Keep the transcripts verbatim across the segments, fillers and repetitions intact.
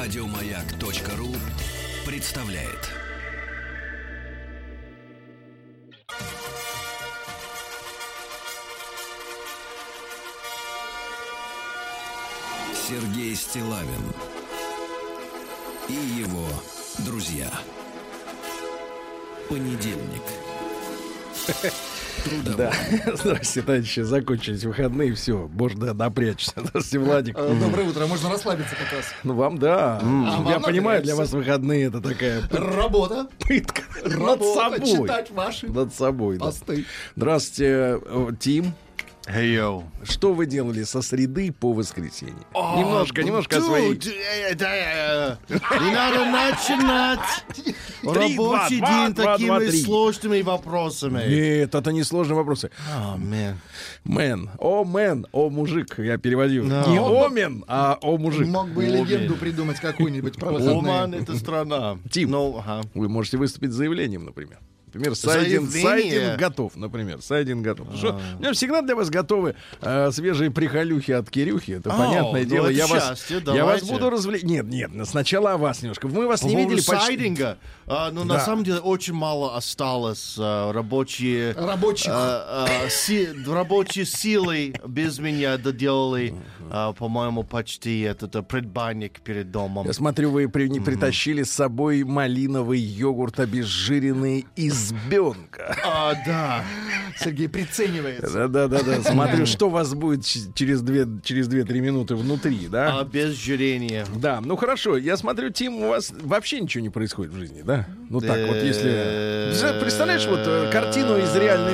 Радиомаяк.ру представляет. Сергей Стиллавин и его друзья. Понедельник. Да. Здравствуйте, товарищи. Закончились выходные, все, можно напрячься. Здравствуйте, Владик. Доброе утро, можно расслабиться как раз. Ну, вам, да. А Я вам понимаю, для напрячься. вас выходные это такая Работа. пытка над Работа, собой. читать ваши Над собой, да. посты. Здравствуйте, э, Тим. Hey, yo. Что вы делали со среды по воскресенье? немножко, немножко о своей... Dude, э, да, э, не надо начинать Три, два, рабочий два, день два, два, такими три. сложными вопросами. Нет, это не сложные вопросы. О, man. Мэн, о мэн, о мужик, я переводил. No. Не о мен, а о мужик. Мог бы и Омен. легенду придумать какую-нибудь про Оман — выходные. это страна. Тим. Ну, ага. Вы можете выступить с заявлением, например. Например, сайдинг, Заявление? сайдинг готов, например. Сайдинг готов. Потому что у меня всегда для вас готовы э, свежие прихолюхи от Кирюхи. Это О, понятное ну дело. это Я вас, счастье, я вас давайте. буду развлекать. Нет, нет, сначала о вас немножко. Мы вас По не поводу видели почти. сайдинга, а, ну, Да. на самом деле, очень мало осталось а, рабочие... Рабочих. а, а, си- рабочие силы без меня доделали, а, по-моему, почти этот а, предбанник перед домом. Я смотрю, вы при- не притащили с собой малиновый йогурт обезжиренный избенка. А, да. Сергей приценивается. Да-да-да. Смотрю, что у вас будет ч- через две, через две-три минуты внутри, да? А, без жирения. Да, ну хорошо. Я смотрю, Тим, у вас вообще ничего не происходит в жизни, да? Ну так вот, если... Же, представляешь, вот э, картину из реальной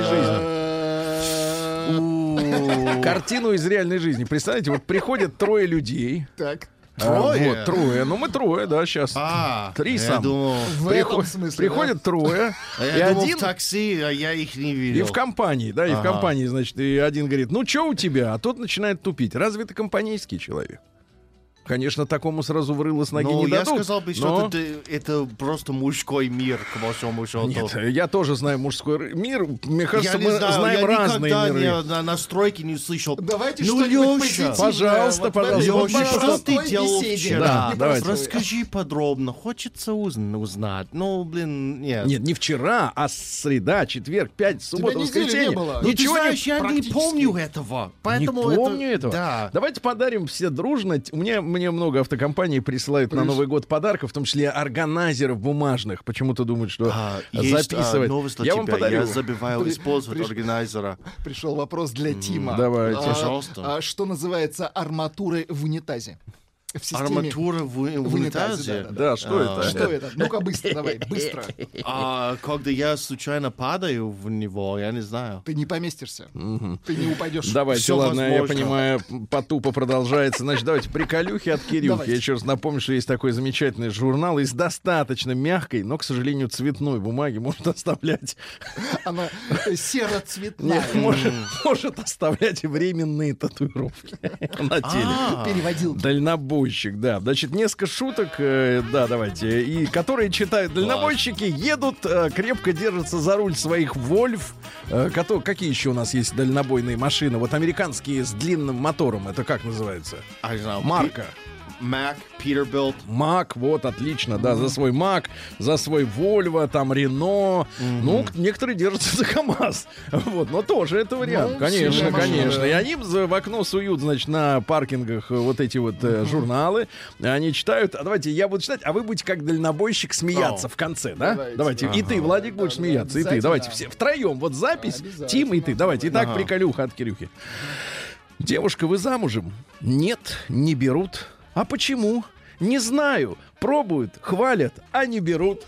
жизни. Картину из реальной жизни. Представляете, вот приходят трое людей. Так, А, Трое? вот, трое. Ну, мы трое, да, сейчас. А, Три я сам. думал... в Приход- этом смысле. Приходят трое. а И Я думал, один... в такси, а я их не И видел. в компании, да, и в Ага. компании, значит, и один говорит, ну, что у тебя? А тот начинает тупить. Разве ты компанейский человек? Конечно, такому сразу в рыло с ноги Ну, не я дадут. сказал бы, но- что это, это просто мужской мир, к большому счету. Нет, я тоже знаю мужской ры- мир. Мне кажется, я не мы знаю, знаем я разные никогда миры. не, на, на стройке не слышал. Давайте ну, что-нибудь Лёша, позитивное. пожалуйста, вот в этой пожалуйста. вот Лёша, что простой ты делал беседе. вчера? Да, Не давайте. простой. Расскажи подробно, хочется узн- узнать. Ну, блин, нет. Нет, не вчера, а среда, четверг, пять, суббота, недели воскресенье. не было. Ну, Ничего ты знаешь, не... я не практически. помню этого. Поэтому не это- помню этого. Да. Давайте подарим все дружно. У меня мне много автокомпаний присылают на Новый год подарков, в том числе органайзеров бумажных. Почему-то думают, что А, есть а, записывать. новость для Я тебя. вам подарю. Я забивал При- использовать приш- органайзера. Пришел вопрос для Тима. давайте. А, Пожалуйста. а что называется арматурой в унитазе? В системе. Арматура в, в В унитазе, унитазе? да, Да, что А, это? Что это? Ну-ка быстро, давай, быстро. А когда я случайно падаю в него, я не знаю. Ты не поместишься. Ты не упадешь. Давайте, Всё ладно, я возможно. понимаю, потупо продолжается. Значит, давайте приколюхи от Кирюхи. Давайте. Я еще раз напомню, что есть такой замечательный журнал из достаточно мягкой, но, к сожалению, цветной бумаги. Может оставлять, Она серо-цветная. нет, может, может оставлять временные татуировки на теле. А, Переводил. Дальнобойщик, да. Значит, несколько шуток, э, да, давайте, и которые читают дальнобойщики, едут, э, крепко держатся за руль своих Вольф. Э, кото- какие еще у нас есть дальнобойные машины? Вот американские с длинным мотором, это как называется? I don't know. Марка. Mac, Peterbilt. Мак, вот, отлично, да, за свой Мак, за свой Вольво, там, Рено. Ну, некоторые держатся за КамАЗ. Вот, но тоже это вариант, Ну, конечно, сильная машина, конечно. да. И они в в окно суют, значит, на паркингах э, вот эти вот э, журналы. Они читают. А давайте я буду читать, а вы будете как дальнобойщик смеяться О. в конце, да? Давайте. Давайте. И ты, Владик, будешь Да, да, смеяться, и ты. обязательно. Давайте все втроем. Вот запись, Обязательно. Тим и ты. Давайте. Итак, Ага. приколюха от Кирюхи. Девушка, вы замужем? Нет, не берут. А почему? Не знаю. Пробуют, хвалят, а не берут.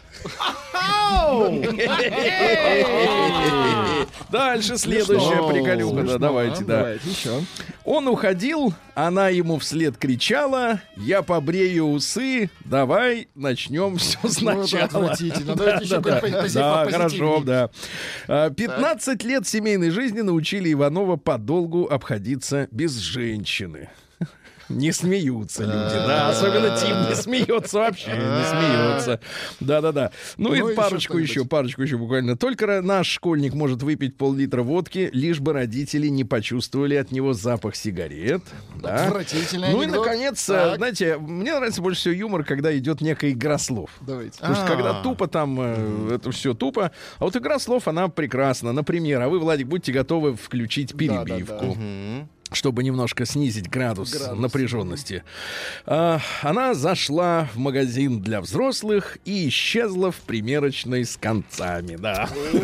Дальше следующая Смешно. приколюха. Да, Смешно, давайте, а? да. Давайте еще. Он уходил, она ему вслед кричала: я побрею усы, давай начнем все Ну, это сначала. отвратительно. Давайте еще Да, какой-нибудь пози- да, попозитивней. хорошо, да. А, пятнадцать лет семейной жизни научили Иванова подолгу обходиться без женщины. Не смеются люди, да, особенно Тим не смеется, вообще не смеется. Да-да-да. Ну и парочку еще, парочку еще буквально. Только наш школьник может выпить пол-литра водки, лишь бы родители не почувствовали от него запах сигарет. Да. Отвратительный Ну и, анекдот. наконец, Так. знаете, мне нравится больше всего юмор, когда идет некая игра слов. Давайте. Потому что когда тупо там, э, это все тупо. А вот игра слов, она прекрасна. Например, а вы, Владик, будьте готовы включить перебивку. Чтобы немножко снизить градус, Градус. напряженности. А, она зашла в магазин для взрослых и исчезла в примерочной с концами. Да.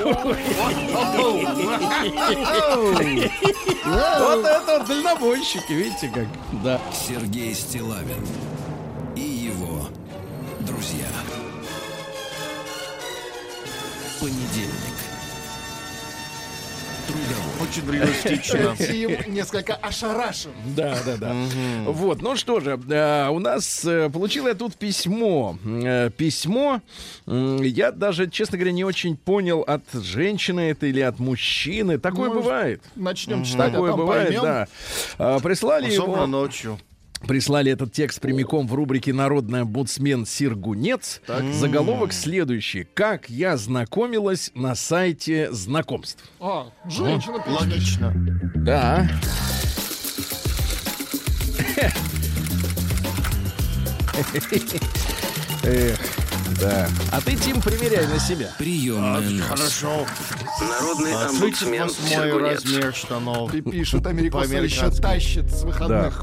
Вот это дальнобойщики, видите как? Да. Сергей Стиллавин и его друзья. Понедельник. Трудовой. Очень реалистично. Тим несколько ошарашен. Да, да, да. Вот, ну что же, э, у нас э, получил я тут письмо. Э, письмо, м, я даже, честно говоря, не очень понял, от женщины это или от мужчины. Такое Может, бывает. Начнем читать, а Такое там бывает, поймем. да. А, прислали Особенно его... ночью. Прислали этот текст прямиком в рубрике «Народный омбудсмен Сиргунец». Заголовок следующий. «Как я знакомилась на сайте знакомств». А, женщина пишет. Логично. Да. Эх, да. А ты, Тим, примеряй на себя. Приемная нос. Хорошо. Народный А, омбудсмен тридцать восьмой Сергунец. размер штанов. И пишет, американцы еще По-американски. тащит с выходных.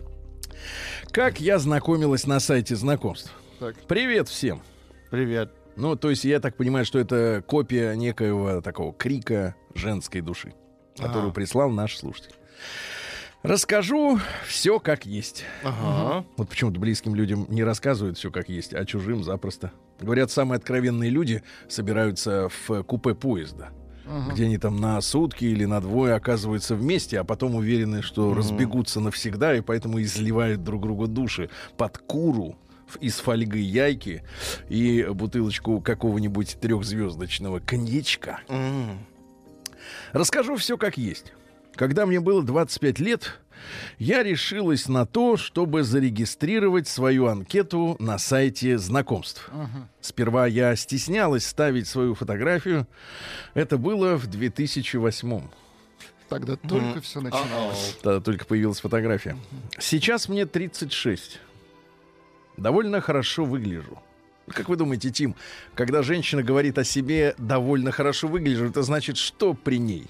Как я знакомилась на сайте знакомств? Так. Привет всем. Привет. Ну, то есть я так понимаю, что это копия некоего такого крика женской души, которую Ага. прислал наш слушатель. Расскажу все как есть. Ага. Вот почему-то близким людям не рассказывают все как есть, а чужим запросто. Говорят, самые откровенные люди собираются в купе поезда, где они там на сутки или на двое оказываются вместе, а потом уверены, что разбегутся навсегда, и поэтому изливают друг другу души под куру ф- из фольги яйки и бутылочку какого-нибудь трехзвездочного коньячка. М. Расскажу все как есть. Когда мне было двадцать пять лет, я решилась на то, чтобы зарегистрировать свою анкету на сайте знакомств. Сперва я стеснялась ставить свою фотографию. Это было в две тысячи восьмом. Тогда только все начиналось. Тогда только появилась фотография. Сейчас мне тридцать шесть. Довольно хорошо выгляжу. Как вы думаете, Тим, когда женщина говорит о себе «довольно хорошо выгляжу», это значит, что при ней?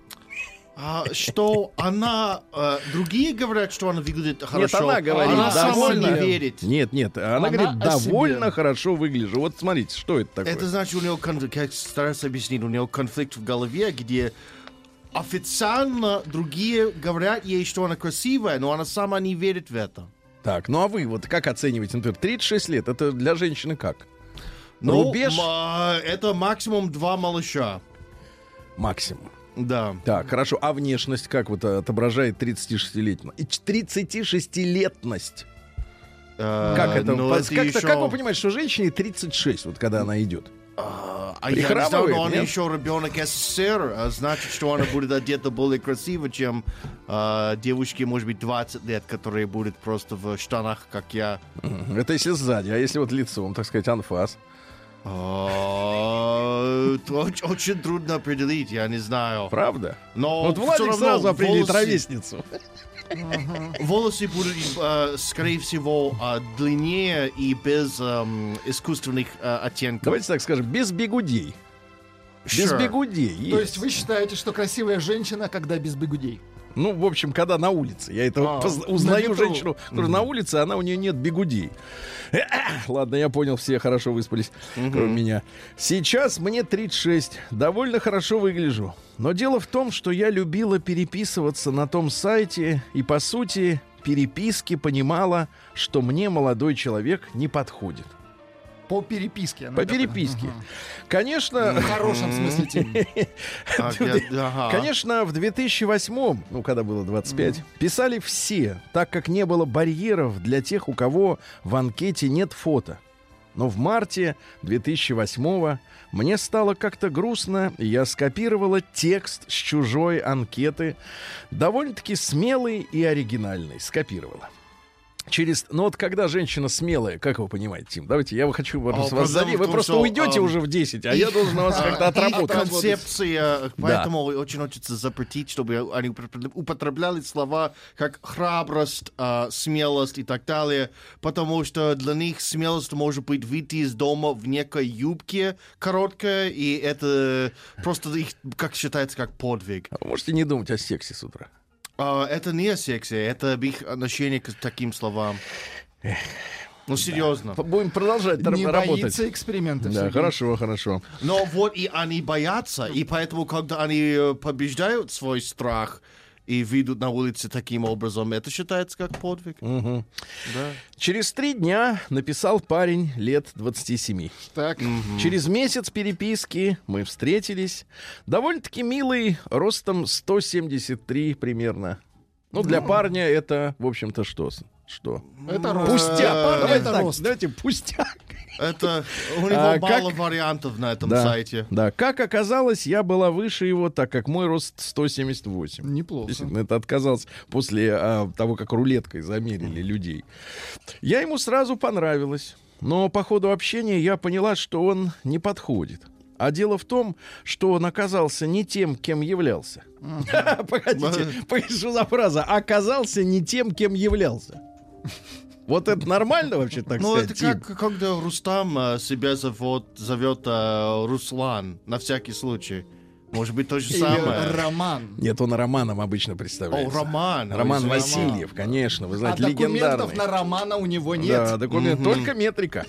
А, что она... э, другие говорят, что она выглядит хорошо. она говорит, Она сама довольно. не верит. Нет, нет, она, Она говорит о себе. «довольно хорошо выгляжу». Вот смотрите, что это такое? Это значит, у нее, кон- как стараюсь объяснить, у нее конфликт в голове, где официально другие говорят ей, что она красивая, но она сама не верит в это. Так, ну а вы вот как оцениваете, например, тридцать шесть лет, это для женщины как? Ну, Рубеж? м, а, это максимум два малыша. Максимум. Да. Так, хорошо. А внешность как вот отображает тридцатишестилетность? И тридцатишестилетность. Э, Как это? но По- это как-то- еще- как вы понимаете, что женщине тридцать шесть, вот когда она идет? А, а я не знаю, Прихрамывает, но она нет? еще ребенок СССР, а значит, что она будет одета более красиво, чем а, девушки, может быть, двадцать лет, которые будут просто в штанах, как я. Мгм. Это если сзади, а если вот лицом, так сказать, анфас. А, это оч- Очень трудно определить, я не знаю. Правда? Но Вот всё Владик равно сразу определит волосы- ровесницу. Волосы будут, э, скорее всего, э, длиннее и без эм, искусственных э, оттенков. Давайте так скажем, без бигудей. Без Sure. бигудей. То есть вы считаете, что красивая женщина, когда без бигудей? Ну, в общем, когда на улице. Я это А, поз- на узнаю метро. женщину, которая на улице, она у нее нет бигудей. Ладно, я понял, все хорошо выспались, кроме меня. Сейчас мне тридцать шесть. Довольно хорошо выгляжу. Но дело в том, что я любила переписываться на том сайте и, по сути, переписки понимала, что мне молодой человек не подходит. По переписке. она По такая. переписке. Ага. Конечно, В хорошем смысле, Тим. А, я- ага. Конечно, в две тысячи восьмом, ну, когда было двадцать пять, писали все, так как не было барьеров для тех, у кого в анкете нет фото. Но в марте две тысячи восьмого мне стало как-то грустно, и я скопировала текст с чужой анкеты, довольно-таки смелый и оригинальный, скопировала. Через, ну вот когда женщина смелая, как вы понимаете, Тим, давайте, я хочу вас, А, вас проблема зави- в вы том, просто что, уйдете а, уже в десять, а я должен на вас как-то Их отработать. концепция, поэтому очень хочется запретить, чтобы они употребляли слова как храбрость, а, смелость и так далее, потому что для них смелость может быть выйти из дома в некой юбке короткой, и это просто их, как считается, как подвиг. Вы можете не думать о сексе с утра. А, это не секси, это их отношение к таким словам. Ну, серьезно. Будем продолжать Не работать. боится экспериментов. Да, Сергей. хорошо, хорошо. Но вот и они боятся, и поэтому, когда они э, побеждают свой страх и выйдут на улице таким образом, это считается как подвиг. Мгм. Да. Через три дня написал парень лет двадцати семи. Так, Через месяц переписки мы встретились. Довольно-таки милый, ростом сто семьдесят три примерно. Ну, для парня это, в общем-то, что? Что? это рост. Пустяк. Парня Давайте это так, рост. давайте пустяк. Это у него А мало как- вариантов на этом Да, сайте. да, как оказалось, я была выше его, так как мой рост сто семьдесят восемь. Неплохо. Действительно, это отказался после а, того, как рулеткой замерили людей. Я ему сразу понравилась, но по ходу общения я поняла, что он не подходит. А дело в том, что он оказался не тем, кем являлся. Погодите, погодите, что за фраза? Оказался не тем, кем являлся. Вот это нормально вообще, так Ну, сказать, это Тим? как когда Рустам э, себя зовет, зовет э, Руслан, на всякий случай. Может быть, то же Или самое. Роман. Нет, он Романом обычно О, представляется. Роман. Роман Ой, Васильев, конечно, вы А знаете, документов легендарный. на Романа у него нет. Да, документ, только метрика.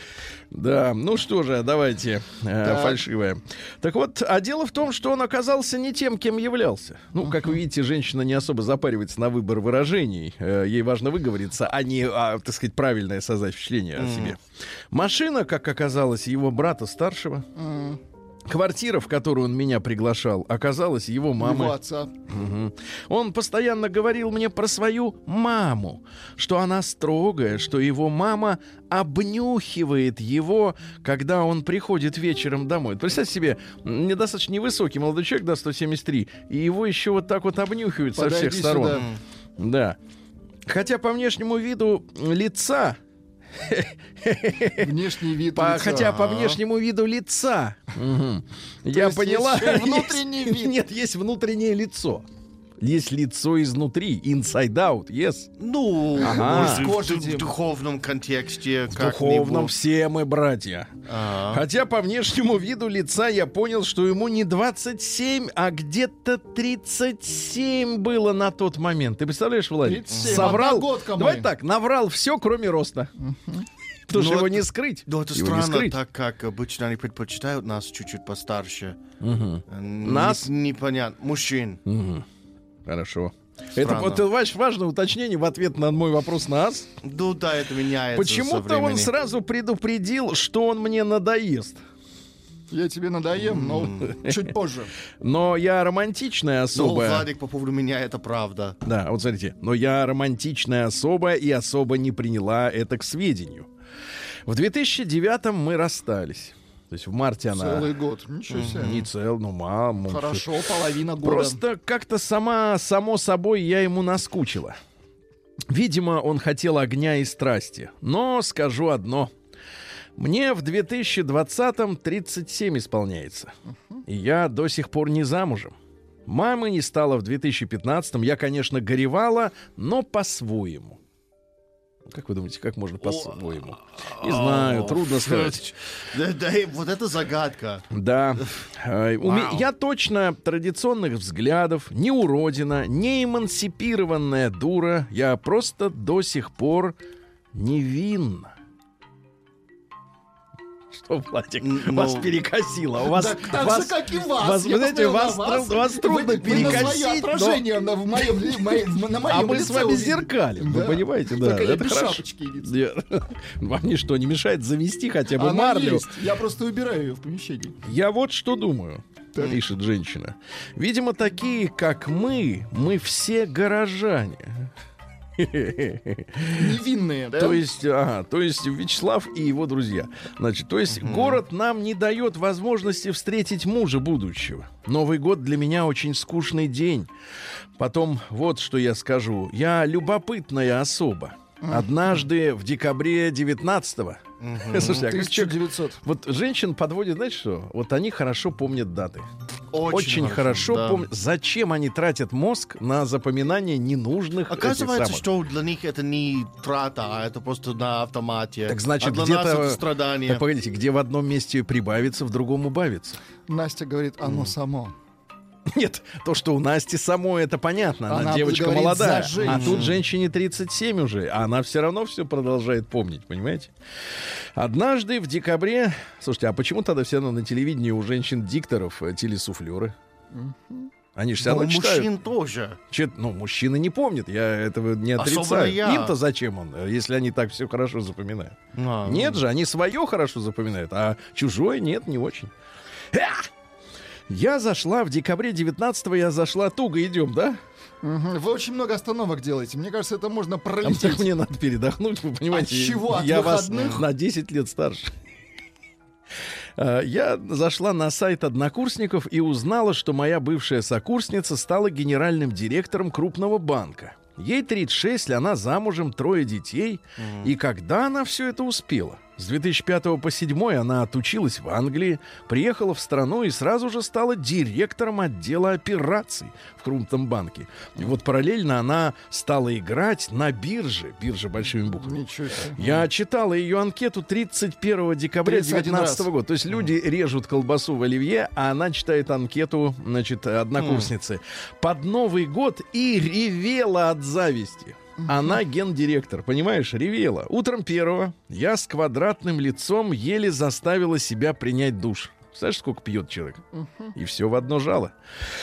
Да, ну что же, давайте, э, фальшивая. Так вот, а дело в том, что он оказался не тем, кем являлся. Ну, как вы видите, женщина не особо запаривается на выбор выражений. Э, ей важно выговориться, а не, а, так сказать, правильное создать впечатление о себе. Машина, как оказалось, его брата старшего. Квартира, в которую он меня приглашал, оказалась его мамой. Его отца. Мгм. Он постоянно говорил мне про свою маму, что она строгая, что его мама обнюхивает его, когда он приходит вечером домой. Представьте себе, м, недостаточно невысокий молодой человек, да, сто семьдесят три, и его еще вот так вот обнюхивают со Подойди всех сторон. сюда. Да. Хотя по внешнему виду лица, Внешний вид по- лица. хотя по внешнему виду лица, мгм, я есть поняла. есть еще и внутренний есть- вид. Нет, есть внутреннее лицо. Есть лицо изнутри, inside out, yes. Ну, Ага. может, Кожа, в, Дим. в духовном контексте В как-нибудь. духовном все мы братья. Ага. Хотя по внешнему виду лица я понял, что ему не двадцать семь, а где-то тридцать семь было на тот момент. Ты представляешь, Владик? тридцать семь, Соврал. одногодка Давай мы. так, наврал все, кроме роста. Потому Ну, что его это- не скрыть. Ну, это Его не странно, скрыть. так как обычно они предпочитают нас чуть-чуть постарше. Мгм. Н- Нас? не- Непонятно. Мужчин. Мгм. Хорошо. Это, Странно. вот, ваше важное уточнение в ответ на мой вопрос на ас. Ну да, это меняется со Почему-то он временем. сразу предупредил, что он мне надоест. Я тебе надоем, но чуть позже. Но я романтичная Ну, особая. Владик, по поводу меня это правда. Да, вот смотрите. Но я романтичная особа и особо не приняла это к сведению. В две тысячи девятом мы расстались. То есть в марте она... Целый год. Ничего себе. Не цел, ну мама. Хорошо, половина года. Просто как-то сама, само собой я ему наскучила. Видимо, он хотел огня и страсти. Но скажу одно. Мне в две тысячи двадцатом тридцать семь исполняется. И я до сих пор не замужем. Мамы не стало в две тысячи пятнадцатом. Я, конечно, горевала, но по-своему. Как вы думаете, как можно по-своему? Не знаю, О, трудно сказать. Да, да, и вот это загадка. Да. Э, у ме- Вау. Я точно традиционных взглядов, не уродина, не эмансипированная дура. Я просто до сих пор невинна. Что, Владик, Н- вас ну, перекосило? У вас, Так, так вас- же, как и вас. вас, Я вы знаете, посмотрел вас, на вас. тру- вас трудно Вы- вы на свое перекосить, но- отражение на, в моем, ли- моем- на моем а мы лице с вами увидели. зеркалим, вы Да. понимаете, да, Только я это без хорошо. шапочки лица. Нет. Вам ничто не мешает завести хотя бы Она марлю. есть. Я просто убираю ее в помещении. Я вот что думаю, пишет женщина. Видимо, такие, как мы, мы все горожане. Невинные, да? То есть, ага, то есть Вячеслав и его друзья. Значит, то есть город нам не дает возможности встретить мужа будущего. Новый год для меня очень скучный день. Потом вот что я скажу. Я любопытная особа. однажды в декабре девятнадцатого. Слушайте, а как тысяча человек- девятьсот. вот женщин подводит, знаете что? Вот они хорошо помнят даты. Очень, Очень хорошо да. помнят. Зачем они тратят мозг на запоминание ненужных этих Оказывается, самых? что для них это не трата, а это просто на автомате. Так значит, а для где-то... нас это страдание. Так, погодите, где в одном месте прибавится, в другом убавится. Настя говорит, оно само. Нет, то, что у Насти самой, это понятно. Она, Она девочка говорит молодая. за женщину. А тут женщине тридцать семь уже, а она все равно все продолжает помнить, понимаете? Однажды в декабре... Слушайте, а почему тогда все равно на телевидении у женщин-дикторов э, телесуфлеры? Они же все Но равно читают. мужчин тоже. Че- ну, мужчины не помнят, я этого не Особенно отрицаю. я. Им-то зачем он, если они так все хорошо запоминают? А, Нет же, они свое хорошо запоминают, а чужое нет, не очень. Эх! Я зашла в декабре девятнадцатого, я зашла туго, идем, да? Мгм. Вы очень много остановок делаете. Мне кажется, это можно А пролететь. мне надо передохнуть, вы понимаете. От чего? От я вас выходных? на десять лет старше. А, Я зашла на сайт Однокурсников и узнала, что моя бывшая сокурсница стала генеральным директором крупного банка. Ей тридцать шесть, она замужем, трое детей. И когда она все это успела? С две тысячи пятого по седьмой она отучилась в Англии, приехала в страну и сразу же стала директором отдела операций в крупном банке. И вот параллельно она стала играть на бирже, биржа большими буквами. Ничего себе. Я читала ее анкету тридцать первого декабря тридцать один девятнадцатого раз. года. То есть люди режут колбасу в оливье, а она читает анкету, значит, однокурсницы. Под Новый год и ревела от зависти. Она гендиректор, понимаешь, ревела. Утром первого я с квадратным лицом еле заставила себя принять душ. Знаешь, сколько пьет человек? И все в одно жало.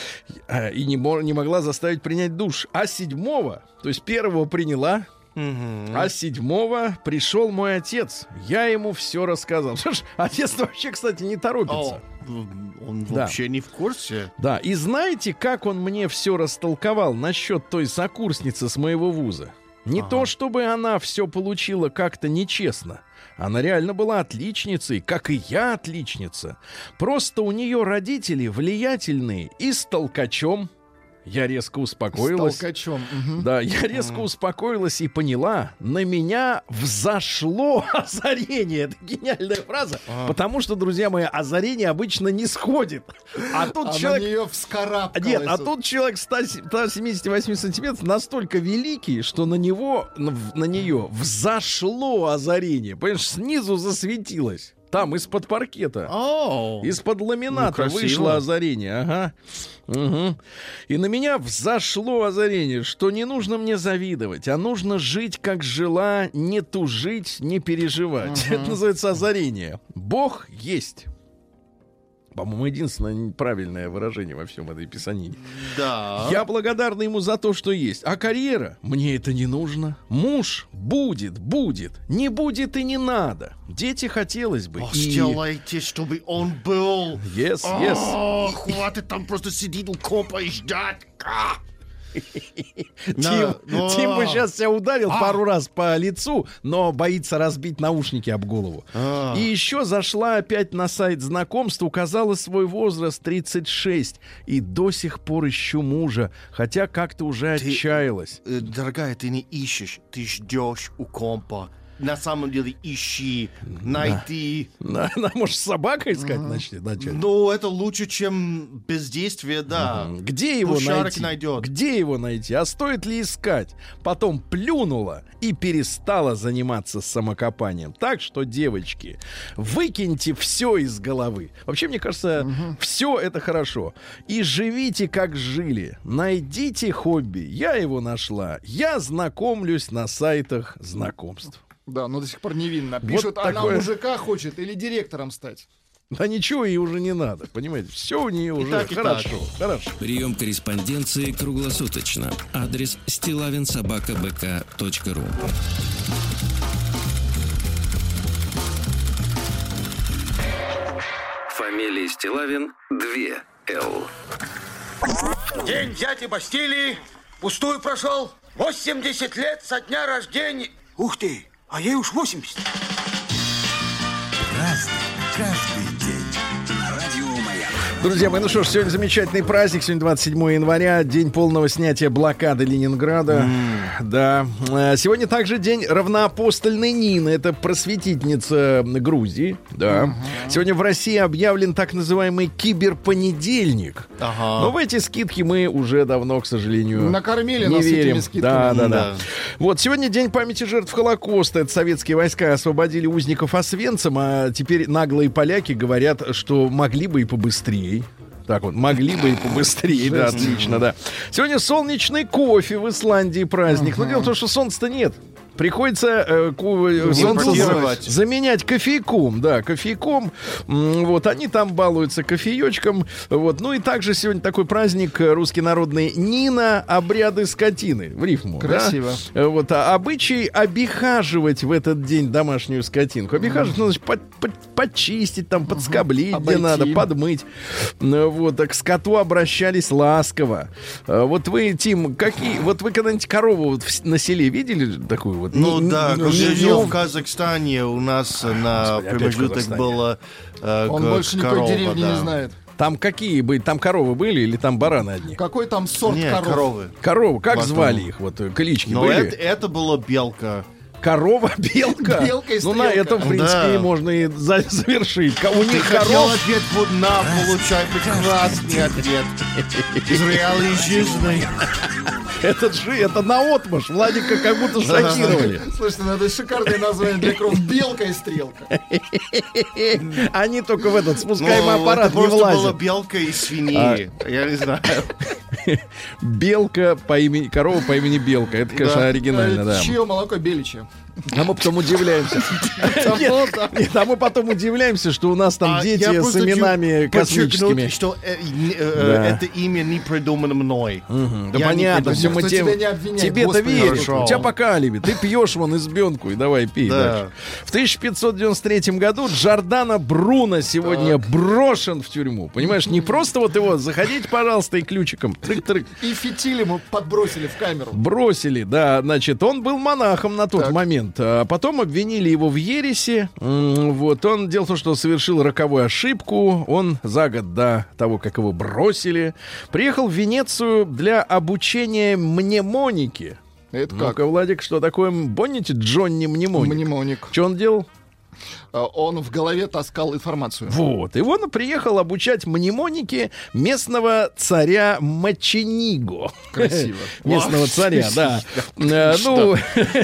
А, И не, мо- не могла заставить принять душ. А седьмого, то есть первого приняла, мгм. а седьмого пришел мой отец. Я ему все рассказал. Слушай, отец вообще, кстати, не торопится. О, он Да. вообще не в курсе. Да, и знаете, как он мне все растолковал насчет той сокурсницы с моего вуза? Не Ага. то, чтобы она все получила как-то нечестно. Она реально была отличницей, как и я отличница. Просто у нее родители влиятельные и с толкачом. Я резко успокоилась. С толкачом. Мгм. Да, я резко успокоилась и поняла, на меня взошло озарение. Это гениальная фраза, А. потому что, друзья мои, озарение обычно не сходит. А тут А человек... на нее вскарабкалась. Нет, а тут человек ста семидесяти восьми сантиметров настолько великий, что на него, на, на нее взошло озарение. Понимаешь, снизу засветилось. Там, из-под паркета. О, Из-под ламината Ну, красиво. вышло озарение, ага. Мгм. И на меня взошло озарение, что не нужно мне завидовать, а нужно жить, как жила, не тужить, не переживать. Это называется озарение. Бог есть. По-моему, единственное правильное выражение во всем этой писанине. да. Я благодарна ему за то, что есть. А карьера? Мне это не нужно. Муж? Будет, будет. Не будет и не надо. Дети хотелось бы. О, И- сделайте, чтобы он был. Yes, yes. О, хватит там просто сидеть у компа и ждать. А! Тим, Да, но- Тим бы сейчас тебя ударил А. пару раз по лицу, но боится разбить наушники об голову. А. И еще зашла опять на сайт знакомств, указала свой возраст тридцать шесть. И до сих пор ищу мужа, хотя как-то уже Ты- отчаялась. Э, Дорогая, ты не ищешь, ты ждешь у компа. На самом деле ищи, найти. На, на, может, с собакой искать начнет? начать? Ну, это лучше, чем бездействие, да. М, Где его Пусть Шарик найти? найдет. Где его найти? А стоит ли искать? Потом плюнула и перестала заниматься самокопанием. Так что, девочки, выкиньте все из головы. Вообще, мне кажется, все это хорошо. И живите, как жили. Найдите хобби. Я его нашла. Я знакомлюсь на сайтах знакомств. Да, но до сих пор невинно. Пишут, она такое. мужика хочет или директором стать. Да ничего ей уже не надо, понимаете? Все у нее уже так, и хорошо. Хорошо. Прием корреспонденции круглосуточно. Адрес стилавин собака бэ ка точка ру. Фамилия Стилавин две Л. День дяди Бастилии пустую прошел. восемьдесят лет со дня рождения. Ух ты, а ей уж восемьдесят. Разный, каждый день. Радио Маяк. Друзья мои, ну что ж, сегодня замечательный праздник. Сегодня двадцать седьмое января, день полного снятия блокады Ленинграда. Mm. Да. Сегодня также день равноапостольной Нины. Это просветительница Грузии. Да. Uh-huh. Сегодня в России объявлен так называемый киберпонедельник. Uh-huh. Но в эти скидки мы уже давно, к сожалению, накормили не нас верим. этими скидками. Да, да, да, да. Вот сегодня день памяти жертв Холокоста. Это советские войска освободили узников Освенцима, а теперь наглые поляки говорят, что могли бы и побыстрее. Так вот, могли бы и побыстрее, да, отлично, да. Сегодня солнечный кофе в Исландии праздник. Но дело в том, что солнца-то нет. Приходится э, ку- солнце за- заменять кофейком, да, кофейком. М- вот, они там балуются кофеечком. Вот, ну и также сегодня такой праздник русский народный Нина, обряды скотины. В рифму. Красиво. Да? Вот, а обычай обихаживать в этот день домашнюю скотинку. Обихаживать, ну, значит, под, под, подчистить, там, подскоблить, где надо, подмыть. Вот, а к скоту обращались ласково. А вот вы, Тим, какие, вот вы когда-нибудь корову вот в, на селе видели такую вот? Ну не, да, не, как не, жил не, в Казахстане, у нас на Господи, опять в промежуток Казахстане. было э, Он к- больше никакой корова, деревни да. не знает. Там какие были? Там коровы были или там бараны одни? Какой там сорт Не, коров? коровы. Коровы, как В основном. звали их? Вот э, клички Но были? это, это была белка. Корова, белка. Белка и Ну, на стрелка. этом, в принципе, Да. и можно и за- завершить. Ко- У Ты них хотел коров. ответ, вот на, получай прекрасный ответ. Из реальной жизни. Этот же, это наотмашь. Владика как будто шокировали. Слушайте, ну это шикарное название для коров. Белка и стрелка. Они только в этот Ну, спускаемый это аппарат не просто была влазят. белка из свиньи. Я не знаю. Белка по имени, корова по имени Белка. Это, конечно, оригинально, да. Чье молоко беличье? А мы потом удивляемся. Нет, нет, а мы потом удивляемся, что у нас там А дети я с просто именами хочу подчеркнуть, космическими. что э, э, э, Да. это имя не придумано мной. Да Я не понятно, придумал. все мы Никто тем... тебя не обвиняет, Тебе-то Господи, верим. хорошо. У тебя пока алиби. Ты пьешь вон избенку и давай пей Да. дальше. В тысяча пятьсот девяносто третьем году Джордано Бруно сегодня брошен в тюрьму. Понимаешь, не просто вот его заходите, пожалуйста, и ключиком. Трык-трык. И фитиль ему подбросили в камеру. Бросили, да, значит, он был монахом на тот Так. момент, а потом обвинили его в ереси, М, вот, он делал то, что совершил роковую ошибку, он за год до того, как его бросили, приехал в Венецию для обучения мнемоники. Это как? Ну-ка, Владик, что такое, помните Джонни Мнемоник? Мнемоник. Что он делал? А, Он в голове таскал информацию. Вот, и он приехал обучать мнемонике местного царя Мочениго. Красиво. Местного царя, да. Э, Ну,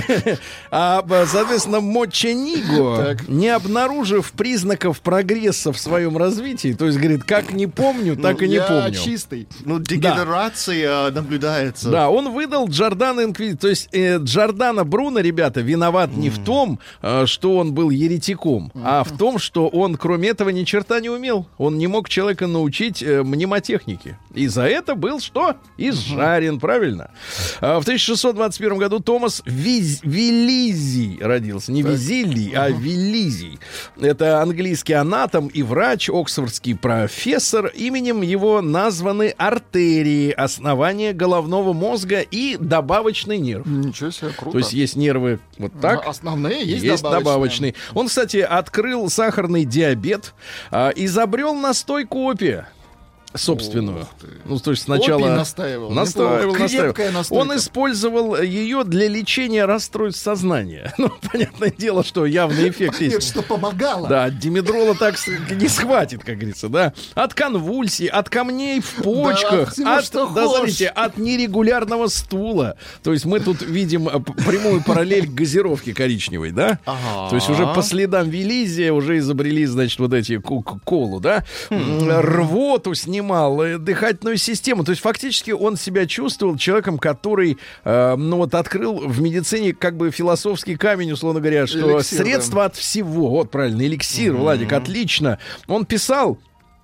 а, б- соответственно, Мочениго, Так. не обнаружив признаков прогресса в своем развитии, то есть, говорит, как не помню, так и не Я помню. чистый. Ну, дегенерация наблюдается. Да, он выдал Джордано Инквизитор. То есть э, Джордано Бруно, ребята, виноват не в том, э, что он был еретиком, а в том, что он, кроме этого, ни черта не умел. Он не мог человека научить э, мнемотехнике. И за это был что? Изжарен, правильно? А в тысяча шестьсот двадцать первом году Томас Виз... Вилизий родился. Не Визилий, а Вилизий. Это английский анатом и врач, оксфордский профессор. Именем его названы артерии, основания головного мозга и добавочный нерв. Ничего себе, круто. То есть есть нервы вот так, А основные есть, есть добавочные. добавочный. Он, кстати, открыл сахарный диабет, а, изобрел настойку опия. Собственную. Ну, то есть сначала... Опий настаивал. Настаивал, Неплохо. настаивал. Крепкая настойка. Он использовал ее для лечения расстройств сознания. Ну, понятное дело, что явный эффект Нет, есть. что помогало. Да, от димедрола так с- не схватит, как говорится, да. От конвульсий, от камней в почках, от всего, от, что да, хочешь. смотрите, от нерегулярного стула. То есть мы тут видим э, п- прямую параллель к газировке коричневой, да? Ага. То есть уже по следам Вилизия уже изобрели, значит, вот эти ку- ку- колу, да? М, Рвоту снимал, э, дыхательную систему. То есть фактически он себя чувствовал человеком, который, э, ну вот, открыл в медицине как бы философский камень, условно говоря, что Эликсир, средства от всего. Вот, правильно, эликсир, Владик, отлично. Он писал,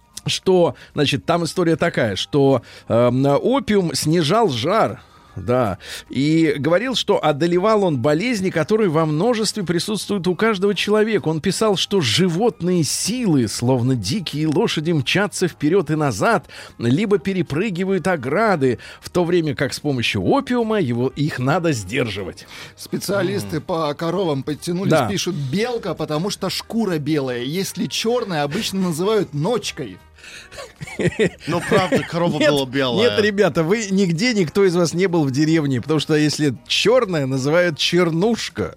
что, значит, там история такая, что э, опиум снижал жар. Да, и говорил, что одолевал он болезни, которые во множестве присутствуют у каждого человека. Он писал, что животные силы, словно дикие лошади, мчатся вперед и назад, либо перепрыгивают ограды, в то время как с помощью опиума его, их надо сдерживать. Специалисты по коровам подтянулись, Да. пишут белка, потому что шкура белая. Если черная, обычно называют ночкой. Но правда, корова Нет, была белая. нет, ребята, вы нигде, никто из вас не был в деревне, потому что если черная, называют чернушка.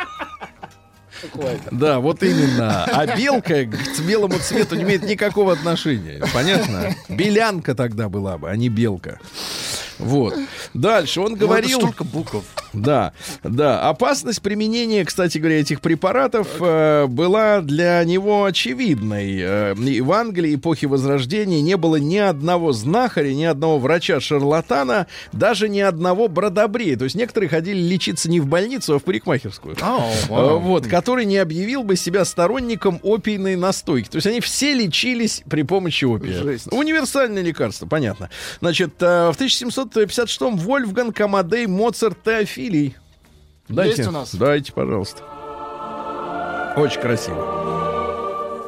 Да, вот именно. А белка к белому цвету не имеет никакого отношения. Понятно? Белянка тогда была бы, а не белка. Вот. Дальше он говорил... Ну, столько букв. Да, да. Опасность применения, кстати говоря, этих препаратов э, была для него очевидной. Э, и в Англии эпохи Возрождения не было ни одного знахаря, ни одного врача-шарлатана, даже ни одного бродобрея. То есть некоторые ходили лечиться не в больницу, а в парикмахерскую. Oh, э, wow. вот, который не объявил бы себя сторонником опийной настойки. То есть они все лечились при помощи опия. Жесть. Универсальное лекарство, понятно. Значит, э, в тысяча семьсот пятьдесят шестом Вольфганг Амадей Моцарт Теофилий. Дайте, Есть у нас? Дайте, пожалуйста. Очень красиво.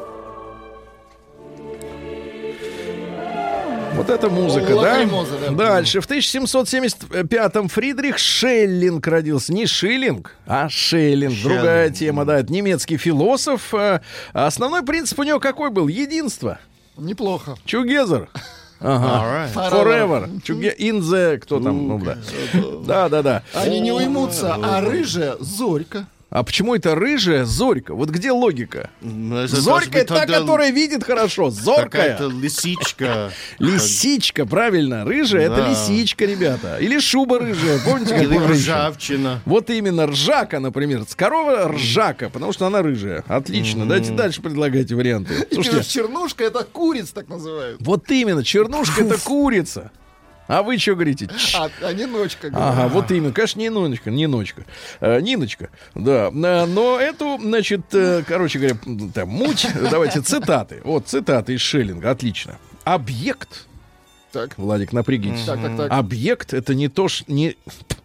Вот это музыка, О, да? лакримоза, да. Дальше. В тысяча семьсот семьдесят пятом Фридрих Шеллинг родился. Не Шиллинг, а Шеллинг. Шеллинг. Другая тема, да. Это немецкий философ. Э, Основной принцип у него какой был? Единство. Неплохо. Чугезер. Ага. Alright. Forever. Чуге... In the... Кто там? Ну, да. Да, да, да. Они не уймутся, а рыжая зорька. А почему это рыжая зорька? Вот где логика? Ну, это Зорька — должна это быть та, тогда которая видит хорошо. Зоркая. Какая-то лисичка. Лисичка, правильно. Рыжая — это Да. лисичка, ребята. Или шуба рыжая. Помните, как Или у женщин? ржавчина. Вот именно ржака, например. Корова ржака, потому что она рыжая. Отлично. Давайте дальше предлагайте варианты. И Слушайте, чернушка — это куриц, так называют. вот именно. Чернушка — это курица. А вы что говорите? Ч- А, а не ночка. Ага, вот именно, конечно, не Ниночка, не Ночка, э, Ниночка, да. Э, Но эту, значит, э, короче говоря, там, муть, давайте цитаты. Вот цитаты из Шеллинга, отлично. Объект, Так, Владик, напрягитесь. так, так, так. Объект — это не то, ш- не...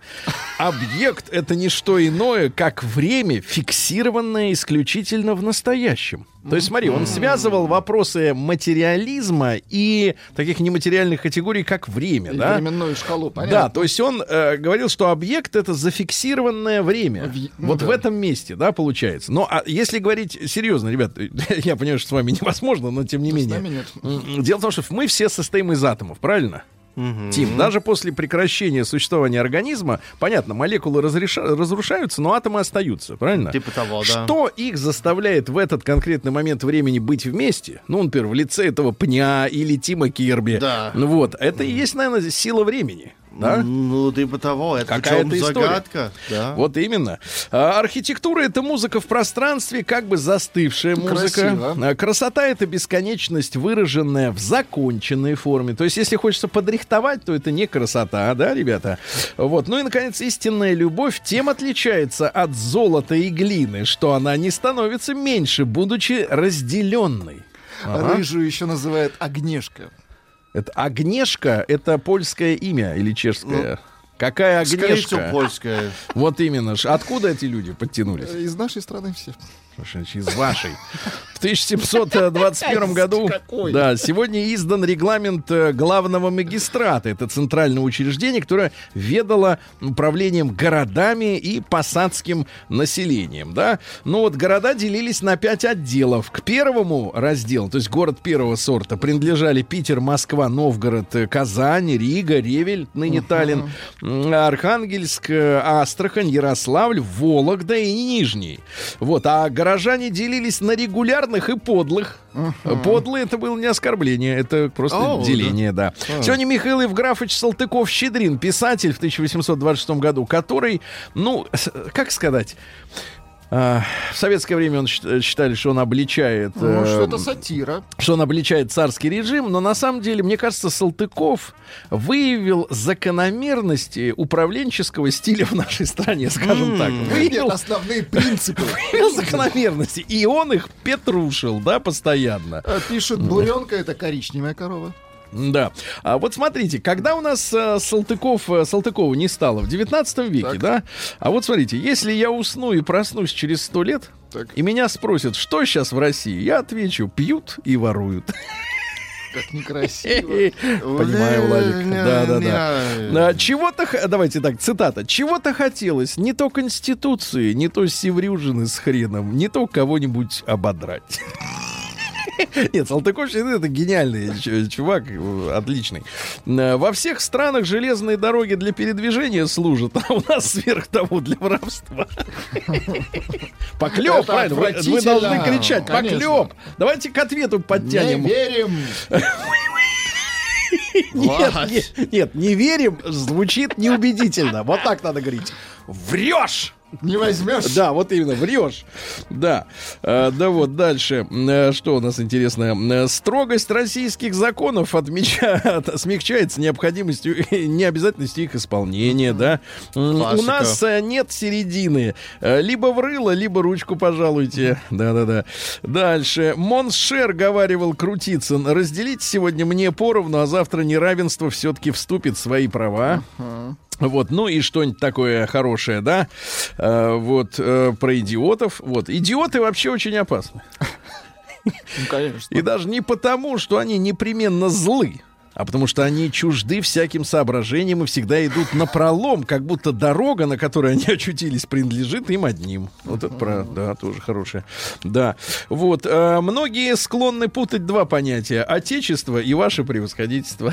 Объект — это не что иное, как время, фиксированное исключительно в настоящем. То есть, смотри, он связывал вопросы материализма и таких нематериальных категорий, как время, И да? временную шкалу, Да, понятно. то есть он э, говорил, что объект — это зафиксированное время. В- ну вот да. в этом месте, да, получается. Но а если говорить серьезно, ребят, я понимаю, что с вами невозможно, но тем не С менее. нами нет. М, Дело в том, что мы все состоим из атомов, правильно? Тим, даже после прекращения существования организма, понятно, молекулы разреша- разрушаются, но атомы остаются, правильно? Типа того, да. Что их заставляет в этот конкретный момент времени быть вместе? Ну, например, в лице этого пня или Тима Кирби. Да. Ну вот, это и есть, наверное, сила времени. Да? Ну, типа того, это Какая-то причем история. загадка. Да. Вот именно. А, архитектура — это музыка в пространстве, как бы застывшая музыка. Красиво. А, красота — это бесконечность, выраженная в законченной форме. То есть, если хочется подрихтовать, то это не красота, да, ребята? Вот. Ну и, наконец, истинная любовь тем отличается от золота и глины, что она не становится меньше, будучи разделенной. Ага. Рыжую еще называют Агнешка. Это Агнешка — это польское имя или чешское? Какая Скорее всего, Агнешка? польская. Вот именно. Ш- Откуда эти люди подтянулись? Из нашей страны все. Слушай, из вашей. В тысяча семьсот двадцать первом году, Какой? да, сегодня издан регламент э, главного магистрата. Это центральное учреждение, которое ведало управлением городами и посадским населением, да. Ну вот города делились на пять отделов. К первому разделу, то есть город первого сорта, принадлежали Питер, Москва, Новгород, э, Казань, Рига, Ревель, ныне Таллин, м, Архангельск, э, Астрахань, Ярославль, Вологда и Нижний. Вот, а горожане делились на регулярных и подлых. Подлые — это было не оскорбление, это просто О, деление, да. Сегодня Михаил Евграфович Салтыков-Щедрин, писатель в тысяча восемьсот двадцать шестом году, который, ну, с- как сказать... а, в советское время он счит- считали, что он обличает, Ну, э, что это сатира. что он обличает царский режим, но на самом деле, мне кажется, Салтыков выявил закономерности управленческого стиля в нашей стране, скажем так. Нет, Выявил, основные принципы. выявил закономерности, и он их петрушил, да, постоянно. А, Пишет, буренка — это коричневая корова. Да. А вот смотрите, когда у нас э, Салтыков, э, Салтыкова не стало в девятнадцатом веке, Так. да? А вот смотрите, если я усну и проснусь через сто лет, Так. и меня спросят, что сейчас в России, я отвечу: пьют и воруют. Как некрасиво. Понимаю, Владик. Да, да, да. да. А, Чего-то, х- давайте так, цитата. Чего-то хотелось не то Конституции, не то Севрюжины с хреном, не то кого-нибудь ободрать. Нет, Салтыков-Щедрин — это гениальный чувак, отличный. Во всех странах железные дороги для передвижения служат, а у нас сверх того для воровства. Поклеп, правильно? Вы, вы должны кричать, поклеп. Давайте к ответу подтянем. Не верим. Нет, нет, нет, не верим, звучит неубедительно. Вот так надо говорить. Врешь! Не возьмешь. Да, вот именно, врешь. Да. А, да вот дальше. А, что у нас интересное? Строгость российских законов отмечает, смягчается необходимостью и необязательностью их исполнения, да. Классика. У нас а, нет середины. А, либо в рыло, либо ручку пожалуйте. Да-да-да. Дальше. Моншер говаривал Крутицын: разделите сегодня мне поровну, а завтра неравенство все-таки вступит в свои права. Uh-huh. Вот, ну и что-нибудь такое хорошее, да? А, вот, а, про идиотов. Вот, идиоты вообще очень опасны. Ну, конечно. И даже не потому, что они непременно злы, а потому что они чужды всяким соображениям и всегда идут напролом, как будто дорога, на которой они очутились, принадлежит им одним. Вот это про, да, тоже хорошее. Да, вот. А, многие склонны путать два понятия: отечество и ваше превосходительство.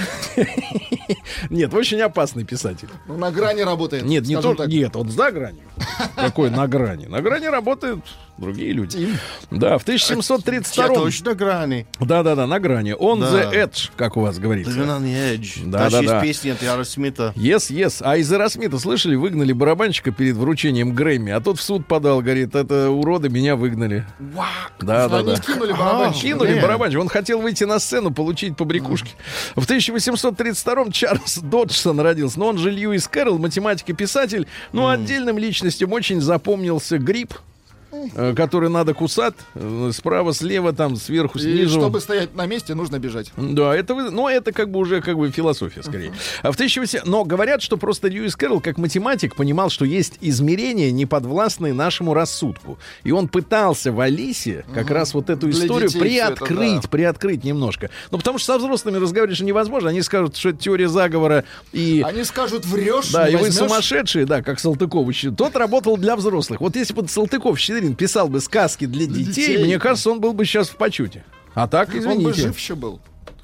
Нет, очень опасный писатель. Ну, на грани работает. Нет, не то, нет, он за гранью. Какой на грани? На грани работают другие люди. Да, в тысяча семьсот тридцать втором... Я точно на грани. Да-да-да, на грани. On да. the edge, как у вас говорится. On the edge. Да, Даже да, да. есть песни от Аэросмита. Yes, yes. А из Аэросмита, слышали, выгнали барабанщика перед вручением Грэмми, а тот в суд подал, говорит: это уроды, меня выгнали. Вау. Да, да, Они да. кинули барабанщика. Кинули Нет. барабанщика. Он хотел выйти на сцену, получить побрякушки. Mm. В тысяча восемьсот тридцать втором Чарльз Доджсон родился. Но он же Льюис Кэрролл, математик и писатель. Но mm. отдельным личностям очень запомнился гриб, который надо кусать справа, слева, там, сверху, И снизу. чтобы стоять на месте, нужно бежать. Да, это, вы- но это как бы уже как бы философия скорее. А в тысяча восемьсот... Но говорят, что просто Льюис Кэрролл, как математик, понимал, что есть измерения, неподвластные нашему рассудку. И он пытался в Алисе как раз вот эту Для историю детей всё это, приоткрыть, да. приоткрыть немножко. Ну, потому что со взрослыми разговаривать же невозможно. Они скажут, что это теория заговора. И... Они скажут: врешь, Да, не и вы возьмешь. сумасшедшие, да, как Салтыков. Тот работал для взрослых. Вот если бы Салтыков-Щедрин писал бы сказки для детей, детей. мне кажется, он был бы сейчас в почете. А так, Он бы извините. жив еще был.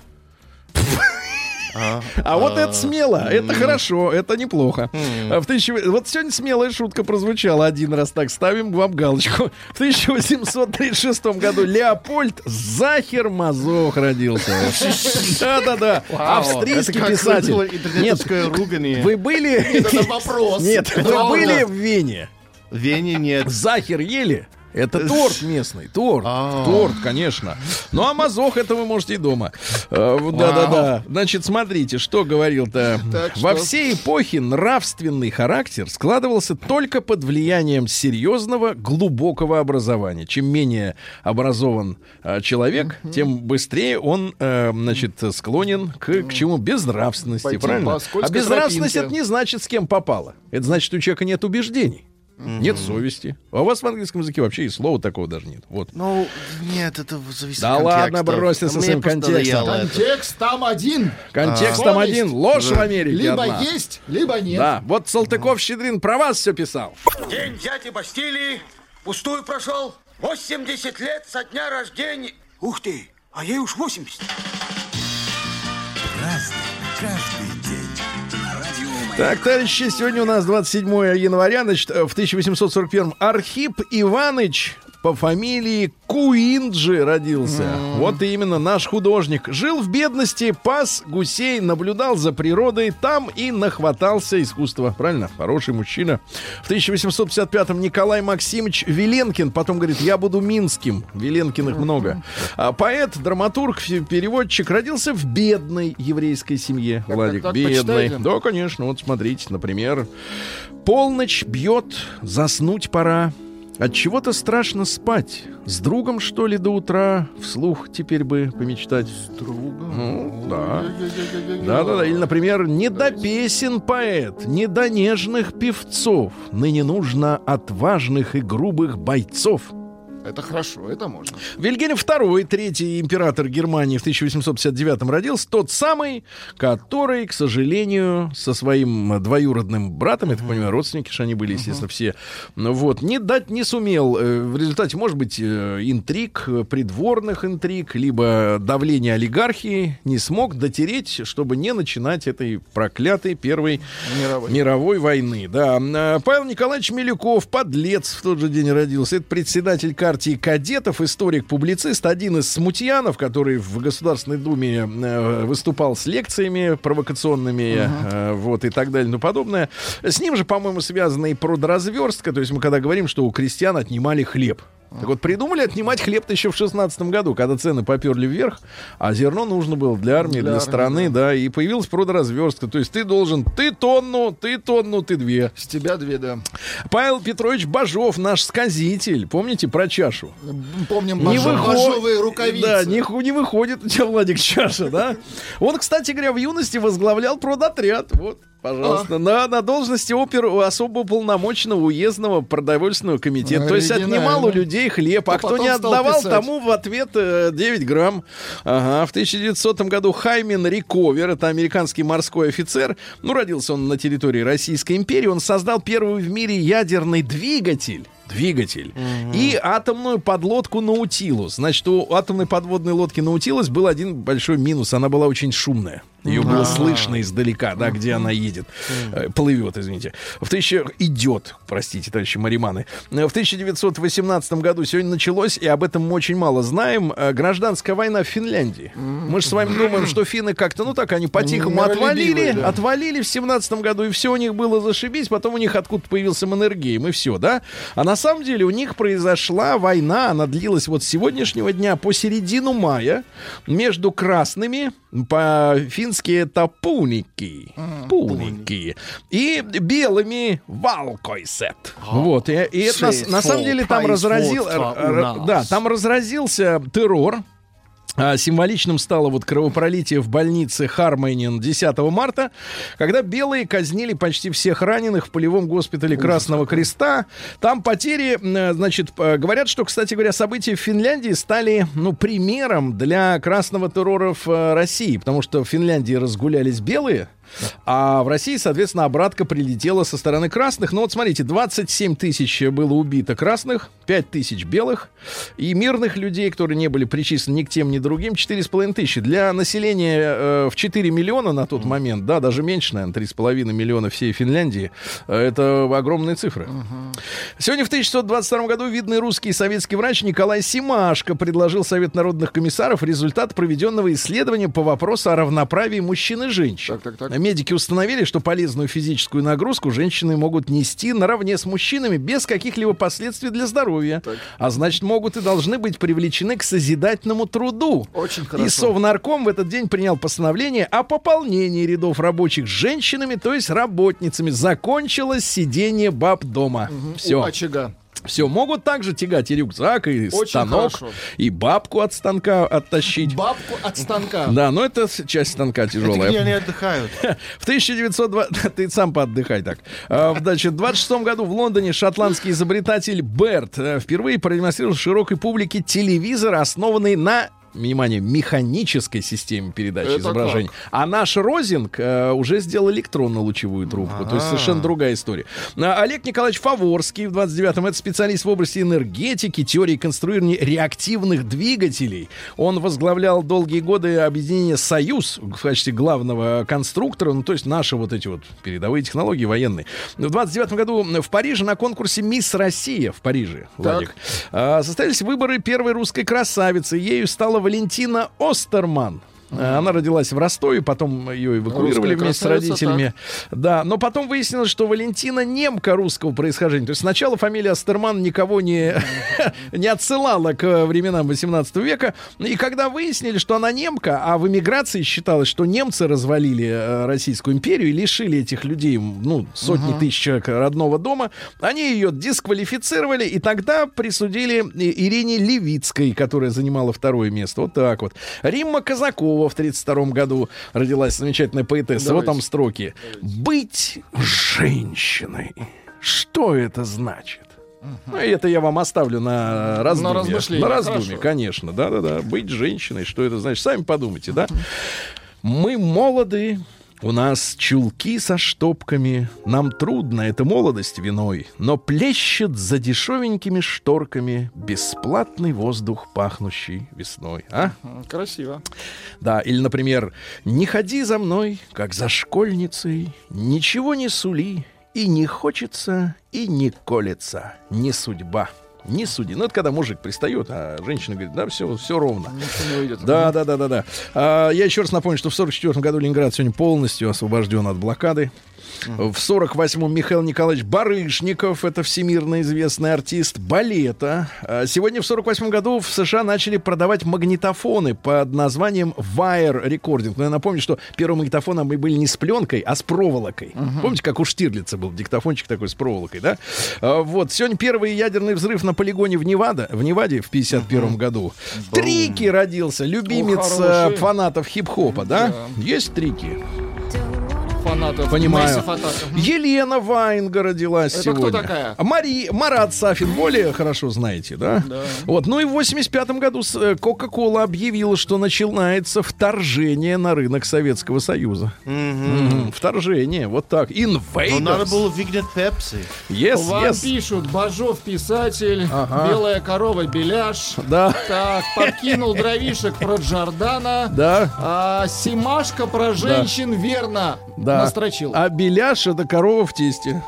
А вот это смело, это хорошо, это неплохо. А в тысяча... Вот сегодня смелая шутка прозвучала. Один раз так ставим вам галочку. В тысяча восемьсот тридцать шестом году Леопольд Захер-Мазох родился. Да-да-да. Австрийский Это как писатель. было Нет, интернетовское ругание. вы были... Это вопрос. Нет, вы Правда. были в Вене? В Вене нет. Захер ели? Это торт местный, торт, А. торт, конечно. Ну, а мазох это вы можете и дома. А, в- Да-да-да. Значит, смотрите, что говорил-то. Так, Во что? всей эпохе нравственный характер складывался только под влиянием серьезного, глубокого образования. Чем менее образован а, человек, тем быстрее он, а, значит, склонен к, к чему? Безнравственности, Пойти правильно? по А скользкой безнравственность — тропинке. это не значит, с кем попало. Это значит, что у человека нет убеждений. Нет совести. А у вас в английском языке вообще и слова такого даже нет. Вот. Ну, нет, это зависит Да от ладно, контекста. бросьте со Мне своим просто контекстом. надоело это. Контекст там один. Контекст А. там один. Ложь в Америке Либо одна. есть, либо нет. Да, вот Салтыков-Щедрин про вас все писал. День дяди Бастилии пустую прошел. восемьдесят лет со дня рождения. Ух ты, а ей уж восемьдесят. Так, товарищи, сегодня у нас двадцать седьмое января, значит, в тысяча восемьсот сорок первом Архип Иваныч по фамилии Куинджи родился. Mm. Вот именно наш художник. Жил в бедности, пас гусей, наблюдал за природой, там и нахватался искусства. Правильно? Хороший мужчина. В тысяча восемьсот пятьдесят пятом Николай Максимович Веленкин потом говорит: я буду Минским. Веленкиных много. А поэт, драматург, фи- переводчик родился в бедной еврейской семье. Так, Владик, так, так, бедной. почитайте. Да, конечно. Вот смотрите, например. Полночь бьет, заснуть пора. От чего-то страшно спать. С другом, что ли, до утра? Вслух теперь бы помечтать. С другом? Ну, да. Да-да-да. Или, например, не до песен поэт, не до нежных певцов. Ныне нужно отважных и грубых бойцов. Это хорошо, это можно. Вильгельм второй, третий император Германии, в тысяча восемьсот пятьдесят девятом родился. Тот самый, который, к сожалению, со своим двоюродным братом, я так понимаю, родственники же они были, естественно, все, вот, не дать не сумел. В результате, может быть, интриг, придворных интриг, либо давления олигархии не смог дотереть, чтобы не начинать этой проклятой Первой мировой, мировой войны. Да. Павел Николаевич Милюков, подлец, в тот же день родился. Это председатель партии кадетов, историк, публицист, один из смутьянов, который в Государственной Думе э, выступал с лекциями провокационными, uh-huh. э, вот, и так далее, и тому подобное. С ним же, по-моему, связана и продразверстка, то есть мы когда говорим, что у крестьян отнимали хлеб. Так вот, придумали отнимать хлеб-то еще в шестнадцатом году, когда цены поперли вверх, а зерно нужно было для армии, для, для армии, страны, да. да, и появилась продразверстка. То есть ты должен, ты тонну, ты тонну, ты две. С тебя две, да. Павел Петрович Бажов, наш сказитель, помните про чашу? Помним, Бажов, выход... бажовые рукавицы. Да, не, не выходит у тебя, Владик, чаша, да? Он, кстати говоря, в юности возглавлял продотряд, вот. Пожалуйста, а? на, на должности опер особо уполномоченного уездного продовольственного комитета. То есть отнимал у людей хлеб, а, а кто не отдавал, тому в ответ э, девять грамм. Ага. В тысяча девятисотом году Хаймен Риковер, это американский морской офицер, ну, родился он на территории Российской империи, он создал первый в мире ядерный двигатель. Двигатель. Угу. И атомную подлодку «Наутилус». Значит, у атомной подводной лодки «Наутилус» был один большой минус. Она была очень шумная. Ее было слышно издалека, да, где она едет. Плывет, извините. В тысяча... Идет, простите, товарищи мариманы. В тысяча девятьсот восемнадцатом году сегодня началось, и об этом мы очень мало знаем, гражданская война в Финляндии. Мы же с вами думаем, что финны как-то, ну так, они по-тихому отвалили, да. отвалили в семнадцатом году, и все у них было зашибись, потом у них откуда-то появился Маннергейм, и все, да? А на самом деле у них произошла война, она длилась вот с сегодняшнего дня по середину мая между красными, по-фински это пуники, mm, пуники, и белыми валкойсет. Oh. Вот, и, и это на, на самом деле там разразил, да, там разразился террор. А символичным стало вот кровопролитие в больнице Хармейнен десятого марта, когда белые казнили почти всех раненых в полевом госпитале Красного Креста. Там потери, значит, говорят, что, кстати говоря, события в Финляндии стали, ну, примером для красного террора в России, потому что в Финляндии разгулялись белые, а в России, соответственно, обратка прилетела со стороны красных. Ну вот смотрите, двадцать семь тысяч было убито красных, пять тысяч белых, и мирных людей, которые не были причислены ни к тем, ни к другим, четыре с половиной тысячи. Для населения э, в четыре миллиона на тот момент, да, даже меньше, наверное, три с половиной миллиона всей Финляндии, э, это огромные цифры. Uh-huh. Сегодня в тысяча девятьсот двадцать втором году видный русский и советский врач Николай Семашко предложил Совет народных комиссаров результат проведенного исследования по вопросу о равноправии мужчин и женщин. Так, так, так. Медики установили, что полезную физическую нагрузку женщины могут нести наравне с мужчинами без каких-либо последствий для здоровья. Так. А значит, могут и должны быть привлечены к созидательному труду. Очень хорошо. И Совнарком в этот день принял постановление о пополнении рядов рабочих с женщинами, то есть работницами. Закончилось сидение баб дома. Угу. Все. У очага. Все, могут также тягать и рюкзак, и очень станок, хорошо. И бабку от станка оттащить. Бабку от станка. Да, но это часть станка тяжелая. Это где они отдыхают? В тысяча девятьсот двадцатом... Ты сам поотдыхай так. Значит, в двадцать шестом году в Лондоне шотландский изобретатель Берт впервые продемонстрировал широкой публике телевизор, основанный на... внимание, механической системе передачи это изображений. Как? А наш Розинг э, уже сделал электронно-лучевую трубку. А-а-а. То есть совершенно другая история. А, Олег Николаевич Фаворский в двадцать девятом это специалист в области энергетики, теории конструирования реактивных двигателей. Он возглавлял долгие годы объединение «Союз» в качестве главного конструктора, ну то есть наши вот эти вот передовые технологии военные. В двадцать девятом году в Париже на конкурсе «Мисс Россия» в Париже, Владик, э, состоялись выборы первой русской красавицы. Ею стала Валентина Остерман. Uh-huh. Она родилась в Ростове, потом ее эвакуировали русская вместе с родителями. Так. Да, но потом выяснилось, что Валентина немка русского происхождения. То есть сначала фамилия Остерман никого не, не отсылала к временам восемнадцатого века. И когда выяснили, что она немка, а в эмиграции считалось, что немцы развалили Российскую империю и лишили этих людей, ну, сотни uh-huh. тысяч человек родного дома, они ее дисквалифицировали и тогда присудили Ирине Левицкой, которая занимала второе место. Вот так вот. Римма Казакова в тридцать втором году родилась замечательная поэтесса. Давайте. Вот там строки. Давайте. «Быть женщиной. Что это значит? Ну, это я вам оставлю на раздумье. На размышление. На раздумье, Хорошо. конечно. Да-да-да. Быть женщиной, что это значит? Сами подумайте, да? Мы молоды, у нас чулки со штопками, нам трудно, это молодость виной, но плещет за дешевенькими шторками бесплатный воздух, пахнущий весной. А? Красиво. Да, или, например, «Не ходи за мной, как за школьницей, ничего не сули, и не хочется, и не колется, не судьба». Не суди. Ну, это когда мужик пристает, а женщина говорит, да, все, все ровно. Ничего не выйдет. Да, да, да, да, да. А, я еще раз напомню, что в сорок четвёртом году Ленинград сегодня полностью освобожден от блокады. В сорок восьмом Михаил Николаевич Барышников, это всемирно известный артист балета. А сегодня в сорок восьмом году в США начали продавать магнитофоны под названием Wire Recording. Но я напомню, что первые магнитофоны были не с пленкой, а с проволокой. Uh-huh. Помните, как у Штирлица был диктофончик такой с проволокой, да? А, вот, сегодня первый ядерный взрыв на полигоне в, Невада, в Неваде в пятьдесят первом uh-huh. году. Boom. Трики родился, любимец О, фанатов хип-хопа, да? Yeah. Есть Трики? Фанатов. Понимаю. Елена Ваенга родилась это сегодня. Кто такая? Мари... Марат Сафин более хорошо знаете, да? Да. Вот. Ну и в восемьдесят пятом году Кока-Кола объявила, что начинается вторжение на рынок Советского Союза. Mm-hmm. Mm-hmm. Вторжение, вот так. Invaders. Но надо было выгнать Пепси. Yes, Вам yes. пишут: Бажов писатель, ага. белая корова Беляш. Да. Так, подкинул дровишек про Джордана. Да. А Симашка про женщин, да. Верно. Да. Настрочил. А Беляш — это корова в тесте.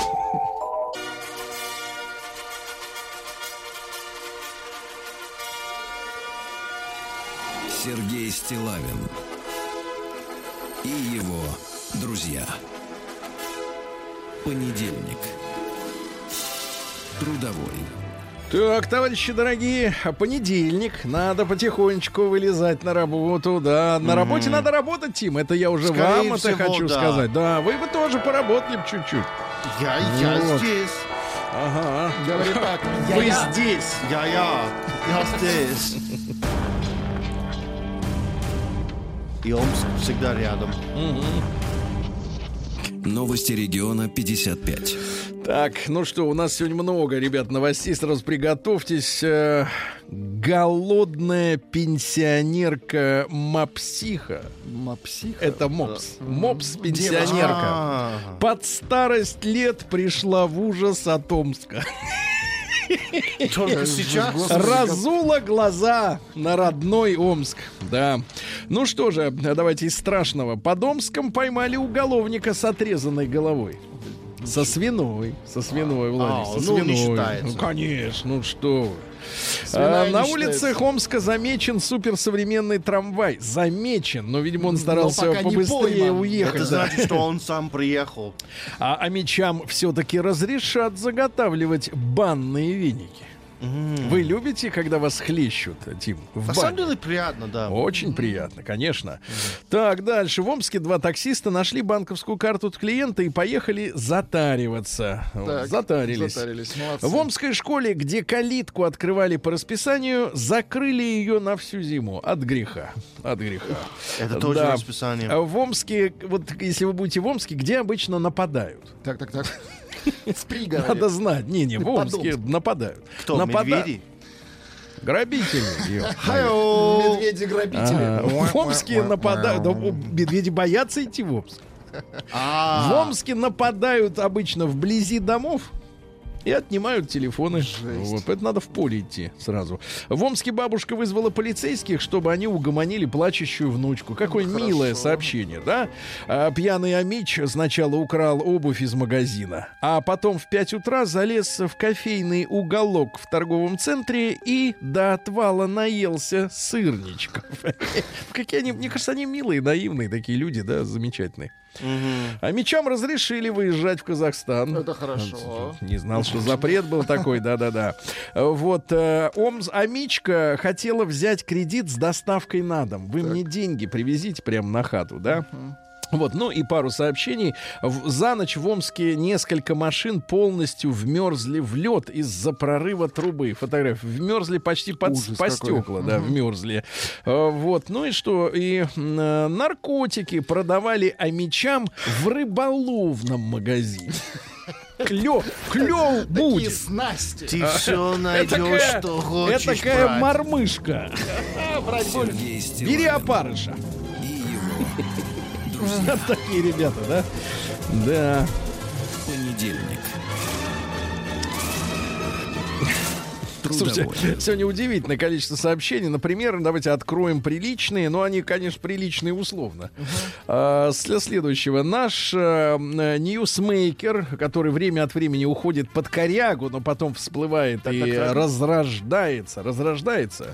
Сергей Стиллавин и его друзья. Понедельник. Трудовой. Так, товарищи дорогие, понедельник, надо потихонечку вылезать на работу, да, на mm-hmm. работе надо работать, Тим, это я уже Скорее вам всего, это хочу да. сказать, да, вы бы тоже поработали чуть-чуть. Я, я вот. здесь. Ага. Говорит так, вы я, здесь. Я, я, я здесь. И Омск всегда рядом. Новости региона пятьдесят пять. Так, ну что, у нас сегодня много, ребят, новостей. Сразу приготовьтесь. Э, голодная пенсионерка Мопсиха. Мопсиха? Это мопс. Мопс-пенсионерка. Под старость лет пришла в ужас от Омска. Только сейчас? Разула глаза на родной Омск. Да. Ну что же, давайте из страшного. Под Омском поймали уголовника с отрезанной головой. Со свиной. Со свиной, Владик. А, со ну, свиной. не считается. Ну, конечно, ну что вы. Свиная А, на не улицах считается. Омска замечен суперсовременный трамвай. Замечен, но, видимо, он старался пока не побыстрее пойман. уехать. Это да. значит, что он сам приехал. А амичам все-таки разрешат заготавливать банные веники. Mm. Вы любите, когда вас хлещут, Тим, в На бане? самом деле приятно, да. Очень приятно, конечно. Mm. Так, дальше. В Омске два таксиста нашли банковскую карту клиента и поехали затариваться. Так, Затарились. затарились, молодцы. В омской школе, где калитку открывали по расписанию, закрыли ее на всю зиму. От греха. От греха. Это тоже Да. расписание. А в Омске, вот если вы будете в Омске, где обычно нападают? Так, так, так. В пригороде. Надо знать. Не-не, в Под Омске Омском. нападают. Кто, Напада- медведи? Грабители. Медведи-грабители. А, В Омске нападают. Да, о, медведи боятся идти в Омск. В А, Омске нападают обычно вблизи домов и отнимают телефоны. Вот, поэтому надо в поле идти сразу. В Омске бабушка вызвала полицейских, чтобы они угомонили плачущую внучку. Какое милое сообщение, да? А, пьяный амич сначала украл обувь из магазина, а потом в пять утра залез в кофейный уголок в торговом центре и до отвала наелся сырничков. Какие они, мне кажется, они милые, наивные такие люди, да, замечательные. А мечам разрешили выезжать в Казахстан. Это хорошо. Не знал, что запрет был такой, да-да-да. Вот, э, Омс, Амичка хотела взять кредит с доставкой на дом. Вы мне деньги привезите прямо на хату, да? Вот, ну и пару сообщений. В, за ночь в Омске несколько машин полностью вмерзли в лед из-за прорыва трубы. Фотографии. Вмерзли почти под, Ужас по какой. стекла, да, вмерзли. А, вот, ну и что? И м, наркотики продавали амичам в рыболовном магазине. Клёв, клёв Такие будет. снасти. Ты все найдешь, что хочешь, Это такая брать. мормышка. Сергей Стиллавин Бери опарыша. и его Вот такие ребята, да? Да. понедельник. Слушайте, Трудовой. сегодня удивительное количество сообщений. Например, давайте откроем приличные, но они, конечно, приличные условно. А, для следующего. Наш э, ньюсмейкер, который время от времени уходит под корягу, но потом всплывает Так, и так, так. разрождается, разрождается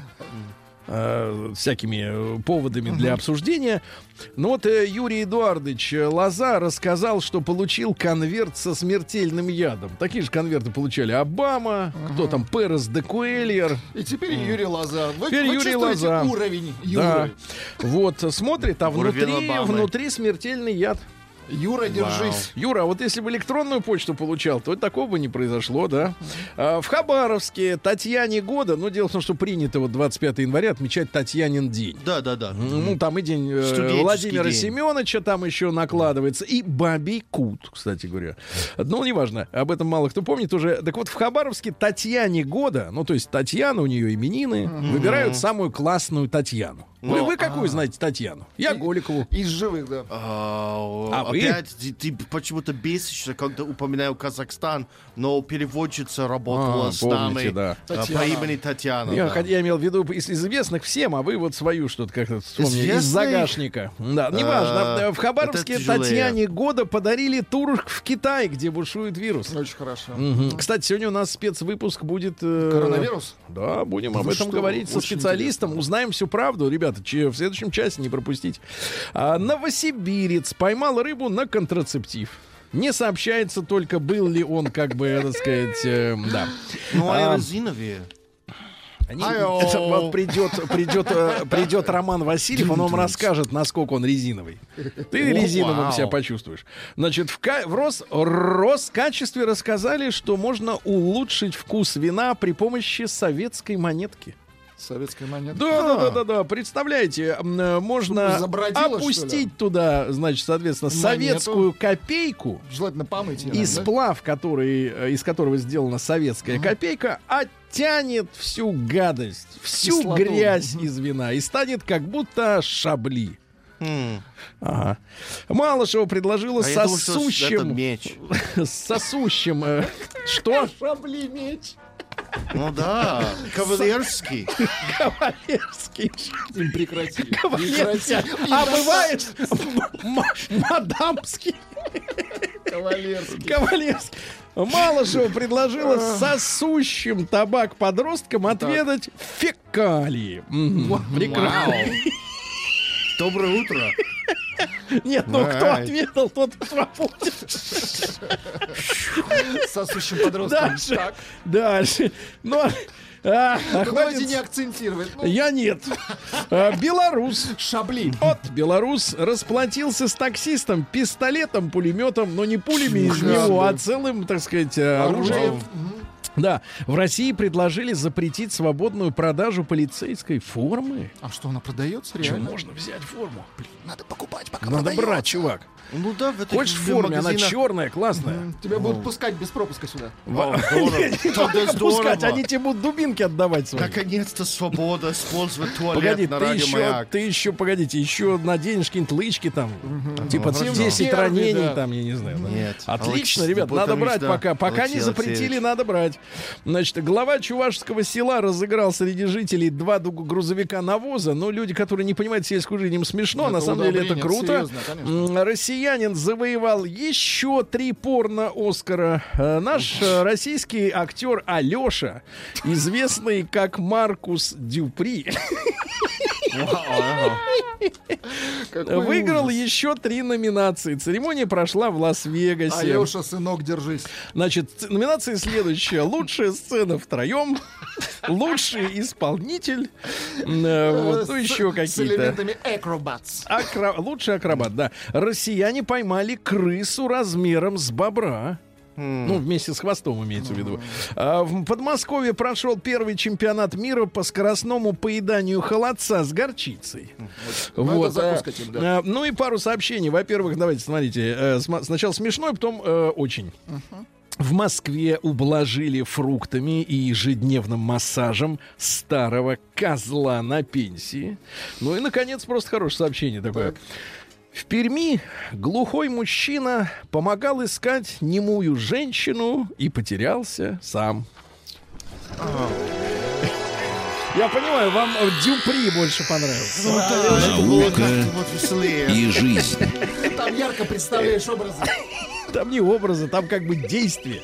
э, всякими э, поводами для обсуждения. Ну вот э, Юрий Эдуардович Лоза рассказал, что получил конверт со смертельным ядом. Такие же конверты получали Обама, кто там, Перес де Куэльер. И теперь Юрий Лоза. Вы, Теперь вы Юрий чувствуете Лоза. уровень Да. Юры? Вот, смотрит, а Уровень внутри, Обамы. внутри смертельный яд. Юра, держись. Юра, а вот если бы электронную почту получал, то такого бы не произошло, да? А, в Хабаровске Татьяне года, ну, дело в том, что принято вот двадцать пятого января отмечать Татьянин день. Да, да, да. Ну, там и день э, Студенческий Владимира день. Семеновича там еще накладывается. И Бабий Кут, кстати говоря. Ну, неважно, об этом мало кто помнит уже. Так вот, в Хабаровске Татьяне года, ну, то есть Татьяна, у нее именины, выбирают самую классную Татьяну. Вы, Но- вы какую знаете Татьяну? Я Голикову. Из живых, да. А, А вы? опять ты, ты почему-то бесишься, когда упоминаю Казахстан, но переводчица работала А, с помните, нами да. а, по Татьяна. имени Татьяна. Я, да. хотя я имел в виду из известных всем, а вы вот свою что-то как-то вспомнили. Из Известных? загашника. Да, неважно. А, В Хабаровске это тяжелее. Татьяне года подарили тур в Китай, где бушует вирус. Очень хорошо. Мгм. Кстати, сегодня у нас спецвыпуск будет... э, Коронавирус? Да, будем об Вы этом что, говорить со очень специалистом. интересно. Узнаем всю правду, ребята. че- В следующем часе не пропустить. А, новосибирец поймал рыбу на контрацептив. Не сообщается только, был ли он, как бы, так сказать, э, да. Ну, а А, резиновые. Они- Айо. это вот придет, придет, э, придет Роман Васильев, он вам расскажет, насколько он резиновый. Ты О, резиновым вау. себя почувствуешь. Значит, в, ка- в Рос, Роскачестве рассказали, что можно улучшить вкус вина при помощи советской монетки. Советская монета. Да, да, да, да, да. Представляете, м, э, можно Чтобы забродило, что ли? опустить туда, значит, соответственно, Монету. советскую копейку. Желательно помыть ее. И да? сплав, который, э, из которого сделана советская копейка, оттянет всю гадость, всю Кислоту. грязь из вина и станет как будто шабли. М. Ага. Малышева предложила А я думал, что это сосущим... меч. Сосущим... э, Что? Шабли меч. Ну да, кавалерский. Кавалерский. Им прекрати. Кавалерский. Прекрати. А бывает м- м- мадамский. Кавалерский. Кавалерский. Малышева предложила сосущим табак подросткам отведать фекалии. Мгм. Прекрасно. Доброе утро. Нет, ну кто Right. ответил, тот свободен. Сосущим подростком. Дальше. Так. Дальше. Ну, а, а, Ну, давайте хватит. не акцентировать. Ну, Я нет. А, Белорус. Шабли. Вот Белорус расплатился с таксистом пистолетом, пулеметом, но не пулями из Ужасно. него, а целым, так сказать, оружием. Мгм. Да, в России предложили запретить свободную продажу полицейской формы. А что, она продается Чё, реально? можно взять форму? Надо покупать, пока Надо продается. брать, чувак. Ну да, в этих Хочешь в форме, она магазинах- черная, классная. М, Тебя будут пускать без пропуска сюда. О, здорово. Тогда Пускать, здорово. они тебе будут дубинки отдавать свои. Наконец-то свобода использовать туалет Погоди, на ты радио еще, Маяк. ты еще, погодите, еще наденешь какие-нибудь лычки там, типа Ну, хорошо. десять Первый, ранений да. там, я не знаю. да. Нет. Отлично, Алекс- ребят, потому надо брать что- пока. Пока не Алексей запретили, Алексеевич. надо брать. Значит, глава чувашского села разыграл среди жителей два ду- грузовика навоза, но люди, которые не понимают сельскую жизнь, им смешно, Это на самом деле это удобрение, круто. серьезно, конечно. М, Россиянин завоевал еще три порно-Оскара. Э, Наш э, российский актер Алеша, известный как Маркус Дюпри, Какой выиграл ужас. еще три номинации. Церемония прошла в Лас-Вегасе. Алеша, сынок, держись. Значит, ц- номинация следующая. Лучшая сцена втроем. Лучший исполнитель. э, Вот, ну, С- еще С какие-то. элементами acrobats. Акро- Лучший акробат, да. Россияне поймали крысу размером с бобра. Ну, вместе с хвостом имеется в виду. А, в Подмосковье прошел первый чемпионат мира по скоростному поеданию холодца с горчицей. Ну, это а, закуска тем, да. а, ну и пару сообщений. Во-первых, давайте, смотрите. э, сма- сначала смешной, потом э, очень. В Москве ублажили фруктами и ежедневным массажем старого козла на пенсии. Ну и, наконец, просто хорошее сообщение такое. Так. В Перми глухой мужчина помогал искать немую женщину и потерялся сам. Я понимаю, вам э, Дюпри больше понравился. Ну, это было как-то вот веселее. И жизнь. Там ярко представляешь образы. Там не образы, там как бы действие.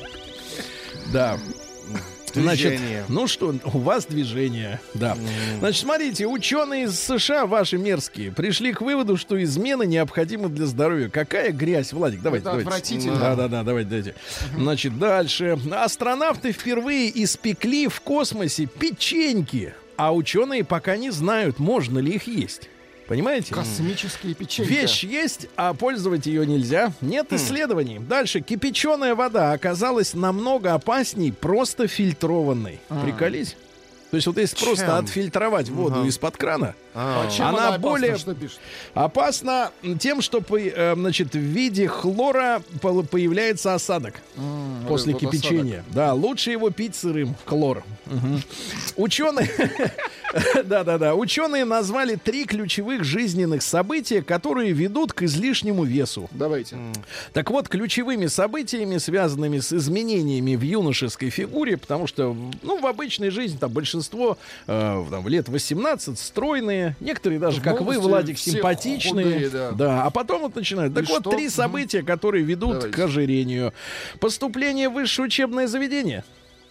Да. Значит, Движение. ну что, у вас движение, да. Значит, смотрите, ученые из США, ваши мерзкие, пришли к выводу, что измена необходима для здоровья. Какая грязь, Владик, давайте, Это давайте. отвратительно. Да, да, да, давайте, давайте. Значит, дальше. Астронавты впервые испекли в космосе печеньки, а ученые пока не знают, можно ли их есть. Понимаете? Космические печеньки. Вещь есть, а пользовать ее нельзя. Нет исследований. Дальше. Кипяченая вода оказалась намного опасней просто фильтрованной. Приколись. То есть вот если просто Чем? отфильтровать воду Ага. из-под крана, А. Чем она она опасна? более- Что пишет? опасно тем, что по- э, значит, в виде хлора по- появляется осадок М, после вот этот кипячения. Да, лучше его пить сырым, хлор. Мгм. Ученые, да-да-да, ученые назвали три ключевых жизненных события, которые ведут к излишнему весу. осадок. Давайте. Так вот, ключевыми событиями, связанными с изменениями в юношеской фигуре, потому что, ну, в обычной жизни там большинство э, там, лет восемнадцать стройные, некоторые даже, В как вы, молодости Владик, все симпатичные. худые, да. а потом вот начинают. Так И вот, что? три события, которые ведут Давайте. к ожирению. Поступление в высшее учебное заведение.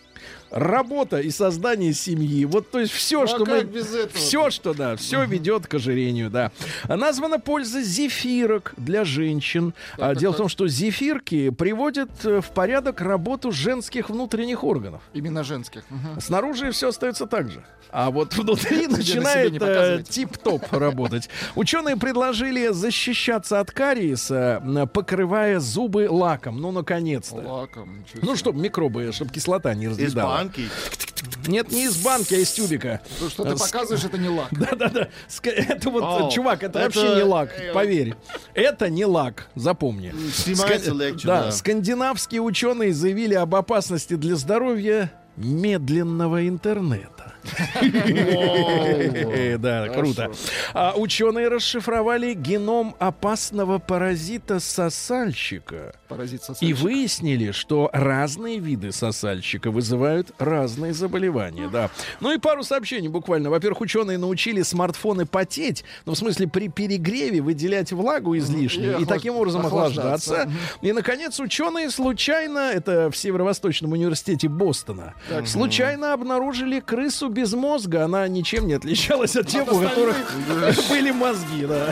Работа и создание семьи. Вот, то есть все, Ну, а что как мы... без этого? Все, что, да, все ведет к ожирению, да. Названа польза зефирок для женщин. А, так, дело так. в том, что зефирки приводят э, в порядок работу женских внутренних органов. Именно женских. Мгм. Снаружи все остается так же. А вот внутри на начинает себе не э, показывайте. тип-топ работать. Ученые предложили защищаться от кариеса, м, покрывая зубы лаком. Ну, наконец-то. Лаком. ничего Ну, себе. чтобы микробы, чтобы кислота не Из разъедала. банки. Нет, не из банки, а из тюбика. То, что ты Э, с- показываешь, это не лак. Да-да-да. Ска- Это вот, О, чувак, это, это- вообще не лак, э, поверь. Это не лак, запомни. Снимается Ска- легче, да, да. скандинавские ученые заявили об опасности для здоровья медленного интернета. Э, Да, круто. А ученые расшифровали геном опасного паразита сосальщика. Паразит И сосальщик. выяснили, что разные виды сосальщика вызывают разные заболевания, да. Ну и пару сообщений буквально. Во-первых, ученые научили смартфоны потеть, ну, в смысле, при перегреве выделять влагу излишнюю И и таким охлаж- образом охлаждаться. охлаждаться. И, наконец, ученые случайно, это в Северо-Восточном университете Бостона, случайно обнаружили крысу без мозга. Она ничем не отличалась от тех, у которых были мозги, да.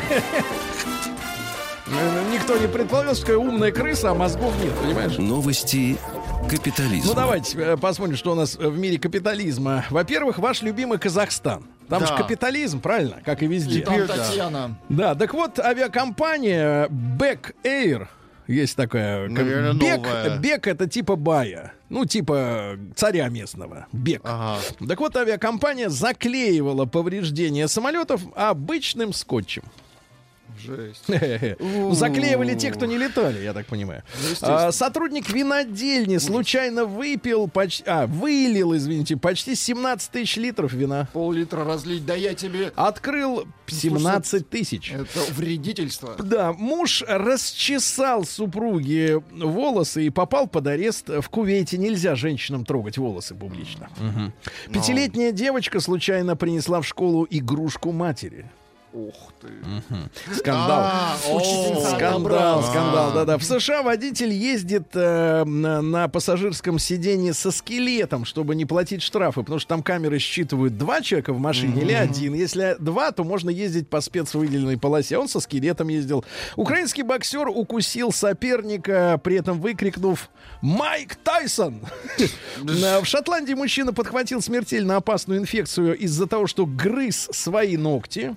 Никто не предполагал, что такая умная крыса, а мозгов нет, понимаешь? Новости капитализма. Ну давайте э, посмотрим, что у нас в мире капитализма. Во-первых, ваш любимый Казахстан. Там Да. же капитализм, правильно? Как и И везде. там Теперь да. Татьяна. Да, так вот, авиакомпания Back Air, есть такая. как Наверное, Бек, новая. Бек это типа бая. Ну, типа царя местного. Бек. Ага. Так вот, авиакомпания заклеивала повреждения самолетов обычным скотчем. Жесть. Ну, заклеивали те, кто не летали, я так понимаю. А, сотрудник винодельни случайно выпил, поч- а, вылил, извините, почти семнадцать тысяч литров вина. Пол-литра разлить. Да я тебе... Открыл семнадцать тысяч. Это вредительство. Да, муж расчесал супруге волосы и попал под арест. В Кувейте нельзя женщинам трогать волосы публично. Мгм. Пятилетняя девочка случайно принесла в школу игрушку матери. Ух ты. Скандал. А, о, Скандал, А. скандал, да-да. В США водитель ездит э, на, на пассажирском сиденье со скелетом, чтобы не платить штрафы, потому что там камеры считывают два человека в машине или один. Если два, то можно ездить по спецвыделенной полосе. Он со скелетом ездил. Украинский боксер укусил соперника, при этом выкрикнув «Майк Тайсон!». В Шотландии мужчина подхватил смертельно опасную инфекцию из-за того, что грыз свои ногти. Ужас какой.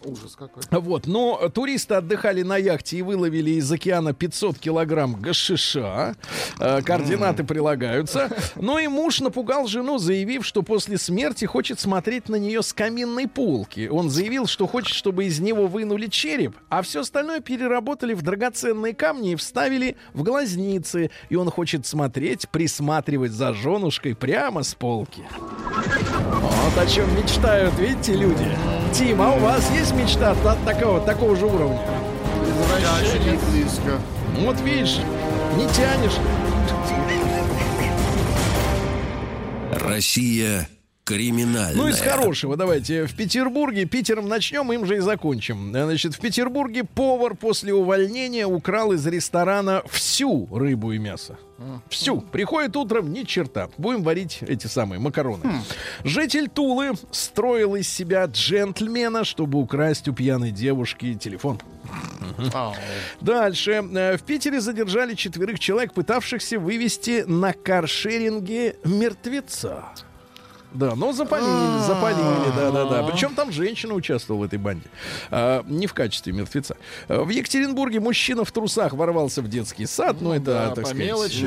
какой. Вот, но туристы отдыхали на яхте и выловили из океана пятьсот килограмм гашиша. Э, координаты прилагаются. Но и муж напугал жену, заявив, что после смерти хочет смотреть на нее с каминной полки. Он заявил, что хочет, чтобы из него вынули череп, а все остальное переработали в драгоценные камни и вставили в глазницы. И он хочет смотреть, присматривать за женушкой прямо с полки. Вот о чем мечтают, видите, люди. Тим, а у вас есть мечта от такого, такого же уровня? Даже не близко. Вот видишь, не тянешь. Россия криминальная. Ну, из хорошего, давайте. В Петербурге, Питером начнем, им же и закончим. Значит, в Петербурге повар после увольнения украл из ресторана всю рыбу и мясо. Всю. Приходит утром, ни черта. Будем варить эти самые макароны. Хм. Житель Тулы строил из себя джентльмена, чтобы украсть у пьяной девушки телефон. Oh. Дальше. В Питере задержали четверых человек, пытавшихся вывести на каршеринге мертвеца. Да, но запалили, запалили, да-да-да. Причем там женщина участвовала в этой банде. А, не в качестве мертвеца. В Екатеринбурге мужчина в трусах ворвался в детский сад. Ну, это, да, так по сказать. мелочи.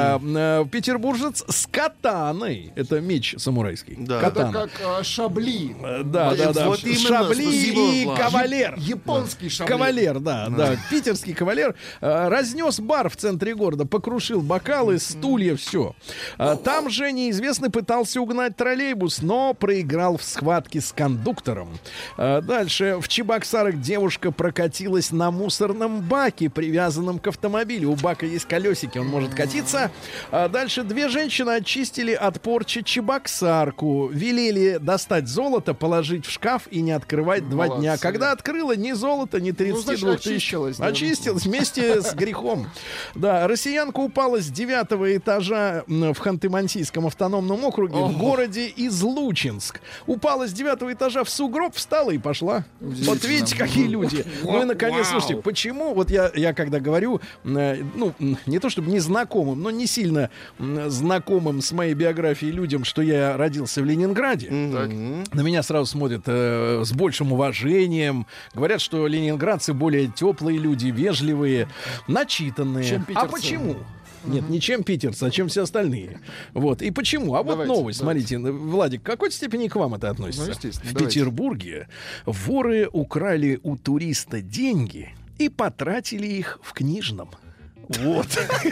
Да. Петербуржец с катаной. Это меч самурайский. Да. Катана. Это как а, шабли. Да, да, да. Вот именно, Шабли спасибо, и Влад. кавалер. Японский шабли. Кавалер, да, да, питерский кавалер э, разнес бар в центре города, покрушил бокалы, стулья, все. А, там же неизвестный пытался угнать троллейбус, но проиграл в схватке с кондуктором. А, дальше. В Чебоксарах девушка прокатилась на мусорном баке, привязанном к автомобилю. У бака есть колесики, он может катиться. А дальше две женщины очистили от порчи чебоксарку. Велели достать золото, положить в шкаф и не открывать два Молодцы. дня. Когда открыла, ни золота, ни тридцать двух Ну, значит, тысяч. очистилась, да. Очистилась вместе с грехом. Да, россиянка упала с девятого этажа м, в Ханты-Мансийском автономном округе в городе Излучинск. Упала с девятого этажа в сугроб, встала и пошла. Вот видите, какие люди. Ну и, наконец, слушайте, почему, вот я, я когда говорю, э, ну, не то чтобы незнакомым, но не сильно м, знакомым с моей биографией людям, что я родился в Ленинграде, Mm-hmm. на меня сразу смотрят э, с большим уважением. Говорят, что ленинградцы более теплые люди, вежливые, начитанные. Чем А питерцы. почему? Нет, не чем питерцы, а чем все остальные. Вот. И почему? А вот Давайте, новость, давайте. смотрите. Владик, в какой степени к вам это относится? Ну, естественно, в давайте. Петербурге воры украли у туриста деньги и потратили их в книжном. Вот.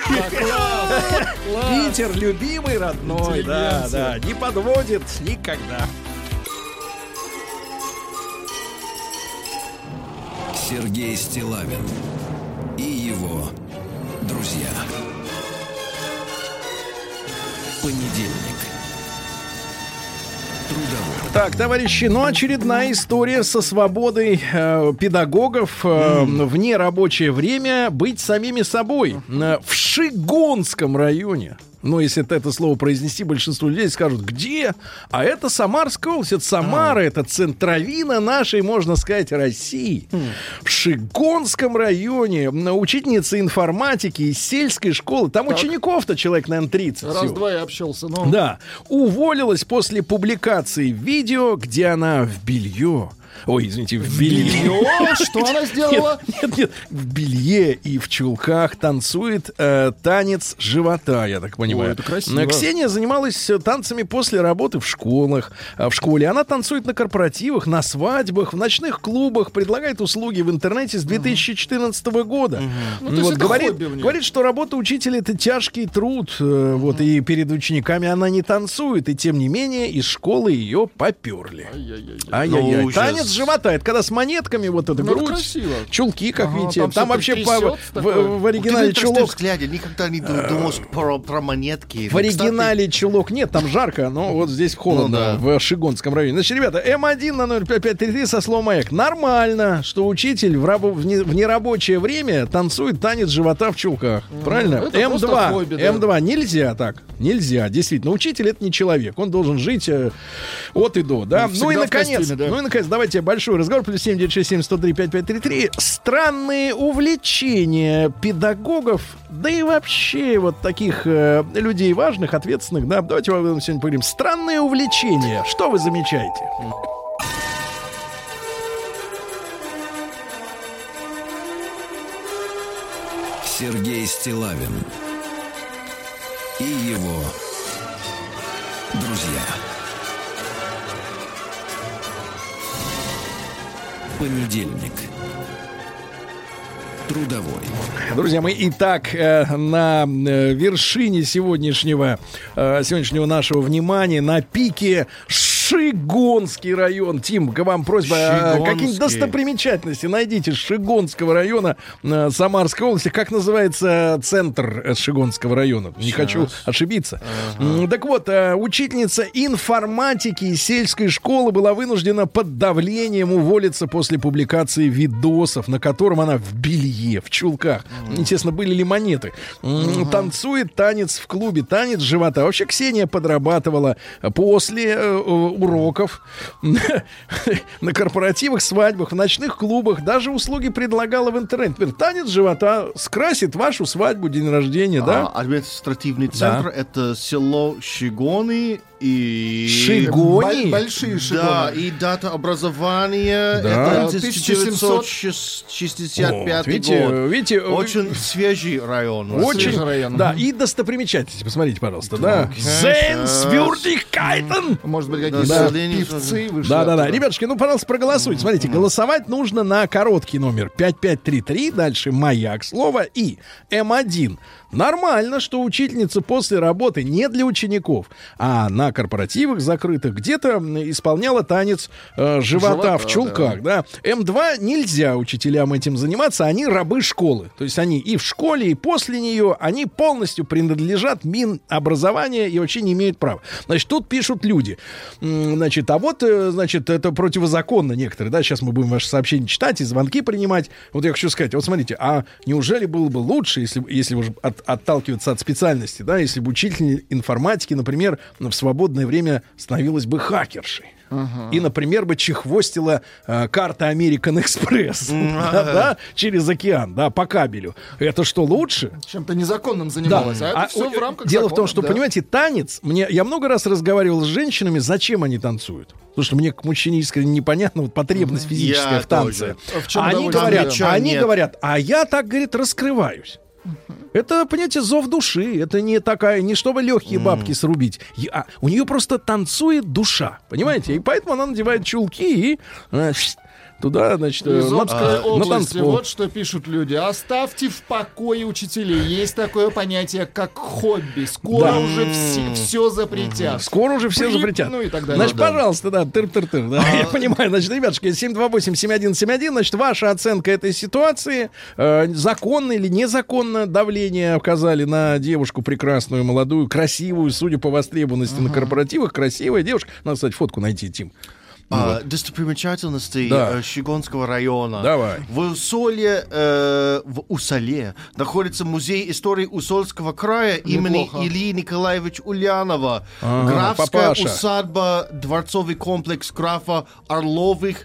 Питер, любимый, родной. Да, да, не подводит никогда. Сергей Стиллавин и его друзья. Понедельник. Трудовой. Так, товарищи, ну очередная история со свободой э, педагогов э, mm. в нерабочее время быть самими собой. Э, в Шигонском районе. Ну, если это, это слово произнести, большинство людей скажут, где? А это Самарская область, это Самара, а. это центровина нашей, можно сказать, России. Mm. В Шигонском районе учительница информатики из сельской школы, там так. учеников-то человек, наверное, тридцать. Раз-два я общался, но... Да, уволилась после публикации видео, где она в белье. Ой, извините, в белье. Что она сделала? Нет, нет, нет, в белье и в чулках танцует э, танец живота, я так понимаю. Ой, это красиво. Ксения занималась танцами после работы в школах. А в школе она танцует на корпоративах, на свадьбах, в ночных клубах, предлагает услуги в интернете с две тысячи четырнадцатого года. Uh-huh. Ну, вот, говорит, хобби у нее. говорит, что работа учителя — это тяжкий труд. Uh-huh. Вот, и перед учениками она не танцует. И тем не менее из школы ее поперли. Ай-яй-яй. Ну, Танец живота. Это когда с монетками вот эта Ну, грудь, красиво. чулки, как Ага, видите. там Там, всё вообще так по, трясётся в, такое. в оригинале Ты чулок. взгляде никогда не думал про, про монетки. В оригинале чулок нет, там жарко, но вот здесь холодно, Ну, да. в Шигонском районе. Значит, ребята, эм один на ноль пять пять три три со словом «Маяк». Нормально, что учитель в, рабо- в, не- в нерабочее время танцует танец живота в чулках. Правильно? Это эм два. просто хобби, да. эм два. Нельзя так. Нельзя. Действительно, учитель — это не человек. Он должен жить э, от и до. Да? Ну, Ну и всегда в наконец, костюме, да. ну и наконец, давайте большой разговор. Плюс семь девять шесть семь сто три пять пять три три. Странные увлечения педагогов, да и вообще вот таких э, людей важных, ответственных, да, давайте об этом сегодня поговорим. Странные увлечения. Что вы замечаете? Сергей Стиллавин и его друзья. Понедельник. Трудовой. Друзья мои, итак, э, на э, вершине сегодняшнего, э, сегодняшнего нашего внимания, на пике Шигонский район. Тим, к вам просьба, э, какие-нибудь достопримечательности найдите Шигонского района э, Самарской области. Как называется центр э, Шигонского района? Не Сейчас. хочу ошибиться. Ага. Так вот, э, учительница информатики из сельской школы была вынуждена под давлением уволиться после публикации видосов, на котором она в белье, в чулках. Mm. Естественно, были ли монеты. Mm-hmm. Танцует танец в клубе, танец живота. Вообще Ксения подрабатывала после э, уроков на корпоративах, свадьбах, в ночных клубах. Даже услуги предлагала в интернете. Например, танец живота скрасит вашу свадьбу, день рождения, а, да? Административный центр да. — это село Шигоны. И Шигони? Большие Шигоны. Да, и дата образования да. это тысяча девятьсот шестьдесят пятый видите, год. Видите, очень свежий район. Очень, район. Да, и достопримечательности, посмотрите, пожалуйста, да. Сенсвюрдихкайтен. Может быть, какие-то да. певцы вышли. Да-да-да. Ребятушки, ну, пожалуйста, проголосуйте. Смотрите, голосовать нужно на короткий номер пять пять три три, дальше «Маяк» слово и эм один. Нормально, что учительница после работы не для учеников, а на корпоративах закрытых где-то исполняла танец э, живота, живота в чулках. Да. Да. эм два нельзя учителям этим заниматься, они рабы школы. То есть они и в школе, и после нее, они полностью принадлежат Минобразования и вообще не имеют права. Значит, тут пишут люди. Значит, а вот, значит, это противозаконно некоторые, да, сейчас мы будем ваши сообщения читать и звонки принимать. Вот я хочу сказать, вот смотрите, а неужели было бы лучше, если, если уже от отталкиваться от специальности, да, если бы учитель информатики, например, в свободное время становилась бы хакершей. Uh-huh. И, например, бы чехвостила э, карта American Express uh-huh. да, через океан, да, по кабелю. Это что, лучше? Чем-то незаконным занималась. Да. А это а, все в рамках Дело закона, в том, что, да. понимаете, танец, мне, я много раз разговаривал с женщинами, зачем они танцуют. Потому что мне, к мужчине, искренне непонятно вот, потребность физическая я в танце. А в чем они говорят, они говорят, а я так, говорит, раскрываюсь. Это, понимаете, зов души. Это не такая, не чтобы легкие бабки срубить. Я, у нее просто танцует душа, понимаете? И поэтому она надевает чулки и э, туда, значит, Изомская на, область. на танцпол. Вот что пишут люди. Оставьте в покое учителей. Есть такое понятие, как хобби. Скоро да. уже все, все запретят. Скоро уже все При... запретят. Ну и так далее. Значит, да. пожалуйста, да, тыр-тыр-тыр. Да, а... Я понимаю. Значит, ребятушки, семь два восемь семь один семь один. Значит, ваша оценка этой ситуации. Э, законно или незаконно давление оказали на девушку прекрасную, молодую, красивую, судя по востребованности uh-huh. на корпоративах. Красивая девушка. Надо, кстати, фотку найти, Тим. А, вот. Достопримечательности да. э, Шигонского района. Давай. В Усолье, э, в Усоле находится музей истории Усольского края Неплохо. имени Ильи Николаевича Ульянова. Ага, Графская папаша. усадьба, дворцовый комплекс графа Орловых,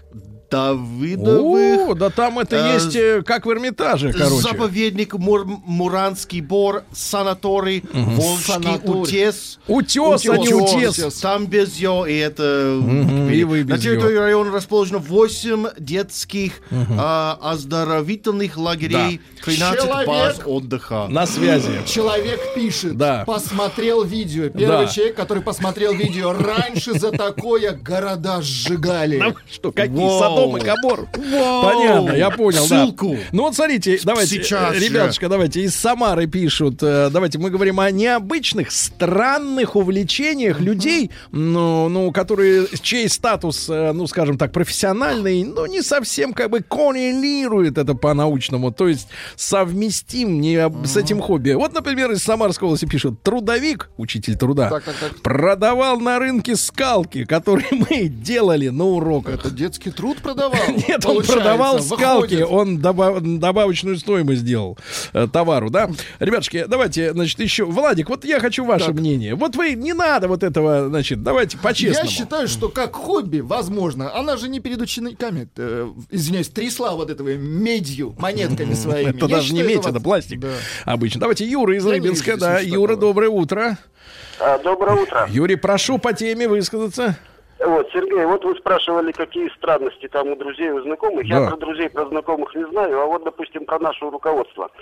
Давидовых. О, да там это э, есть, э, как в Эрмитаже, короче. Заповедник Мур, Муранский Бор, санаторий, угу. Волжский санаторий. Утес. Утес, утес, а не утес. утес. Там без «ё», и это... Угу, и вы без На территории «ё». района расположено восемь детских угу. а, оздоровительных лагерей, да. тринадцать Человек баз отдыха. На связи. Человек пишет, да. посмотрел видео. Первый да. человек, который посмотрел видео, раньше за такое города сжигали. Ну, что, какие Содом и Гоморра? Понятно, я понял, ссылку. Да. Ну вот смотрите, давайте, Сейчас ребятушка, же. давайте, из Самары пишут, давайте мы говорим о необычных, странных увлечениях людей, ну, ну, которые, чей статус, ну, скажем так, профессиональный, ну, не совсем как бы коррелирует это по-научному, то есть совместим не mm-hmm. с этим хобби. Вот, например, из Самарской области пишут: трудовик, учитель труда, так, так, так. продавал на рынке скалки, которые мы делали на уроках. Это детский труд продавал? Нет, он продавал скалки, он добав, добавочную стоимость делал э, товару, да? Ребятушки, давайте, значит, еще... Владик, вот я хочу ваше так. мнение. Вот вы, не надо вот этого, значит, давайте по-честному. Я считаю, что как хобби, возможно, она же не перед учениками, э, извиняюсь, трясла вот этого медью, монетками своими. Это даже не медь, это пластик обычно. Давайте Юра из Рыбинска, да. Юра, доброе утро. Доброе утро. Юрий, прошу по теме высказаться. Вот, Сергей, вот вы спрашивали, какие странности там у друзей, у знакомых. Да. Я про друзей, про знакомых не знаю, а вот, допустим, про наше руководство.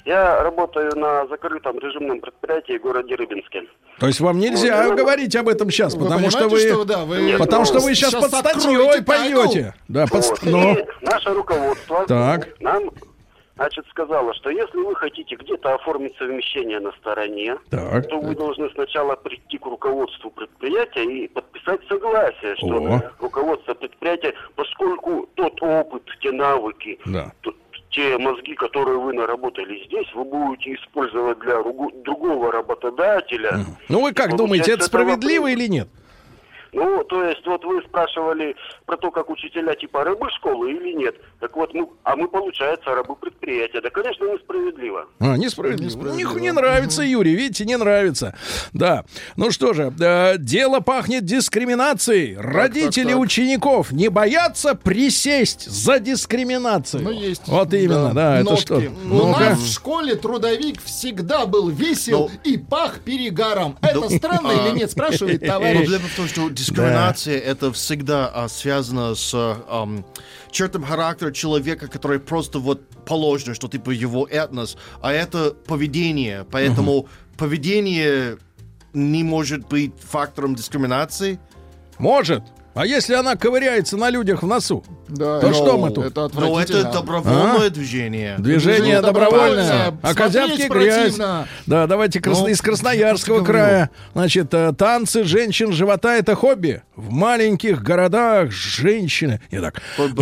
Я работаю на закрытом режимном предприятии в городе Рыбинске. То есть вам нельзя Ну, говорить об этом сейчас, Вы потому что понимаете, вы... что, да, вы... Нет, Потому ну, что вы сейчас, сейчас под статьей откроете тайну. пойдете. Да, под... Вот. Но... И наше руководство Так. нам, значит, сказало, что если вы хотите где-то оформить совмещение на стороне, Так. то вы должны сначала прийти к руководству предприятия и подписать согласие, что О. руководство предприятия, поскольку тот опыт, те навыки, Да. т- те мозги, которые вы наработали здесь, вы будете использовать для ругу- другого работодателя. Ну вы как Получается, думаете, это это справедливо вопрос. или нет? Ну, то есть, вот вы спрашивали про то, как учителя типа рабы школы или нет. Так вот, ну, а мы, получается, рабы предприятия. Да, конечно, несправедливо. А, несправедливо. У них не нравится, Юрий, видите, не нравится. Да. Ну что же, э, дело пахнет дискриминацией. Родители так. учеников не боятся присесть за дискриминацию. Ну, есть. Вот именно, да, это Нотки. что? У Ну-ка. нас в школе трудовик всегда был весел и пах перегаром. Это странно или нет, спрашивает товарищ. Проблема в том, что дискриминация это всегда а, связано с ам, чертом характера человека, который просто вот положено, что типа его этнос, а это поведение. Поэтому поведение не может быть фактором дискриминации. Может. А если она ковыряется на людях в носу? Да, То но что мы тут? Это Но отвратительно. это добровольное движение. Движение Движение добровольное. добровольное. А козявки Смотреть грязь. противно. Да, давайте крас- Ну, из Красноярского просто края. Значит, э, танцы женщин живота — это хобби. В маленьких городах женщины. Итак,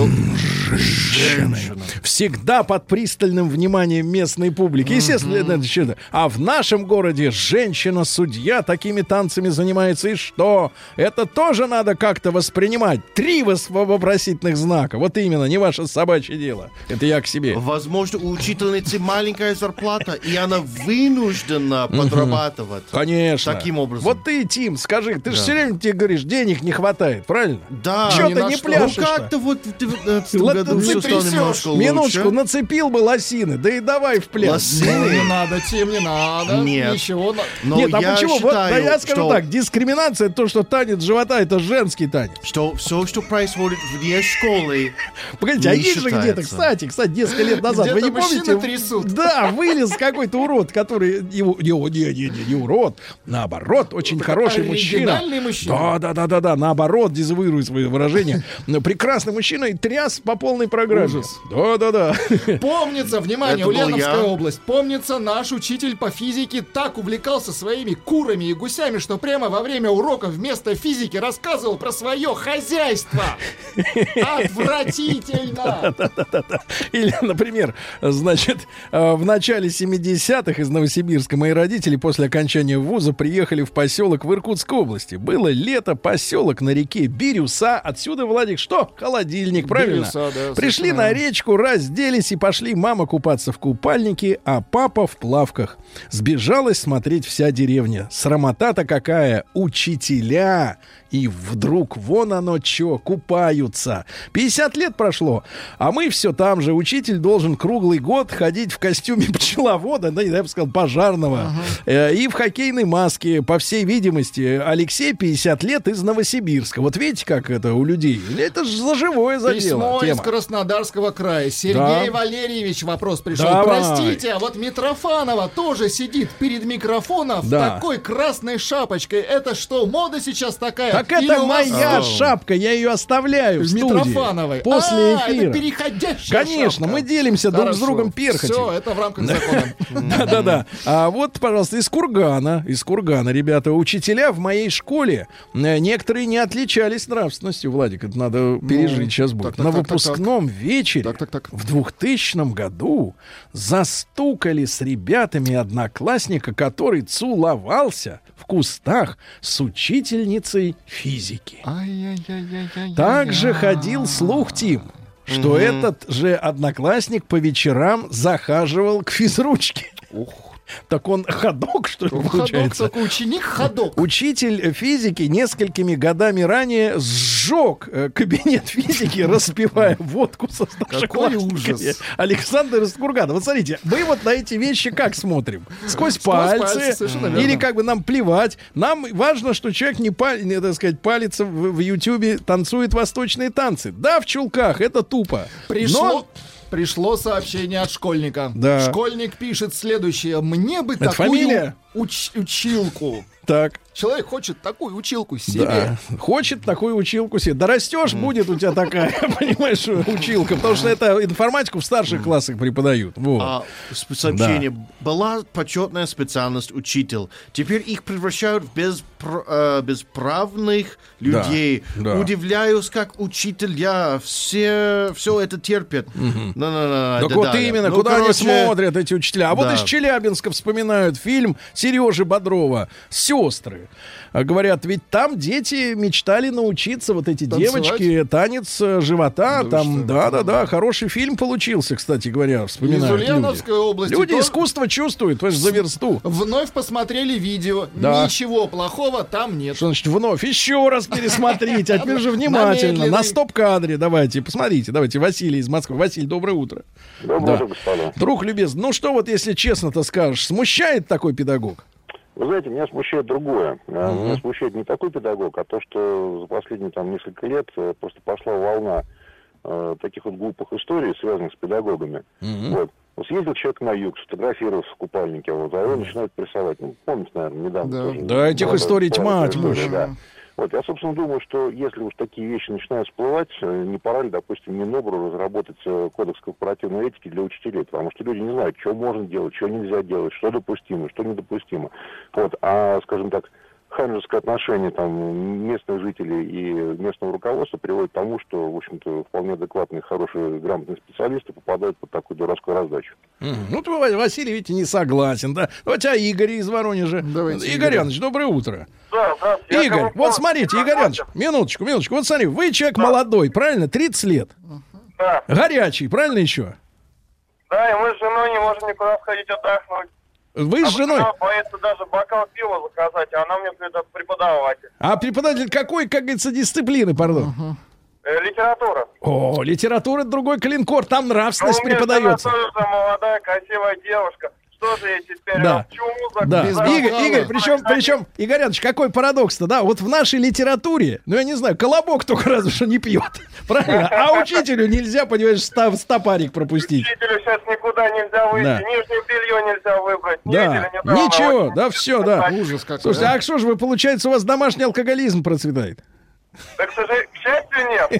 женщины всегда под пристальным вниманием местной публики. Естественно, это что-то. А в нашем городе женщина-судья такими танцами занимается. И что? Это тоже надо как-то воспринимать. Три вос- вопросительных знака. Вот именно, не ваше собачье дело. Это я к себе. Возможно, у учительницы маленькая зарплата, и она вынуждена подрабатывать. Конечно. Таким образом. Вот ты, Тим, скажи, ты же все время тебе говоришь, денег не хватает, правильно? Да. Чё ни ты на не что. пляшешь? Ну как-то вот в девятнадцатом Вот году ты все стало трясёшь. немножко лучше. Минуточку, нацепил бы лосины, да и давай в пляс. Лосины? Не надо, Тим, не надо. Нет. Ничего. на- Но Нет, а я почему? Вот, да считаю, я скажу что, так, дискриминация, то, что танец живота, это женский танец. что все, что происходит вне школы, Погодите, а Не есть же считается. где-то, кстати, кстати, несколько лет назад, вы не Где-то мужчины помните? трясут. Да, вылез какой-то урод, который, его, его- не, не, не, не урод, наоборот, очень хороший мужчина. Оригинальный мужчина. Да, да, да, да, да, наоборот, дезавуирую свое выражение. Но прекрасный мужчина и тряс по полной программе. Ужас. Да, да, да. Помнится, внимание, Это был Ульяновская я. область. Помнится, наш учитель по физике так увлекался своими курами и гусями, что прямо во время урока вместо физики рассказывал про свое хозяйство. Отвратительно! Или, например, значит, э, в начале семидесятых из Новосибирска мои родители после окончания вуза приехали в поселок в Иркутской области. Было лето, поселок на реке Бирюса. Отсюда, Владик, что? Холодильник, правильно? Бирюса, да, Пришли совершенно. на речку, разделись и пошли мама купаться в купальнике, а папа в плавках. Сбежалась смотреть вся деревня. Срамота-то какая! Учителя! И вдруг вон оно чё, купаются. пятьдесят лет прошло, а мы все там же. Учитель должен круглый год ходить в костюме пчеловода, да, я бы сказал, пожарного, э, и в хоккейной маске. По всей видимости, Алексей пятьдесят лет из Новосибирска. Вот видите, как это у людей? Это же за живое задело. Письмо из тема. Краснодарского края. Сергей Да. Валерьевич, вопрос пришел. Давай. Простите, а вот Митрофанова тоже сидит перед микрофоном Да. в такой красной шапочкой. Это что, мода сейчас такая? Так Или это у вас моя Ау. шапка, я ее оставляю в студии. Митрофановой. После А, эфира. это переходящая Конечно, шапка. мы делимся друг с Хорошо. другом перхотью. Все, это в рамках закона. Да-да-да. А вот, пожалуйста, из Кургана, из Кургана, ребята, учителя в моей школе, э, некоторые не отличались нравственностью, Владик, это надо пережить сейчас будет. так, так, На так, так, выпускном вечере Так, так, так. в двухтысячном году застукали с ребятами одноклассника, который целовался в кустах с учительницей физики. Ай-яй-яй-яй-яй. Также ходил слух, Тим, что этот же одноклассник по вечерам захаживал к физручке. Так он ходок, что ли, Ходок, получается? только ученик ходок. Учитель физики несколькими годами ранее сжег э, кабинет физики, распивая водку со старшеклассниками. ужас. Александр из Кургана. Вот смотрите, мы вот на эти вещи как смотрим? Сквозь, пальцы, пальцы, совершенно верно. или как бы нам плевать. Нам важно, что человек не, паль, не так сказать, палится в, в Ютьюбе, танцует восточные танцы. Да, в чулках, это тупо. Пришло, Но Пришло сообщение от школьника. Да. Школьник пишет следующее. Мне бы Это такую фамилия? уч- училку. Так. Человек хочет такую училку себе. Да. Хочет такую училку себе. Да растешь, будет у тебя такая, понимаешь, училка. Потому что это информатику в старших классах преподают. Вот. А, с- сообщение. Была почетная специальность учитель. Теперь их превращают в беспр- э, бесправных людей. да. Удивляюсь, как учителя все, все это терпят. Ну, ну, ну, Так да, вот да. именно, Ну, куда короче, они смотрят, эти учителя. А вот да. из Челябинска вспоминают фильм Сережи Бодрова «Сестры». А говорят, ведь там дети мечтали научиться, вот эти Танцевать? девочки, танец э, живота. Да там, что? да-да-да, хороший фильм получился, кстати говоря, Из вспоминают люди. Ульяновской области Люди тоже искусство чувствуют, то есть за версту. вновь посмотрели видео. Да. Ничего плохого там нет. Что значит вновь? Еще раз пересмотрите, а теперь же внимательно, Намедленный. на стоп-кадре. Давайте, посмотрите, давайте, Василий из Москвы. Василий, доброе утро. Доброе Да. утро, господа. Друг любезный, ну что вот, если честно-то скажешь, смущает такой педагог? Вы знаете, меня смущает другое. А, Меня смущает не такой педагог, а то, что за последние там несколько лет э, просто пошла волна э, таких вот глупых историй, связанных с педагогами. Вот. Вот съездил человек на юг, сфотографировался в купальнике, вот, а его начинают прессовать. Ну, помните, наверное, недавно Да. тоже. Да, этих была историй такая тьма, история, тьма. да. Вот, я, собственно, думаю, что если уж такие вещи начинают всплывать, э, не пора ли, допустим, Минобру разработать э, кодекс корпоративной этики для учителей, потому что люди не знают, что можно делать, что нельзя делать, что допустимо, что недопустимо. Вот, а, скажем так, ханжеское отношение там местных жителей и местного руководства приводит к тому, что, в общем-то, вполне адекватные, хорошие, грамотные специалисты попадают под такую дурацкую раздачу. Мгм. Ну, то Василий, видите, не согласен, да? Давайте, а Игорь из Воронежа. Давайте, Игорь Игорь. Иванович, доброе утро. Да, здравствуйте. Игорь, вот смотрите, Игорь Иванович, минуточку, минуточку. Вот смотри, вы человек молодой, правильно? тридцать лет. Да, Горячий, правильно еще? да, и мы с женой не можем никуда сходить отдохнуть. Вы А с женой? жена боится даже бокал пива заказать, а она мне это преподаватель. А преподаватель какой, как говорится, дисциплины, пардон? Э, литература. О, литература — это другой калинкор, там Но нравственность у меня преподается. жена тоже молодая, красивая девушка. Что же я теперь Да. учу музыку? Да, Без Игорь, бокала. Игорь, причем, причем, Игорь Иванович, какой парадокс-то, да? Вот в нашей литературе, ну, я не знаю, Колобок только разве что не пьет, правильно? А учителю нельзя, понимаешь, ста- стопарик пропустить. Учителю сейчас никуда нельзя выйти, Да. нижнее белье нельзя выбрать. Не Да, видели недавно? ничего, Вот. да, все, да. Ужас какой. Слушайте, а. а что же вы, получается, у вас домашний алкоголизм процветает? Так, к сожалению, к счастью, нет.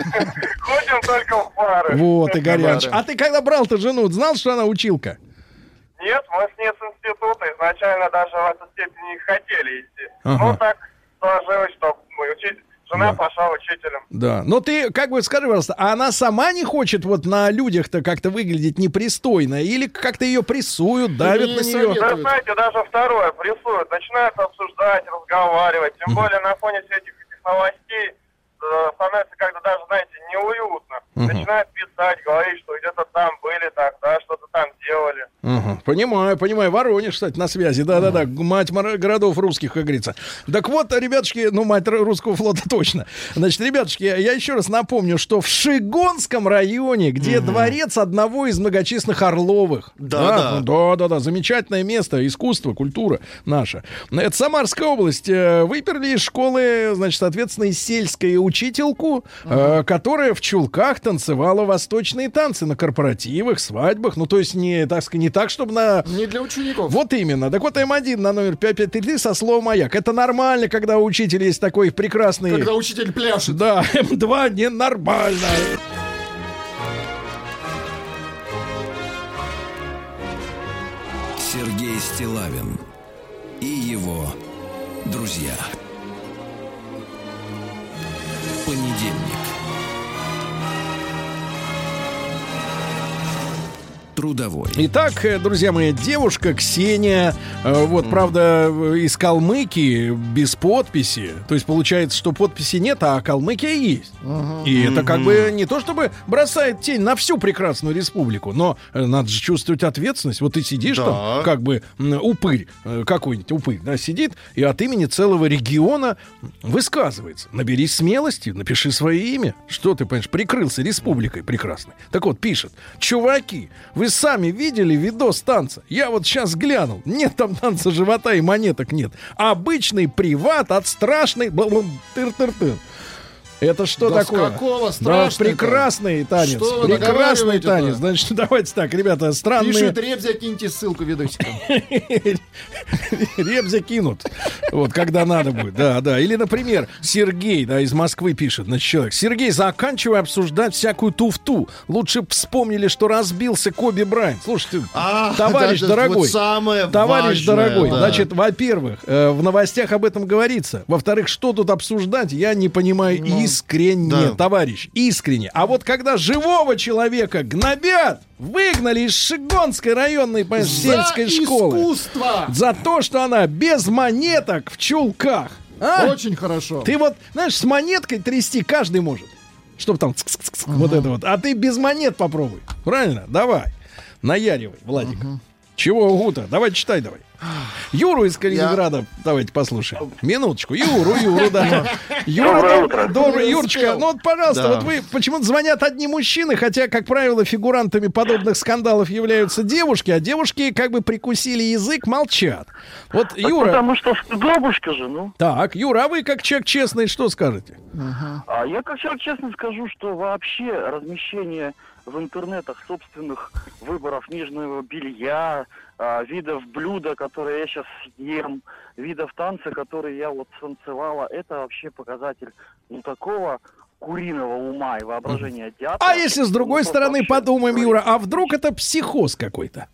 Ходим только в пары. Вот, Игорь Иванович. Да. А ты когда брал-то жену, знал, что она училка? Нет, мы с ней с института изначально даже в эту степень не хотели идти. Ага. Ну, так сложилось, что мой учитель, жена пошла учителем. Да. Но ты, как бы, скажи, пожалуйста, а она сама не хочет вот на людях-то как-то выглядеть непристойно? Или как-то ее прессуют, давят ей на нее? советуют. Да, знаете, даже второе прессуют, начинают обсуждать, разговаривать. Тем более на фоне всех этих, этих новостей э, становится как-то даже, знаете, неуютно. Начинают писать, говорить, что где-то там были тогда, что-то там делали. Ага, понимаю, понимаю. Воронеж, кстати, на связи. Да-да-да, мать мор- городов русских, как говорится. Так вот, ребятушки, ну, мать р- русского флота точно. Значит, ребятушки, я еще раз напомню, что в Шигонском районе, где дворец одного из многочисленных Орловых. Да, да. Да-да-да, замечательное место, искусство, культура наша. Это Самарская область. Э, Выперли из школы, значит, соответственно, из сельской учительку, э, которая в чулках танцевала восточные танцы на корпоративах, свадьбах. Ну, то есть не, так сказать, не так, чтобы на... Не для учеников. Вот именно. Так вот, эм один на номер пять пять три три со словом «Маяк». Это нормально, когда у учителя есть такой прекрасный... Когда учитель пляшет. Да, эм два ненормально. Сергей Стиллавин и его друзья. Понедельник. Трудовой. Итак, э, друзья мои, девушка Ксения, э, вот, правда, э, из Калмыкии, без подписи. То есть получается, что подписи нет, а Калмыкия есть. И это как бы не то, чтобы бросает тень на всю прекрасную республику, но э, надо же чувствовать ответственность. Вот ты сидишь Да. там, как бы м, упырь, э, какой-нибудь упырь, да, сидит и от имени целого региона высказывается. Наберись смелости, напиши свое имя. Что ты, понимаешь, прикрылся республикой прекрасной. Так вот, пишет: чуваки, вы сами видели видос танца? Я вот сейчас глянул. Нет там танца живота и монеток нет. Обычный приват от страшной... бл- бл- тыр-тыр-тыр. Это что Да такое? с какого Да, страшного-то? прекрасный танец. Что вы Прекрасный наговариваете-то? танец. Значит, давайте так, ребята, странные... Пишет Ребзя, киньте ссылку видосиком. Ребзя кинут. Вот, когда надо будет. Да, да. Или, например, Сергей, да, из Москвы пишет. Значит, человек. Сергей, заканчивай обсуждать всякую туфту. Лучше б вспомнили, что разбился Коби Брайант. Слушайте, А, товарищ да, да, дорогой. вот самое Товарищ важное, дорогой. да. Значит, во-первых, э, в новостях об этом говорится. Во-вторых, что тут обсуждать, я не понимаю искренне, да. товарищ. Искренне. А вот когда живого человека гнобят, выгнали из Шигонской районной по- сельской За школы. искусство! За то, что она без монеток в чулках. А? Очень хорошо. Ты вот, знаешь, с монеткой трясти каждый может. Чтобы там цк-цк-цк, вот это вот. А ты без монет попробуй. Правильно? Давай. Наяривай, Владик. Чего, Гута? Давай читай давай. Юру из Калининграда давайте послушаем. Минуточку. Юру, Юру, да. Юра, Доброе доб- утро. добрый, Не Юрочка. успел. Ну вот, пожалуйста, Да. вот вы почему-то звонят одни мужчины, хотя, как правило, фигурантами подобных скандалов являются девушки, а девушки как бы прикусили язык, молчат. Вот, Юра... Потому что бабушка же, ну. Так, Юра, а вы как человек честный, что скажете? А я как человек честно скажу, что вообще размещение в интернетах собственных выборов нижнего белья, а, видов блюда, которые я сейчас съем, видов танца, которые я вот танцевала, это вообще показатель ну такого куриного ума и воображения диатра. А если с другой Ну, стороны вообще подумаем, говорить. Юра, а вдруг это психоз какой-то?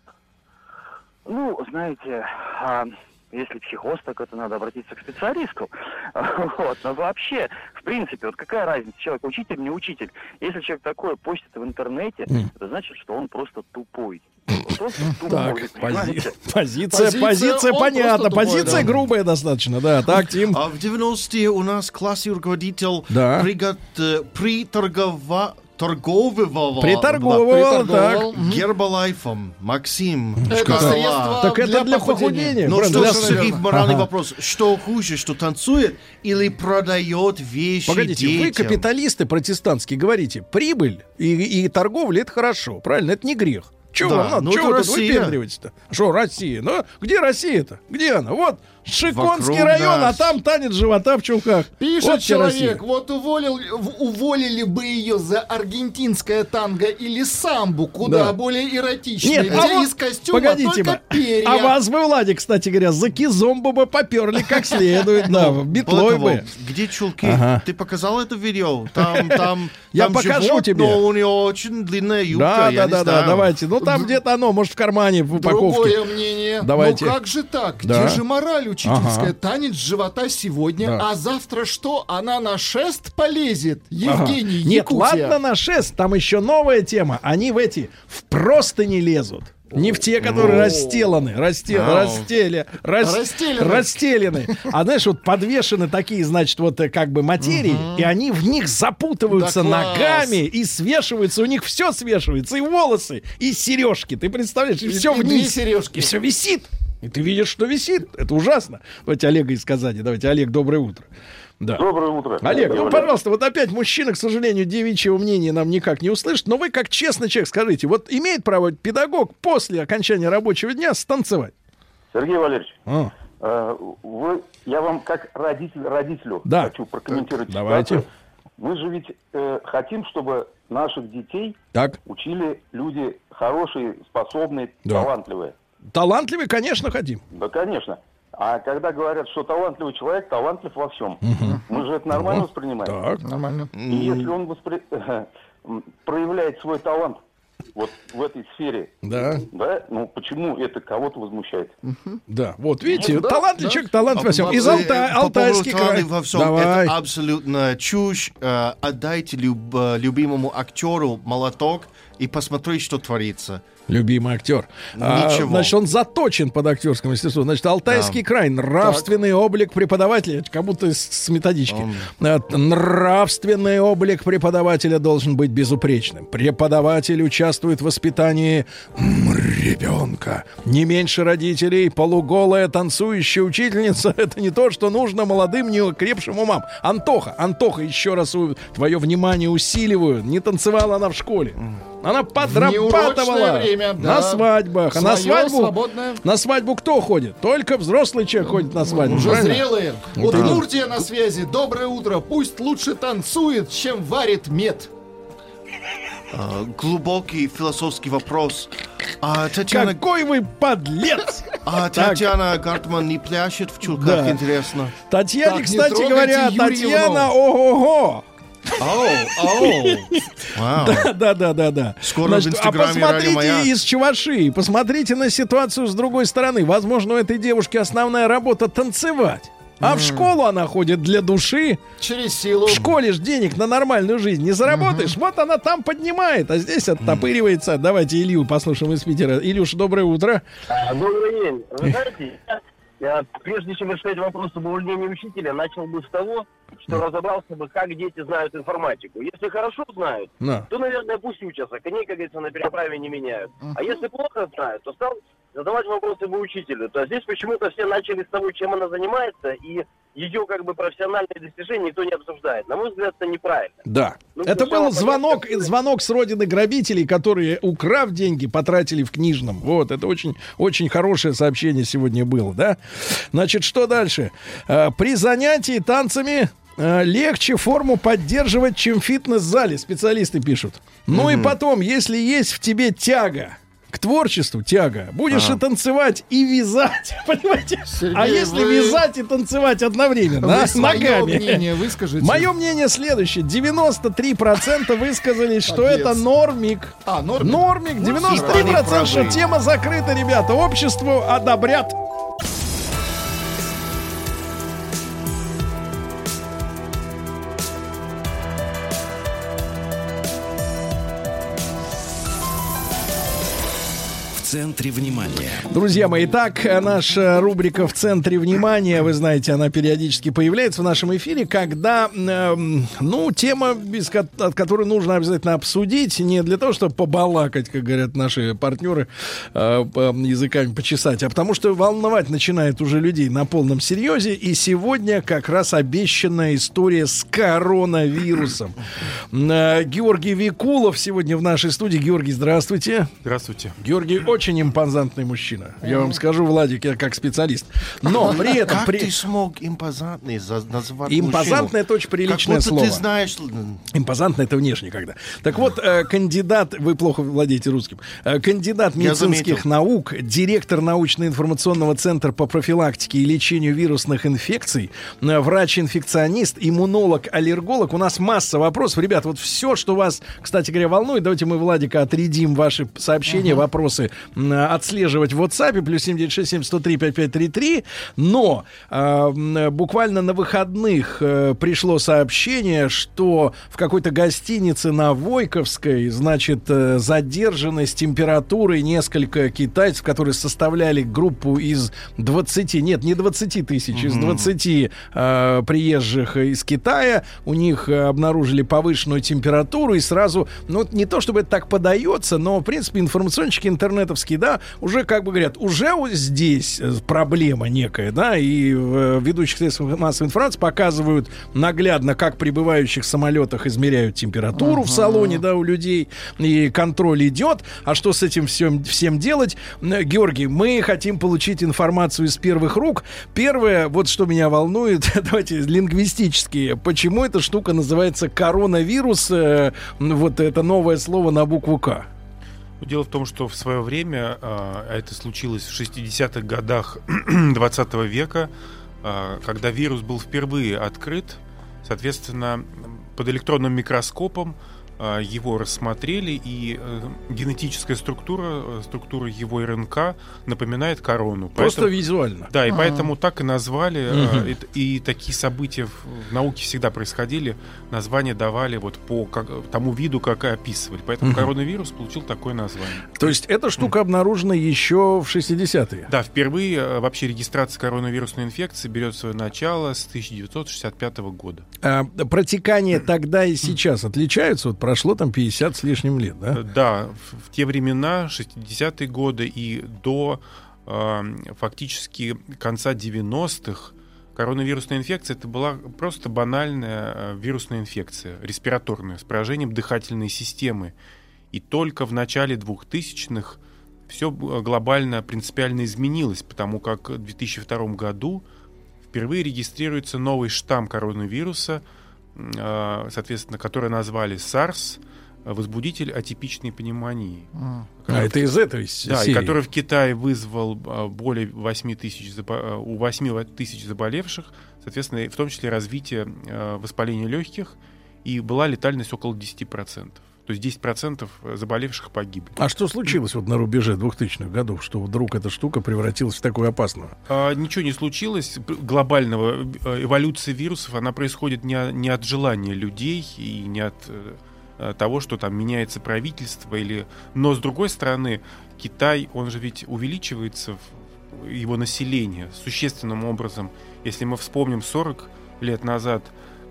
Ну, знаете, а, если психоз, так это надо обратиться к специалисту. Вот. Но вообще, в принципе, вот какая разница, человек учитель, не учитель. Если человек такое постит в интернете, это значит, что он просто тупой. Он просто Так, тупой, пози- понимаете? позиция, Позиция, позиция он понятна. просто тупой, Позиция да. грубая достаточно, да. Так, Тим. А в девяностые у нас классный руководитель Да. пригот- э, приторгова- торговывал Приторговывал, так. Приторговывал. Гербалайфом. Максим. Это Шкала. средство Так это для для похудения. похудения. Ну правильно, что, для- Сергей, наверное. моральный Ага. вопрос. Что хуже, что танцует или продает вещи Погодите, вы детям? капиталисты протестантские говорите, прибыль и, и торговля это хорошо, правильно? Это не грех. Чего Да, вам надо? ну Чего это вы тут Россия. выпендриваетесь-то? Что Россия? Ну, где Россия-то? Где она? Вот Шиконский Вокруг район, нас. а там танец живота в чулках. Пишет Вот тебе человек, Россия. вот уволил, в- уволили бы ее за аргентинское танго или самбу, куда Да. более эротичное, Нет, где а вот, из костюма погодите, только ба- перья. а вас бы, Владик, кстати говоря, за кизомбу бы поперли как следует, да, битлой Более бы. того, где чулки? Ага. Ты показал это видео? Там, там, Я там покажу живот, тебе. но у нее очень длинная юбка. Да, я да, не да, да, знаю. давайте. Ну там где-то оно, может, в кармане, в упаковке. Другое мнение. Давайте. Ну как же так? Да. Где же мораль учительская? Ага. Танец живота сегодня, Да. а завтра что? Она на шест полезет? Евгений, Ага. Нет, Якутия. ладно на шест, там еще новая тема. Они в эти, в простыни лезут. Не в те, которые расстеланы, растел, Ау. растели, рас- Расстелены. расстелены. А знаешь, вот подвешены такие, значит, вот э, как бы материи, и они в них запутываются Да класс. ногами и свешиваются. У них все свешивается, и волосы, и сережки. Ты представляешь, и, И- все и две вниз. сережки. И все висит. И ты видишь, что висит. Это ужасно. Давайте Олега из Казани. Давайте, Олег, доброе утро. Да. Доброе утро. Олег, ну, Доброе. пожалуйста, вот опять мужчина, к сожалению, девичьего мнения нам никак не услышит, но вы, как честный человек, скажите, вот имеет право педагог после окончания рабочего дня станцевать? Сергей Валерьевич, А, э, вы, я вам как родитель родителю Да. хочу прокомментировать Давайте. ситуацию. Мы же ведь э, хотим, чтобы наших детей так, учили люди хорошие, способные, Да. талантливые. талантливый, конечно, хотим. Да, конечно. А когда говорят, что талантливый человек, талантлив во всем. Мы же это нормально воспринимаем. Так, Нормально. И если он воспри- м, проявляет свой талант вот в этой сфере, да, да, ну почему это кого-то возмущает? да. Вот, видите, Ну, да, талантливый да. человек, талант во всем. А, Из э, Алта- по поводу Алтайский край. таланта во всем, Давай. это абсолютно чушь. Э, Отдайте люб- э, любимому актеру молоток и посмотри, что творится. Любимый актер. А, Ничего. значит, он заточен под актерское мастерство. Значит, Алтайский Да. край. Нравственный облик преподавателя. Как будто с, с методички. Он- А, Нравственный облик преподавателя должен быть безупречным. Преподаватель участвует в воспитании м, ребенка. Не меньше родителей. Полуголая танцующая учительница — это не то, что нужно молодым, неокрепшим умам. Антоха, Антоха, еще раз у- твое внимание усиливаю. Не танцевала она в школе. Она подрабатывала. неурочное время. время. На Да. свадьбах. А на Своё свадьбу, свободное. на свадьбу кто ходит? Только взрослый человек ходит на свадьбу. Уже правильно? зрелые. Вот Вот именно. Нуртия на связи. Доброе утро. Пусть лучше танцует, чем варит мед. А, глубокий философский вопрос. А Татьяна, Какой вы подлец! а Татьяна Гартман не пляшет в чулках, Да. интересно. Татьяне, Так, не кстати трогайте говоря, Юрьевну. Татьяна, ого-го! Оу, оу. Вау. Да, да, да, да. Скоро в Значит, а Инстаграме «Радио посмотрите Маяк». из Чувашии, посмотрите на ситуацию с другой стороны. Возможно, у этой девушки основная работа танцевать. А в школу она ходит для души. Через силу. В школе ж денег на нормальную жизнь не заработаешь. Вот она там поднимает, а здесь оттопыривается. Давайте Илью послушаем из Питера. Илюш, доброе утро. Добрый день. Вы знаете, я, прежде чем решать вопрос об увольнении учителя, начал бы с того, что разобрался бы, как дети знают информатику. Если хорошо знают, На. то, наверное, пусть учатся. Коней, как говорится, на переправе не меняют. А если плохо знают, то стал задавать вопросы бы учителю. То здесь почему-то все начали с того, чем она занимается, и ее как бы профессиональные достижения никто не обсуждает. На мой взгляд, это неправильно. Да. Ну, Это сначала был звонок, понятно, что- звонок с родины грабителей, которые, украв деньги, потратили в книжном. Вот, это очень, очень хорошее сообщение сегодня было, да? Значит, что дальше? Э, При занятии танцами э, легче форму поддерживать, чем в фитнес-зале, специалисты пишут. Ну и потом, если есть в тебе тяга к творчеству, тяга, будешь и танцевать, и вязать, понимаете? Сергей, а если вы- вязать и танцевать одновременно, Вы а, свое ногами? мнение выскажите. Мое мнение следующее. девяносто три процента высказались, что Капец. это нормик. А, норм. Нормик. девяносто три процента, что тема закрыта, ребята. Обществу одобрят. В центре внимания. Друзья мои, итак, наша рубрика «В центре внимания», вы знаете, она периодически появляется в нашем эфире, когда, эм, ну, тема, без ко- от которой нужно обязательно обсудить, не для того, чтобы побалакать, как говорят наши партнеры, э, по- языками почесать, а потому что волновать начинает уже людей на полном серьезе, и сегодня как раз обещанная история с коронавирусом. Э, Георгий Викулов сегодня в нашей студии. Георгий, здравствуйте. Здравствуйте. Георгий очень импозантный мужчина. Я вам скажу, Владик, я как специалист. Но при этом... Как при... ты смог импозантный за- называть Импозантный мужчину? — это очень приличное Как будто слово. ты знаешь... Импозантно — это внешне когда. Так вот, э, кандидат, вы плохо владеете русским, э, кандидат Я медицинских заметил. наук, директор научно-информационного центра по профилактике и лечению вирусных инфекций, э, врач-инфекционист, иммунолог, аллерголог. У нас масса вопросов. Ребят, вот все, что вас, кстати говоря, волнует, давайте мы, Владика, отрядим ваши сообщения, вопросы м, отслеживать в WhatsApp, плюс семь девять шесть семь сто три пять пять три три. Но э, м, буквально на выходных э, пришло сообщение, что в какой-то гостинице на Войковской, значит, э, задержаны с температурой несколько китайцев, которые составляли группу из двадцати, нет, не двадцати тысяч, из двадцати э, приезжих из Китая. У них э, обнаружили повышенную температуру, и сразу, ну, не то чтобы это так подается, но, в принципе, информационщики интернетовские, да, уже, как бы говорят, уже вот здесь э, проблема некая, да, и в э, ведущих средствах массовой информации показывают наглядно, как в прибывающих самолетах измеряют температуру в салоне, да, у людей, и контроль идет. А что с этим всем, всем делать? Э, Георгий, мы хотим получить информацию из первых рук. Первое, вот что меня волнует, давайте лингвистически, почему эта штука называется коронавирус, э, вот это новое слово на букву К? Дело в том, что в свое время, а это случилось в шестидесятых годах двадцатого века, а, когда вирус был впервые открыт, соответственно, под электронным микроскопом а, его рассмотрели, и э, генетическая структура, э, структура его РНК напоминает корону. Просто Поэтому- визуально. Да, и А. поэтому так и назвали. Мгм. э, И, и такие события в, в науке всегда происходили. Название давали вот по как- тому виду, как и описывали. Поэтому Мгм. коронавирус получил такое название. То есть эта штука обнаружена еще в шестидесятые. Да, впервые э, вообще регистрация коронавирусной инфекции берет свое начало с тысяча девятьсот шестьдесят пятого года. А, протекания тогда и сейчас отличаются? Вот прошло там пятьдесят с лишним лет, Э, да? Да, в, в те времена, шестидесятые годы и до э, фактически конца девяностых, коронавирусная инфекция — это была просто банальная э, вирусная инфекция, респираторная, с поражением дыхательной системы. И только в начале двухтысячных все глобально, принципиально изменилось, потому как в две тысячи втором году впервые регистрируется новый штамм коронавируса, соответственно, который назвали SARS, возбудитель атипичной пневмонии. А, а это из этой серии? Да, и который в Китае вызвал более восьми тысяч, у восьми тысяч заболевших, соответственно, в том числе развитие воспаления легких, и была летальность около десяти процентов. То есть десять процентов заболевших погибли. А что случилось вот на рубеже двухтысячных годов, что вдруг эта штука превратилась в такую опасную? А, ничего не случилось. Глобального эволюция вирусов, она происходит не, не от желания людей и не от того, что там меняется правительство, или... но с другой стороны, Китай, он же ведь увеличивается, его население существенным образом. Если мы вспомним, сорок лет назад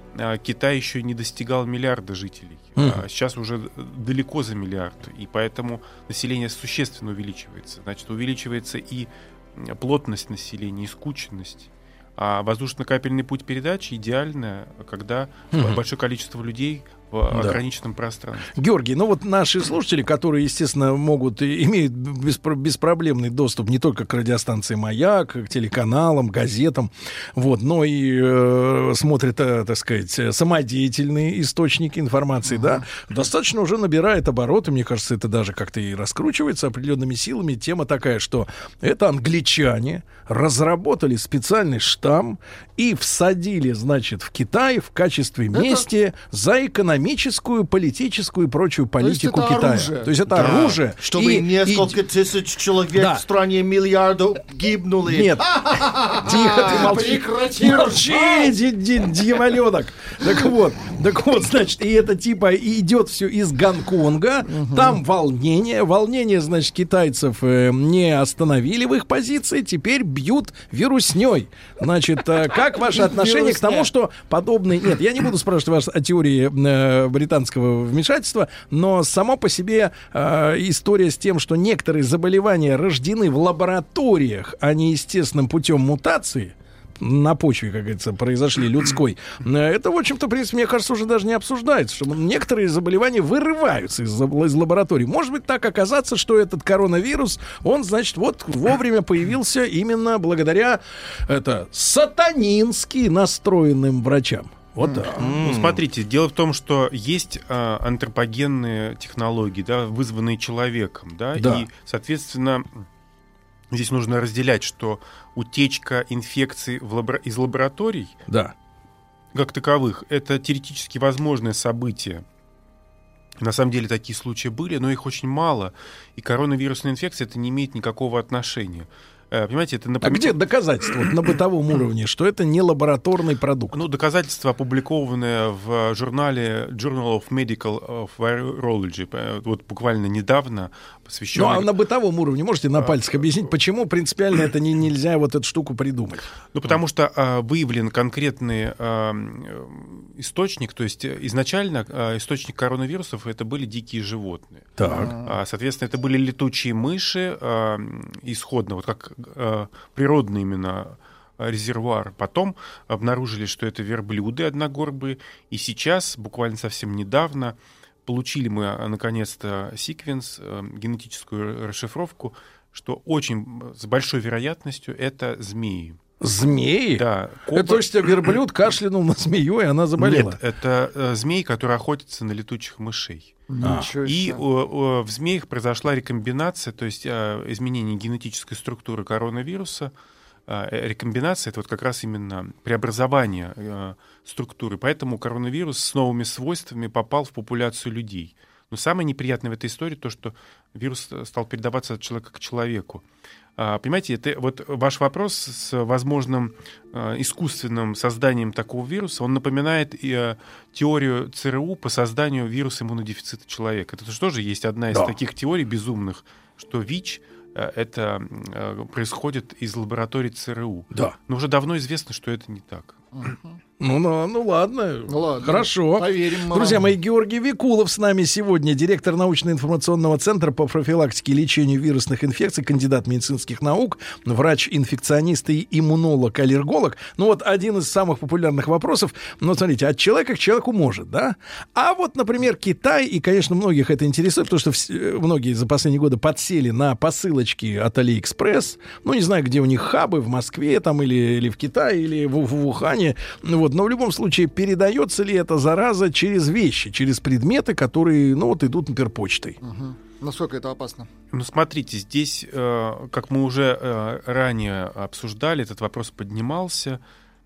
Китай еще не достигал миллиарда жителей, mm. а сейчас уже далеко за миллиард, и поэтому население существенно увеличивается. Значит, увеличивается и плотность населения, и скученность. А воздушно-капельный путь передачи идеально, когда mm-hmm. большое количество людей в да. ограниченном пространстве. Георгий, ну вот наши слушатели, которые, естественно, могут имеют беспро- беспроблемный доступ не только к радиостанции «Маяк», к телеканалам, газетам, вот, но и э, смотрят, э, так сказать, самодеятельные источники информации, uh-huh. да, достаточно уже набирает обороты, мне кажется, это даже как-то и раскручивается определенными силами. Тема такая, что это англичане разработали специальный штамм и всадили, значит, в Китай в качестве мести это... за экономическую, политическую и прочую политику То Китая. Оружие. То есть это да. оружие. Чтобы и, несколько и... тысяч человек да. в стране миллиардов гибнули. Нет. Тихо, ты молчи. Прекрати. Молчи, дьяволенок. Так вот, так вот, значит, и это типа идет все из Гонконга. Там волнение. Волнение, значит, китайцев не остановили в их позиции. Теперь бьют вирусней. Значит, как ваше отношение к тому, что подобные... Нет, я не буду спрашивать вас о теории э, британского вмешательства, но само по себе э, история с тем, что некоторые заболевания рождены в лабораториях, а не естественным путем мутации, на почве, как говорится, произошли людской. Это, в общем-то, в принципе, мне кажется, уже даже не обсуждается, что некоторые заболевания вырываются из, из лабораторий. Может быть так оказаться, что этот коронавирус, он, значит, вот вовремя появился именно благодаря это, сатанински настроенным врачам. Вот так. Ну, смотрите, дело в том, что есть а, антропогенные технологии, да, вызванные человеком, да, да. и, соответственно, здесь нужно разделять, что утечка инфекций в лабора- из лабораторий, да. как таковых, это теоретически возможное событие. На самом деле такие случаи были, но их очень мало. И коронавирусная инфекция это не имеет никакого отношения. Понимаете, это напом... А где доказательства вот, на бытовом уровне, что это не лабораторный продукт? Ну, доказательства, опубликованные в журнале Journal of Medical Virology, вот буквально недавно, посвященный... Ну, а на бытовом уровне можете на пальцах объяснить, почему принципиально это не, нельзя вот эту штуку придумать? Ну, потому что а, выявлен конкретный а, источник, то есть изначально а, источник коронавирусов это были дикие животные. Так. А, соответственно, это были летучие мыши а, исходно, вот как а, природный именно резервуар. Потом обнаружили, что это верблюды одногорбые, и сейчас, буквально совсем недавно, получили мы, наконец-то, секвенс, генетическую расшифровку, что очень с большой вероятностью это змеи. Змеи? Да. Кобра... Это, то есть верблюд кашлянул на змею, и она заболела? Нет, это э, змеи, которые охотятся на летучих мышей. А. И э, э, в змеях произошла рекомбинация, то есть э, изменение генетической структуры коронавируса. Э, рекомбинация — это вот как раз именно преобразование э, структуры. Поэтому коронавирус с новыми свойствами попал в популяцию людей. Но самое неприятное в этой истории то, что вирус стал передаваться от человека к человеку. Понимаете, это вот ваш вопрос с возможным э, искусственным созданием такого вируса, он напоминает э, теорию ЦРУ по созданию вируса иммунодефицита человека. Это тоже есть одна из да. таких теорий безумных, что ВИЧ э, это э, происходит из лабораторий ЦРУ. Да. Но уже давно известно, что это не так. Uh-huh. Ну, ну, ну ладно. Ну, ладно. Хорошо. Поверим. Друзья мои, Георгий Викулов с нами сегодня, директор научно-информационного центра по профилактике и лечению вирусных инфекций, кандидат медицинских наук, врач-инфекционист и иммунолог-аллерголог. Ну вот один из самых популярных вопросов. Ну, смотрите, от человека к человеку может, да? А вот, например, Китай, и, конечно, многих это интересует, потому что все, многие за последние годы подсели на посылочки от Алиэкспресс. Ну, не знаю, где у них хабы, в Москве там или, или в Китае, или в, в Ухане. Вот. Но в любом случае, передается ли эта зараза через вещи, через предметы, которые, ну, вот идут, например, почтой? Угу. Насколько это опасно? Ну, смотрите, здесь, э, как мы уже э, ранее обсуждали, этот вопрос поднимался.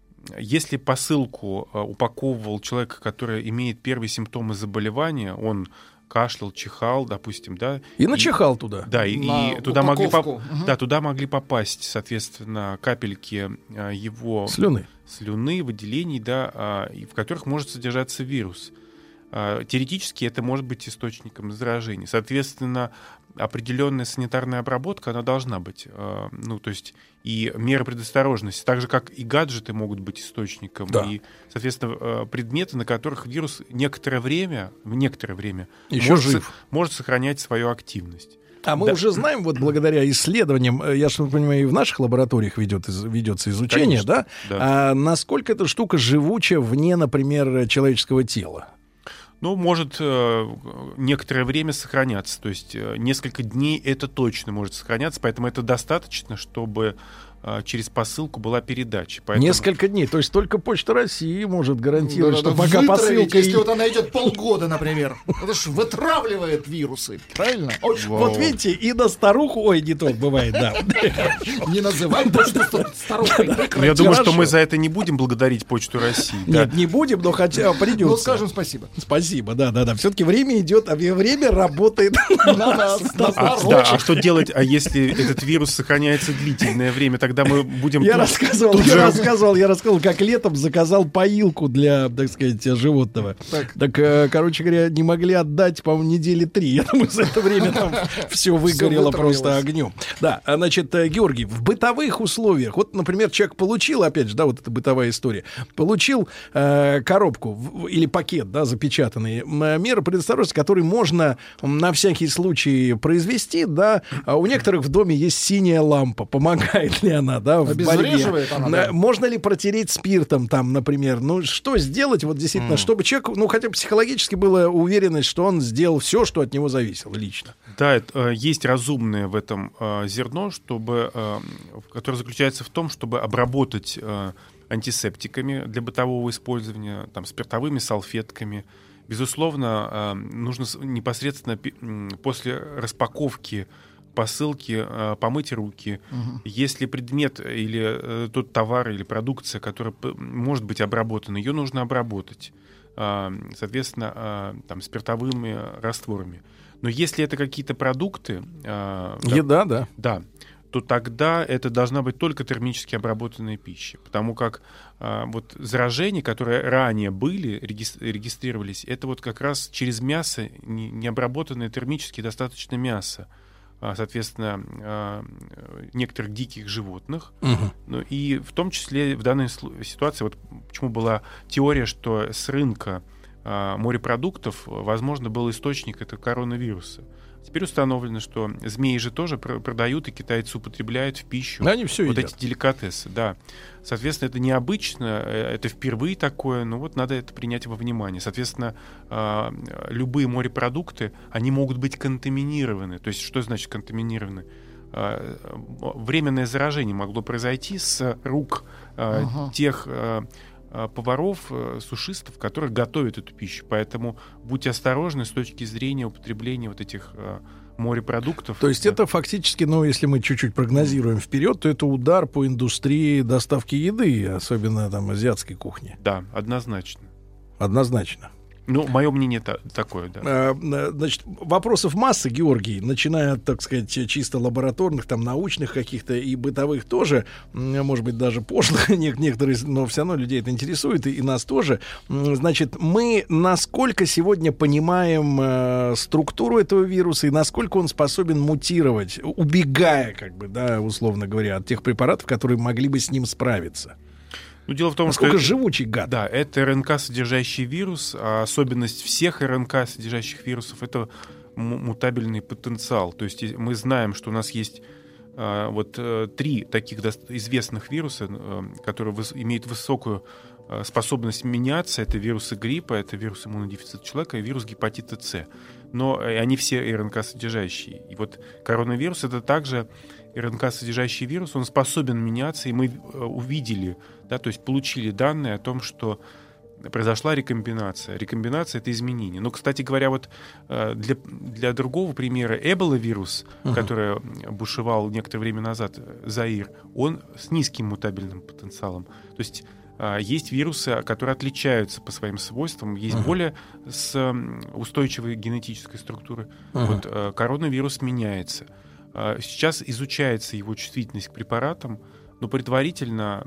Если посылку э, упаковывал человек, который имеет первые симптомы заболевания, он кашлял, чихал, допустим, да. И, и начихал туда. Да, и, и туда, могли поп... угу. да, туда могли попасть, соответственно, капельки э, его... Слюны. слюны, выделений, да, в которых может содержаться вирус. Теоретически это может быть источником заражения. Соответственно, определенная санитарная обработка, она должна быть. Ну, то есть и меры предосторожности, так же, как и гаджеты могут быть источником. Да. И, соответственно, предметы, на которых вирус некоторое время, в некоторое время Еще может, жив. может сохранять свою активность. А мы да. уже знаем, вот благодаря исследованиям, я же понимаю, и в наших лабораториях ведет, ведется изучение, Конечно, да? да. А насколько эта штука живуча вне, например, человеческого тела? Ну, может э, некоторое время сохраняться. То есть э, несколько дней это точно может сохраняться, поэтому это достаточно, чтобы э, через посылку была передача. Поэтому... Несколько дней. То есть только Почта России может гарантировать, да, что да, пока посылка... Если вот она идет полгода, например. Это ж вытравливает вирусы. Правильно? Очень. Вот видите, и на старуху... Ой, не то бывает, да. Не называй почту старухой. Я думаю, что мы за это не будем благодарить Почту России. Нет, не будем, но хотя придется. Ну, скажем спасибо. Спасибо, да, да, да. Все-таки время идет, а время работает на нас. А что делать, а если этот вирус сохраняется длительное время, тогда мы будем... Я рассказывал, я рассказывал, я рассказывал, как летом заказал поилку для, так сказать, животного. Так, короче говоря, не могли отдать, по-моему, недели три. Я думаю, за это время там все выгорело просто огнем. Да, значит, Георгий, в бытовых условиях, вот, например, человек получил, опять же, да, вот эта бытовая история, получил э, коробку в, или пакет, да, запечатанный, меры предосторожности, которые можно на всякий случай произвести, да, а у некоторых в доме есть синяя лампа, помогает ли она, да, в борьбе? Она, да. Можно ли протереть спиртом там, например, ну, что сделать, вот действительно, mm. чтобы человек, ну, хотя бы психологически была уверенность, что он сделал все, что от него зависело лично. Да, это, есть разумное в этом э, зерно, чтобы, э, которое заключается в том, чтобы обработать э, антисептиками для бытового использования, там, спиртовыми салфетками. Безусловно, э, нужно непосредственно э, после распаковки посылки э, помыть руки. Угу. Если предмет или э, тот товар или продукция, которая может быть обработана, ее нужно обработать, э, соответственно, э, там, спиртовыми растворами. Но если это какие-то продукты... Э, Еда, да. Да, то тогда это должна быть только термически обработанная пища. Потому как э, вот заражения, которые ранее были, реги- регистрировались, это вот как раз через мясо, не, не обработанное термически достаточно мясо, э, соответственно, э, некоторых диких животных. Угу. Ну, и в том числе в данной ситуации, вот почему была теория, что с рынка морепродуктов, возможно, был источник этого коронавируса. Теперь установлено, что змеи же тоже продают, и китайцы употребляют в пищу. Они все вот едят. Эти деликатесы, да. Соответственно, это необычно, это впервые такое, но вот надо это принять во внимание. Соответственно, любые морепродукты, они могут быть контаминированы. То есть, что значит контаминированы? Временное заражение могло произойти с рук ага. тех поваров, сушистов, которые готовят эту пищу. Поэтому будьте осторожны с точки зрения употребления вот этих морепродуктов. То есть да. это фактически, ну, если мы чуть-чуть прогнозируем вперед, то это удар по индустрии доставки еды, особенно там азиатской кухни. Да, однозначно. Однозначно. Ну, мое мнение та- такое, да. Значит, вопросов масса, Георгий, начиная от, так сказать, чисто лабораторных, там, научных каких-то и бытовых тоже, может быть, даже пошлых некоторые, но все равно людей это интересует, и, и нас тоже. Значит, мы насколько сегодня понимаем э, структуру этого вируса и насколько он способен мутировать, убегая, как бы, да, условно говоря, от тех препаратов, которые могли бы с ним справиться? Ну, дело в том, Насколько что... живучий гад. Да, это РНК-содержащий вирус, а особенность всех РНК-содержащих вирусов — это мутабельный потенциал. То есть мы знаем, что у нас есть а, вот а, три таких известных вируса, а, которые выс- имеют высокую а, способность меняться. Это вирусы гриппа, это вирус иммунодефицита человека и вирус гепатита С. Но они все РНК-содержащие. И вот коронавирус — это также РНК-содержащий вирус, он способен меняться, и мы увидели, да, то есть получили данные о том, что произошла рекомбинация. Рекомбинация — это изменение. Но, кстати говоря, вот для, для другого примера, эбола-вирус, uh-huh. который бушевал некоторое время назад, Заир, он с низким мутабельным потенциалом. То есть есть вирусы, которые отличаются по своим свойствам, есть uh-huh. более с устойчивой генетической структурой. Uh-huh. Вот коронавирус меняется. Сейчас изучается его чувствительность к препаратам, но предварительно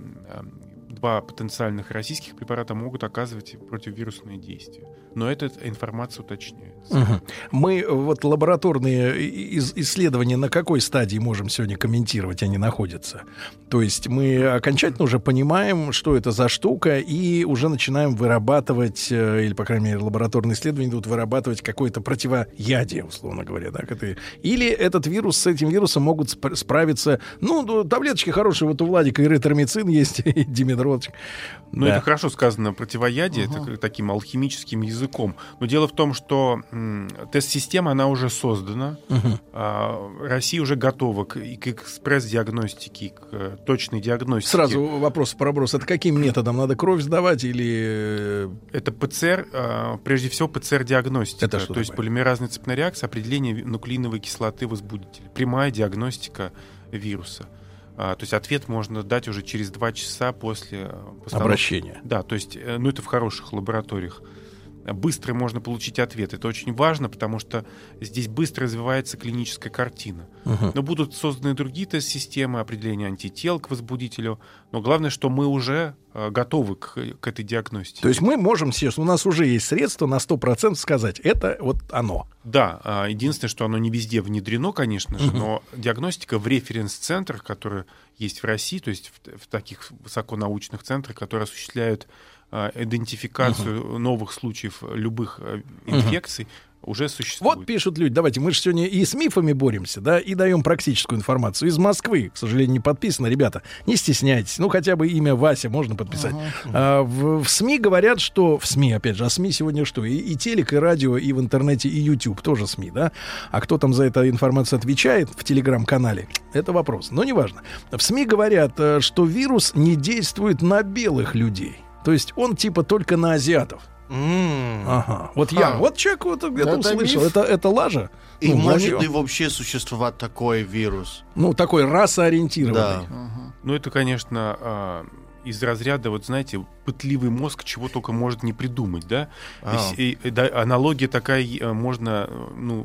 два потенциальных российских препарата могут оказывать противовирусные действия. Но эта информация уточняется. Угу. Мы вот лабораторные исследования на какой стадии можем сегодня комментировать, они находятся? То есть мы окончательно уже понимаем, что это за штука, и уже начинаем вырабатывать, или, по крайней мере, лабораторные исследования идут вырабатывать какое-то противоядие, условно говоря. Да, это... Или этот вирус, с этим вирусом могут сп- справиться... Ну, таблеточки хорошие, вот у Владика эритромицин есть, и димедролчик. Ну, да. Это хорошо сказано, противоядие, uh-huh. это таким алхимическим языком. Но дело в том, что м, тест-система, она уже создана. Uh-huh. А, Россия уже готова к, и к экспресс-диагностике, и к точной диагностике. Сразу вопрос-проброс. Это каким методом? Надо кровь сдавать или... Это ПЦР, а, прежде всего ПЦР-диагностика. Это что То такое? есть полимеразная цепная реакция, определение нуклеиновой кислоты возбудителя. Прямая диагностика вируса. А, то есть ответ можно дать уже через два часа после постановки. Обращения. Да, то есть, ну, это в хороших лабораториях. Быстро можно получить ответ. Это очень важно, потому что здесь быстро развивается клиническая картина. Uh-huh. Но будут созданы другие тест-системы, определения антител к возбудителю. Но главное, что мы уже э, готовы к, к этой диагностике. То есть мы можем сейчас, у нас уже есть средства на сто процентов сказать, это вот оно. Да, единственное, что оно не везде внедрено, конечно же, uh-huh. но диагностика в референс-центрах, которые есть в России, то есть в, в таких высоконаучных центрах, которые осуществляют идентификацию uh-huh. новых случаев любых инфекций, uh-huh. уже существует. Вот пишут люди, давайте, мы же сегодня и с мифами боремся, да, и даем практическую информацию. Из Москвы, к сожалению, не подписано, ребята, не стесняйтесь, ну хотя бы имя Вася можно подписать. Uh-huh. А, в, в СМИ говорят, что, в СМИ, опять же, а СМИ сегодня что? И, и телек, и радио, и в интернете, и YouTube, тоже СМИ, да? А кто там за эту информацию отвечает в телеграм-канале, это вопрос, но неважно. В СМИ говорят, что вирус не действует на белых людей. То есть он типа только на азиатов. Mm. Ага. Вот Ха. я, вот человек вот где-то услышал. Это, это лажа. И ну, может ли вообще существовать такой вирус? Ну, такой расоориентированный. Да. Uh-huh. Ну, это, конечно, из разряда, вот знаете, пытливый мозг чего только может не придумать, да? Oh. И, и, да, аналогия такая, можно, ну,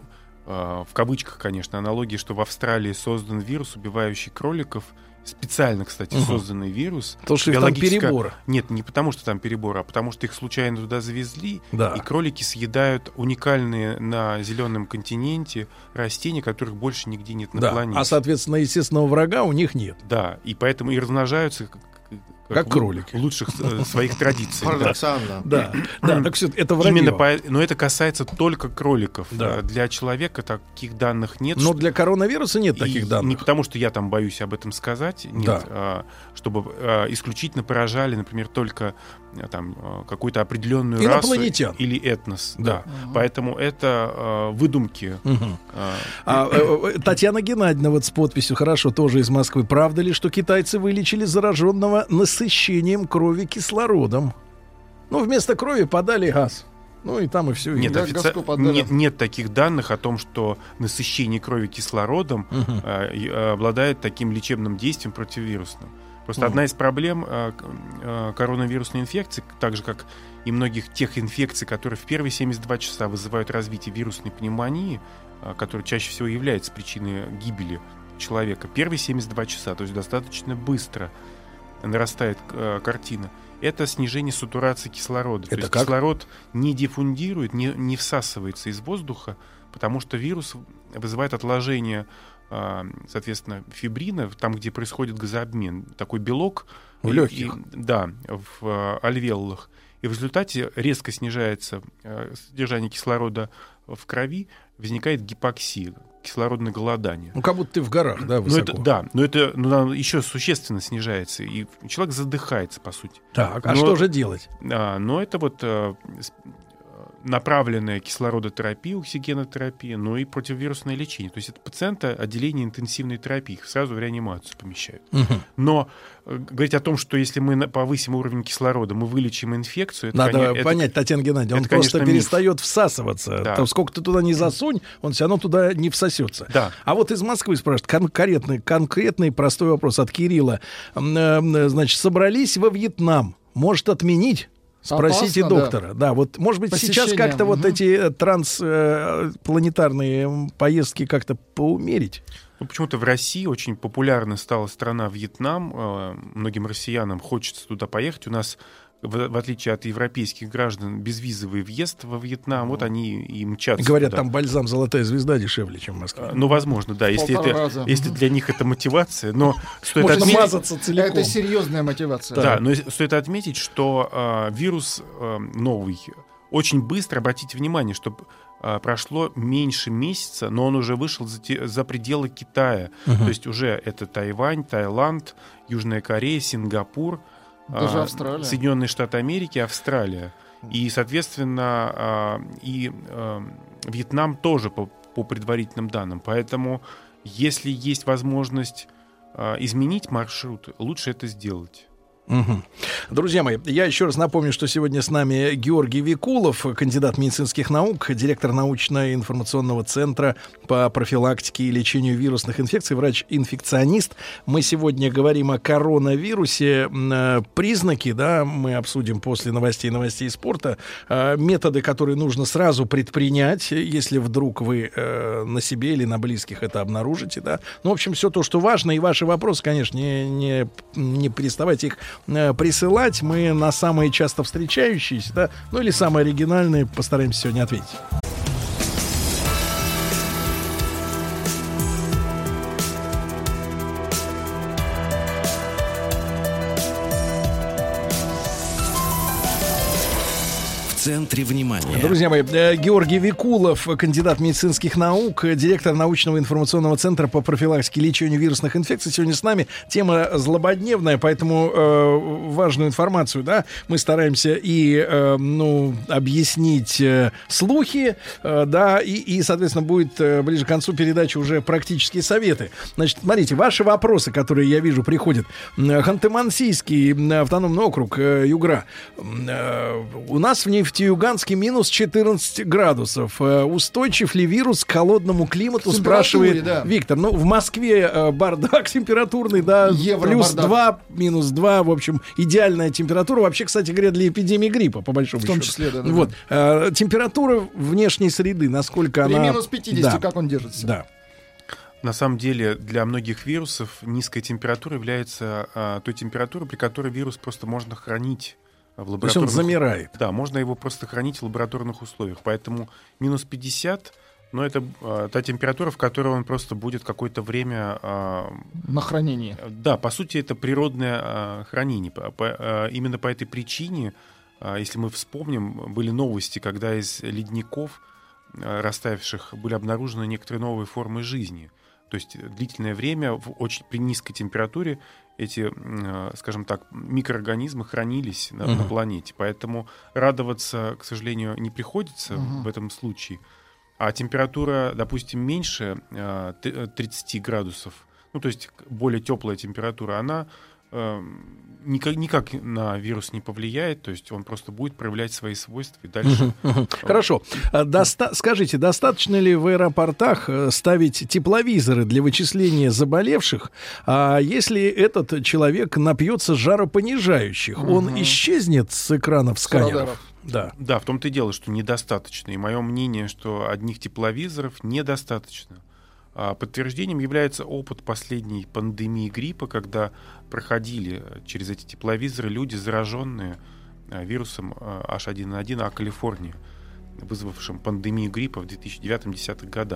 в кавычках, конечно, аналогия, что в Австралии создан вирус, убивающий кроликов. Специально, кстати, угу. созданный вирус. Потому что биологически... там перебор. Нет, не потому что там перебор, а потому что их случайно туда завезли, да. и кролики съедают уникальные на зеленом континенте растения, которых больше нигде нет на да. планете. А, соответственно, естественного врага у них нет. Да, и поэтому и размножаются... Как, как кролики. В лучших э, своих традициях. Парадоксально. Да, да, так все, это вранье. Именно по, но это касается только кроликов. Да. Для человека таких данных нет. Но для коронавируса нет таких и данных. Не потому, что я там боюсь об этом сказать, нет, да. а, чтобы а, исключительно поражали, например, только а, там, какую-то определенную инопланетян. расу или этнос. Да. Да. Угу. Поэтому это а, выдумки. Угу. А, а, а, Татьяна Геннадьевна вот с подписью, хорошо, тоже из Москвы. Правда ли, что китайцы вылечили зараженного насыщением крови кислородом? Ну, вместо крови подали газ. Ну, и там и все. Нет, офици... нет, нет таких данных о том, что насыщение крови кислородом uh-huh. э, обладает таким лечебным действием противовирусным. Просто uh-huh. одна из проблем э, э, коронавирусной инфекции, так же, как и многих тех инфекций, которые в первые семьдесят два часа вызывают развитие вирусной пневмонии, э, которая чаще всего является причиной гибели человека, первые семьдесят два часа, то есть достаточно быстро нарастает э, картина, это снижение сатурации кислорода. Это То есть как? кислород не диффундирует, не, не всасывается из воздуха, потому что вирус вызывает отложение соответственно, фибрина, там, где происходит газообмен, такой белок. В и, легких. И, да, в альвеолах. И в результате резко снижается содержание кислорода в крови, возникает гипоксия, кислородное голодание. Ну, как будто ты в горах, да, высоко. Но это, да, но это ну, еще существенно снижается, и человек задыхается, по сути. Так, а но, что же делать? А, но это вот а, направленная кислородотерапия, оксигенотерапия, ну и противовирусное лечение. То есть это пациента отделение интенсивной терапии, их сразу в реанимацию помещают. Угу. Но э, говорить о том, что если мы повысим уровень кислорода, мы вылечим инфекцию... Это, надо конечно, понять, это, Татьяна Геннадьевна, он это, просто конечно, перестает миф. всасываться. Да. Там, сколько ты туда не засунь, он все равно туда не всосется. Да. А вот из Москвы спрашивают, конкретный, конкретный простой вопрос от Кирилла. Значит, собрались во Вьетнам. Может отменить? Спросите Опасно, доктора. Да. да, вот, может быть, Посещение. сейчас как-то угу. вот эти транспланетарные поездки как-то поумерить? Ну, почему-то в России очень популярна стала страна Вьетнам. Многим россиянам хочется туда поехать. У нас, в, в отличие от европейских граждан, безвизовый въезд во Вьетнам. Вот они и мчатся Говорят, туда. Там бальзам «Золотая звезда» дешевле, чем в Москве. Ну, возможно, да, если, это, если для них это мотивация. Но стоит Можно отметить, мазаться целиком. Это серьезная мотивация. Да, но стоит отметить, что э, вирус э, новый очень быстро, обратите внимание, что э, прошло меньше месяца, но он уже вышел за, те, за пределы Китая. Uh-huh. То есть уже это Тайвань, Таиланд, Южная Корея, Сингапур, даже э, Австралия. Соединенные Штаты Америки, Австралия. И, соответственно, э, и э, Вьетнам тоже по, по предварительным данным. Поэтому, если есть возможность э, изменить маршрут, лучше это сделать. Угу. Друзья мои, я еще раз напомню, что сегодня с нами Георгий Викулов, кандидат медицинских наук, директор научно-информационного центра по профилактике и лечению вирусных инфекций, врач-инфекционист. Мы сегодня говорим о коронавирусе. Признаки, да, мы обсудим после новостей, новостей спорта. Методы, которые нужно сразу предпринять, если вдруг вы на себе или на близких это обнаружите, да. Ну, в общем, все то, что важно, и ваши вопросы, конечно, не, не, не переставайте их присылать. Мы на самые часто встречающиеся, да, ну или самые оригинальные постараемся сегодня ответить. В центре внимания. Друзья мои, Георгий Викулов, кандидат медицинских наук, директор научного информационного центра по профилактике и лечению вирусных инфекций. Сегодня с нами. Тема злободневная, поэтому э, важную информацию, да, мы стараемся и, э, ну, объяснить э, слухи, э, да, и, и, соответственно, будет э, ближе к концу передачи уже практические советы. Значит, смотрите, ваши вопросы, которые, я вижу, приходят. Ханты-Мансийский автономный округ, э, Югра. Э, у нас в нефть Нефтеюганске минус четырнадцать градусов. Устойчив ли вирус к холодному климату, спрашивает да. Виктор. Ну, в Москве э, бардак температурный, да, Евро плюс бардак. два, минус два, в общем, идеальная температура. Вообще, кстати говоря, для эпидемии гриппа, по большому В том счету. числе, да. да вот. да. Э, температура внешней среды, насколько При она... минус пятьдесят, да. как он держится? Да. На самом деле, для многих вирусов низкая температура является а, той температурой, при которой вирус просто можно хранить в лабораторных... То есть он замирает. Да, можно его просто хранить в лабораторных условиях. Поэтому минус пятьдесят, но это а, та температура, в которой он просто будет какое-то время... А, на хранение. Да, по сути, это природное а, хранение. По, по, а, именно по этой причине, а, если мы вспомним, были новости, когда из ледников, а, растаявших, были обнаружены некоторые новые формы жизни. То есть длительное время в очень при низкой температуре эти, скажем так, микроорганизмы хранились на, uh-huh. на планете. Поэтому радоваться, к сожалению, не приходится uh-huh. в этом случае. А температура, допустим, меньше тридцати градусов, ну то есть более теплая температура, она э, никак, никак на вирус не повлияет, то есть он просто будет проявлять свои свойства и дальше. Uh-huh. Uh-huh. Хорошо. Доста- скажите, достаточно ли в аэропортах ставить тепловизоры для вычисления заболевших, а если этот человек напьется жаропонижающих, uh-huh. он исчезнет с экранов сканеров? Да. Да, в том-то и дело, что недостаточно. И мое мнение, что одних тепловизоров недостаточно. А подтверждением является опыт последней пандемии гриппа, когда проходили через эти тепловизоры люди, зараженные вирусом эйч один эн один А Калифорнии, вызвавшим пандемию гриппа в две тысячи девятом-две тысячи десятых годах.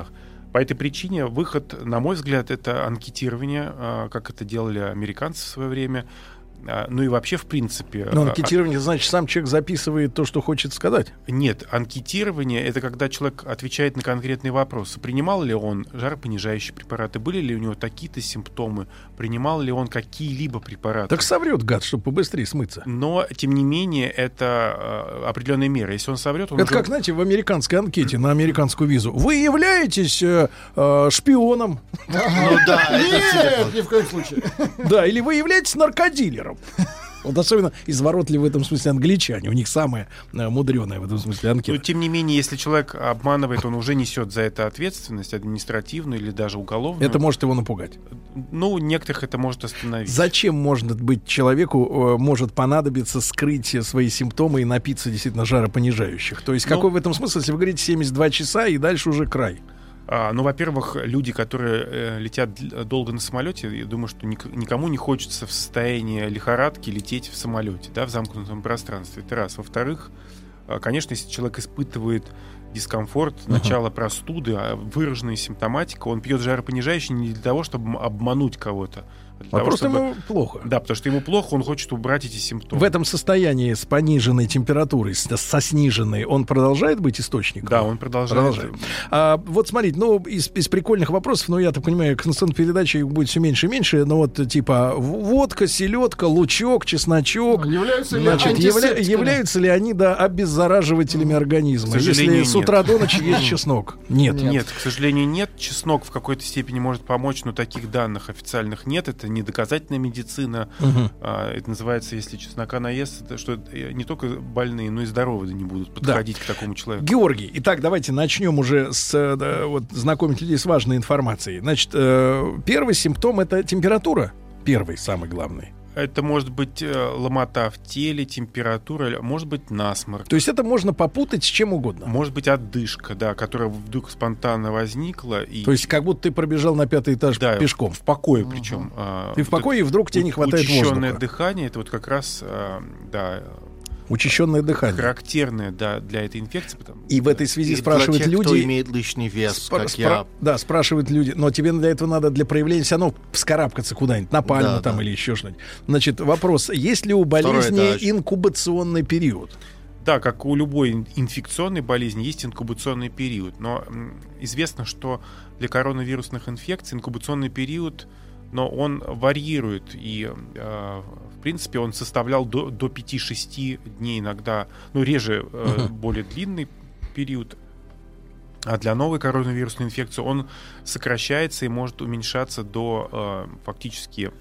По этой причине выход, на мой взгляд, это анкетирование, как это делали американцы в свое время. Ну и вообще, в принципе... Но анкетирование, значит, сам человек записывает то, что хочет сказать? Нет, анкетирование — это когда человек отвечает на конкретные вопросы. Принимал ли он жаропонижающие препараты? Были ли у него такие-то симптомы? Принимал ли он какие-либо препараты? Так соврет, гад, чтобы побыстрее смыться. Но, тем не менее, это э, определенная мера. Если он соврет... Он это уже... как, знаете, в американской анкете на американскую визу. Вы являетесь э, э, шпионом? Ну да, Нет, ни в коем случае. Да, или вы являетесь наркодилером. Вот особенно изворотливы в этом смысле англичане. У них самая э, мудреная в этом смысле анкета. Но, тем не менее, если человек обманывает, он уже несет за это ответственность административную или даже уголовную. Это может его напугать. Ну, некоторых это может остановить. Зачем, может быть, человеку э, может понадобиться скрыть свои симптомы и напиться действительно жаропонижающих? То есть ну, какой в этом смысл, если вы говорите семьдесят два часа и дальше уже край? А, ну, во-первых, люди, которые э, летят долго на самолете, я думаю, что ник- никому не хочется в состоянии лихорадки лететь в самолете, да, в замкнутом пространстве. Это раз. Во-вторых, э, конечно, если человек испытывает дискомфорт, uh-huh. начало простуды, выраженная симптоматика, он пьет жаропонижающий не для того, чтобы обмануть кого-то. А того, просто чтобы... ему плохо. Да, потому что ему плохо, он хочет убрать эти симптомы. В этом состоянии с пониженной температурой, с, со сниженной, он продолжает быть источником? Да, он продолжает. продолжает. А, вот смотрите, ну, из, из прикольных вопросов, ну, я так понимаю, к концу передачи их будет все меньше и меньше, но вот, типа, водка, селедка, лучок, чесночок. Являются ли, значит, явля... являются ли они, да, обеззараживателями организма, если с утра до ночи есть чеснок? Нет. Нет, к сожалению, нет. Чеснок в какой-то степени может помочь, но таких данных официальных нет. Это не доказательная медицина. Uh-huh. А, это называется, если чеснока наестся, что не только больные, но и здоровые не будут подходить да. к такому человеку. Георгий, итак, давайте начнем уже с, да, вот, знакомить людей с важной информацией. Значит, э, первый симптом — это температура. Первый, самый главный. Это может быть э, ломота в теле, температура, может быть насморк. То есть это можно попутать с чем угодно? Может быть одышка, да, которая вдруг спонтанно возникла. И... То есть как будто ты пробежал на пятый этаж да, пешком? В покое причем. Uh-huh. Ты в покое, и вдруг тебе не хватает воздуха. Учащенное дыхание, это вот как раз, э, да... Учащенное дыхание. Характерное, да, для этой инфекции. Потому... И в этой связи и спрашивают для тех, люди... кто имеет лишний вес, спра- как спра- я. Да, спрашивают люди. Но тебе для этого надо для проявления все равно вскарабкаться куда-нибудь, на пальму да, там да. или еще что-нибудь. Значит, вопрос. Есть ли у болезни инкубационный период? Да, как у любой инфекционной болезни есть инкубационный период. Но м, известно, что для коронавирусных инфекций инкубационный период, но он варьирует. И э, в принципе он составлял до, до пяти-шести дней иногда, ну реже э, uh-huh. более длинный период. А для новой коронавирусной инфекции он сокращается и может уменьшаться до э, фактически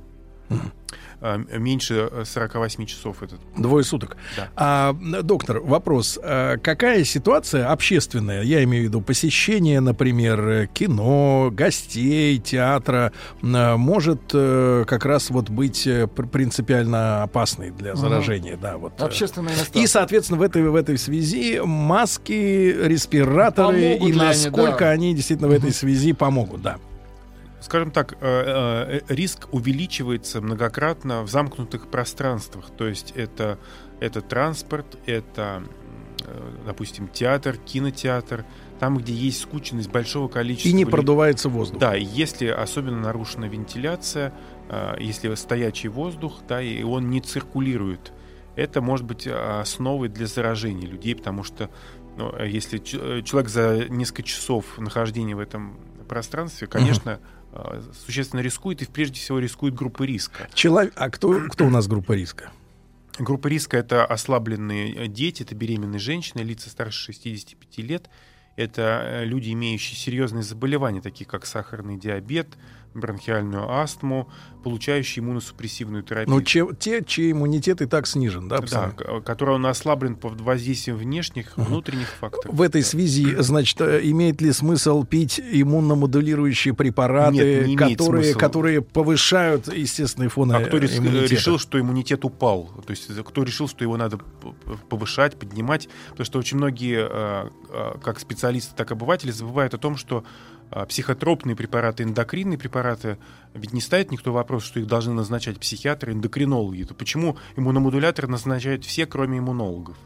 меньше сорок восемь часов. Этот. Двое суток. Да. А, доктор, вопрос. А какая ситуация общественная, я имею в виду посещение, например, кино, гостей, театра, может как раз вот быть принципиально опасной для заражения? Угу. Да, вот. Общественные места. И, соответственно, в этой, в этой связи маски, респираторы, помогут и насколько они, да. они действительно в этой связи помогут, да. Скажем так, риск увеличивается многократно в замкнутых пространствах. То есть это, это транспорт, это, допустим, театр, кинотеатр, там, где есть скученность большого количества... И не продувается воздух. Да, и если особенно нарушена вентиляция, если стоячий воздух, да, и он не циркулирует, это может быть основой для заражения людей, потому что ну, если человек за несколько часов нахождения в этом пространстве, конечно... Uh-huh. существенно рискует, и прежде всего рискует группа риска. Человек... А кто, кто у нас группа риска? Группа риска — это ослабленные дети, это беременные женщины, лица старше шестидесяти пяти лет. Это люди, имеющие серьезные заболевания, такие как сахарный диабет, бронхиальную астму, получающие иммуносупрессивную терапию. Ну, че, те, чей иммунитет и так снижен, да? Да, который он ослаблен под воздействием внешних, uh-huh. внутренних факторов. В этой связи, значит, имеет ли смысл пить иммуномодулирующие препараты, Нет, не которые, которые повышают естественный фон иммунитета? А кто иммунитета? решил, что иммунитет упал? То есть кто решил, что его надо повышать, поднимать? Потому что очень многие, как специалисты, так и обыватели, забывают о том, что психотропные препараты, эндокринные препараты, ведь не ставит никто вопрос, что их должны назначать психиатры, эндокринологи. То почему иммуномодуляторы назначают все, кроме иммунологов?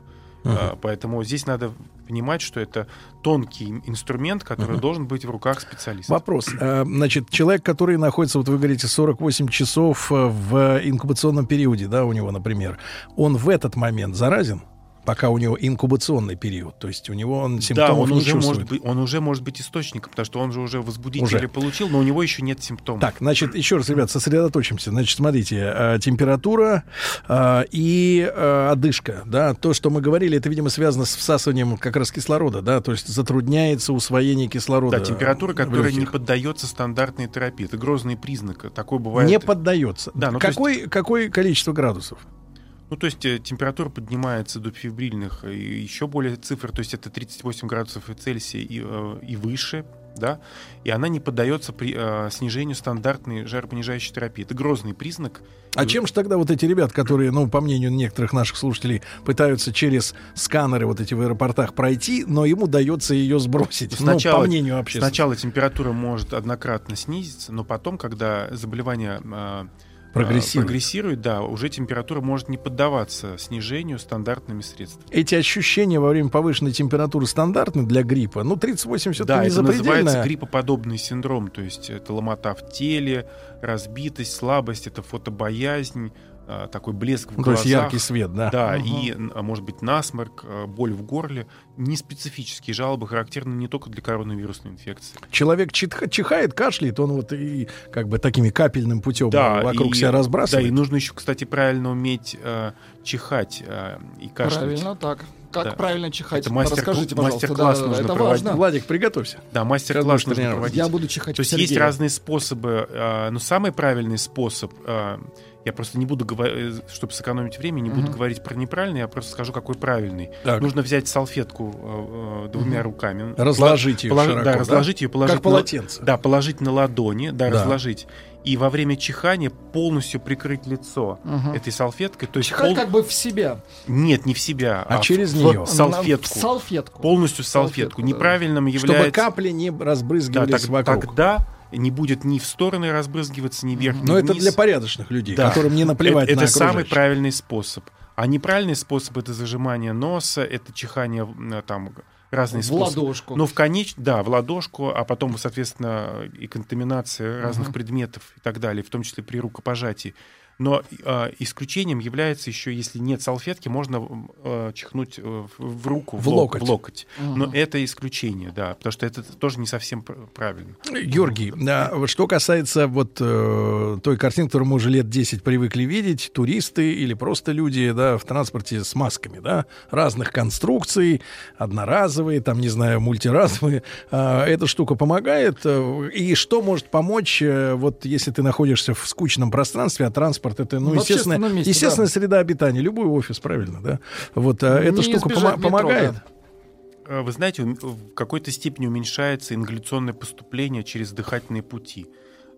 Uh-huh. Поэтому здесь надо понимать, что это тонкий инструмент, который uh-huh. должен быть в руках специалиста. Вопрос. Значит, человек, который находится, вот вы говорите, сорок восемь часов в инкубационном периоде, да, у него, например, он в этот момент заразен? Пока у него инкубационный период, то есть у него он симптомов да, он не уже чувствует. Может быть, он уже может быть источником, потому что он же уже возбудитель уже. получил, но у него еще нет симптомов. Так, значит, еще раз, ребят, сосредоточимся. Значит, смотрите, э, температура э, и э, одышка, да, то, что мы говорили, это, видимо, связано с всасыванием как раз кислорода, да, то есть затрудняется усвоение кислорода. Да, температура, которая не поддается стандартной терапии. Это грозный признак. Такое бывает. Не поддается. Да, ну, Какой, есть... какое количество градусов? Ну, то есть э, температура поднимается до фебрильных и еще более цифр, то есть это тридцать восемь градусов Цельсия и, э, и выше, да, и она не поддается при э, снижению стандартной жаропонижающей терапии. Это грозный признак. А и... чем же тогда вот эти ребята, которые, ну, по мнению некоторых наших слушателей, пытаются через сканеры вот эти в аэропортах пройти, но ему удается ее сбросить, сначала, ну, по мнению общественности? Сначала температура может однократно снизиться, но потом, когда заболевание... Э, Прогрессирует. Прогрессирует, да, уже температура может не поддаваться снижению стандартными средствами. Эти ощущения во время повышенной температуры стандартны для гриппа? Ну, тридцать восемь все-таки да, не это запредельная. называется гриппоподобный синдром, то есть это ломота в теле, разбитость, слабость, это фотобоязнь, такой блеск в ну, глазах. То есть яркий свет, да? Да, угу. и, может быть, насморк, боль в горле. Неспецифические жалобы характерны не только для коронавирусной инфекции. Человек чихает, кашляет, он вот и как бы таким капельным путем да, вокруг и, себя разбрасывает. Да, и нужно еще, кстати, правильно уметь э, чихать э, и кашлять. Правильно так. Как да. правильно чихать? Это мастер, Расскажите, пожалуйста. мастер-класс да, нужно это проводить. важно. Владик, приготовься. Да, мастер-класс нужно проводить. Я буду чихать. То есть есть разные способы, э, но самый правильный способ, э, я просто не буду говорить, чтобы сэкономить время, не uh-huh. буду говорить про неправильный, я просто скажу, какой правильный. Так. Нужно взять салфетку э, двумя uh-huh. руками. Разложить ее полож... широко, да, да? разложить ее, положить как полотенце. На... Да, положить на ладони, да, да. разложить. И во время чихания полностью прикрыть лицо uh-huh. этой салфеткой. То есть чихать пол... как бы в себя. Нет, не в себя, а, а через в... нее. В салфетку. В салфетку. Полностью салфетку. салфетку Неправильным да. является... Чтобы капли не разбрызгивались да, так, вокруг. Тогда не будет ни в стороны разбрызгиваться, ни вверх, ни Но вниз. это для порядочных людей, да. которым не наплевать это, на это самый правильный способ. А неправильный способ — это зажимание носа, это чихание там разные в способы. В ладошку. Но в конеч... Да, в ладошку, а потом, соответственно, и контаминация разных uh-huh. предметов и так далее, в том числе при рукопожатии. Но э, исключением является еще, если нет салфетки, можно э, чихнуть в, в руку, в, в локоть. В локоть. Uh-huh. Но это исключение, да, потому что это тоже не совсем правильно. Георгий, а что касается вот э, той картины, которую мы уже лет десять привыкли видеть, туристы или просто люди, да, в транспорте с масками, да, разных конструкций, одноразовые, там, не знаю, мультиразовые, э, эта штука помогает? И что может помочь, э, вот если ты находишься в скучном пространстве, а транспорт это, ну, естественно, месте, естественная да. среда обитания, любой офис, правильно, да? Вот а, эта штука помо- помогает. Метро, да. Вы знаете, в какой-то степени уменьшается ингаляционное поступление через дыхательные пути.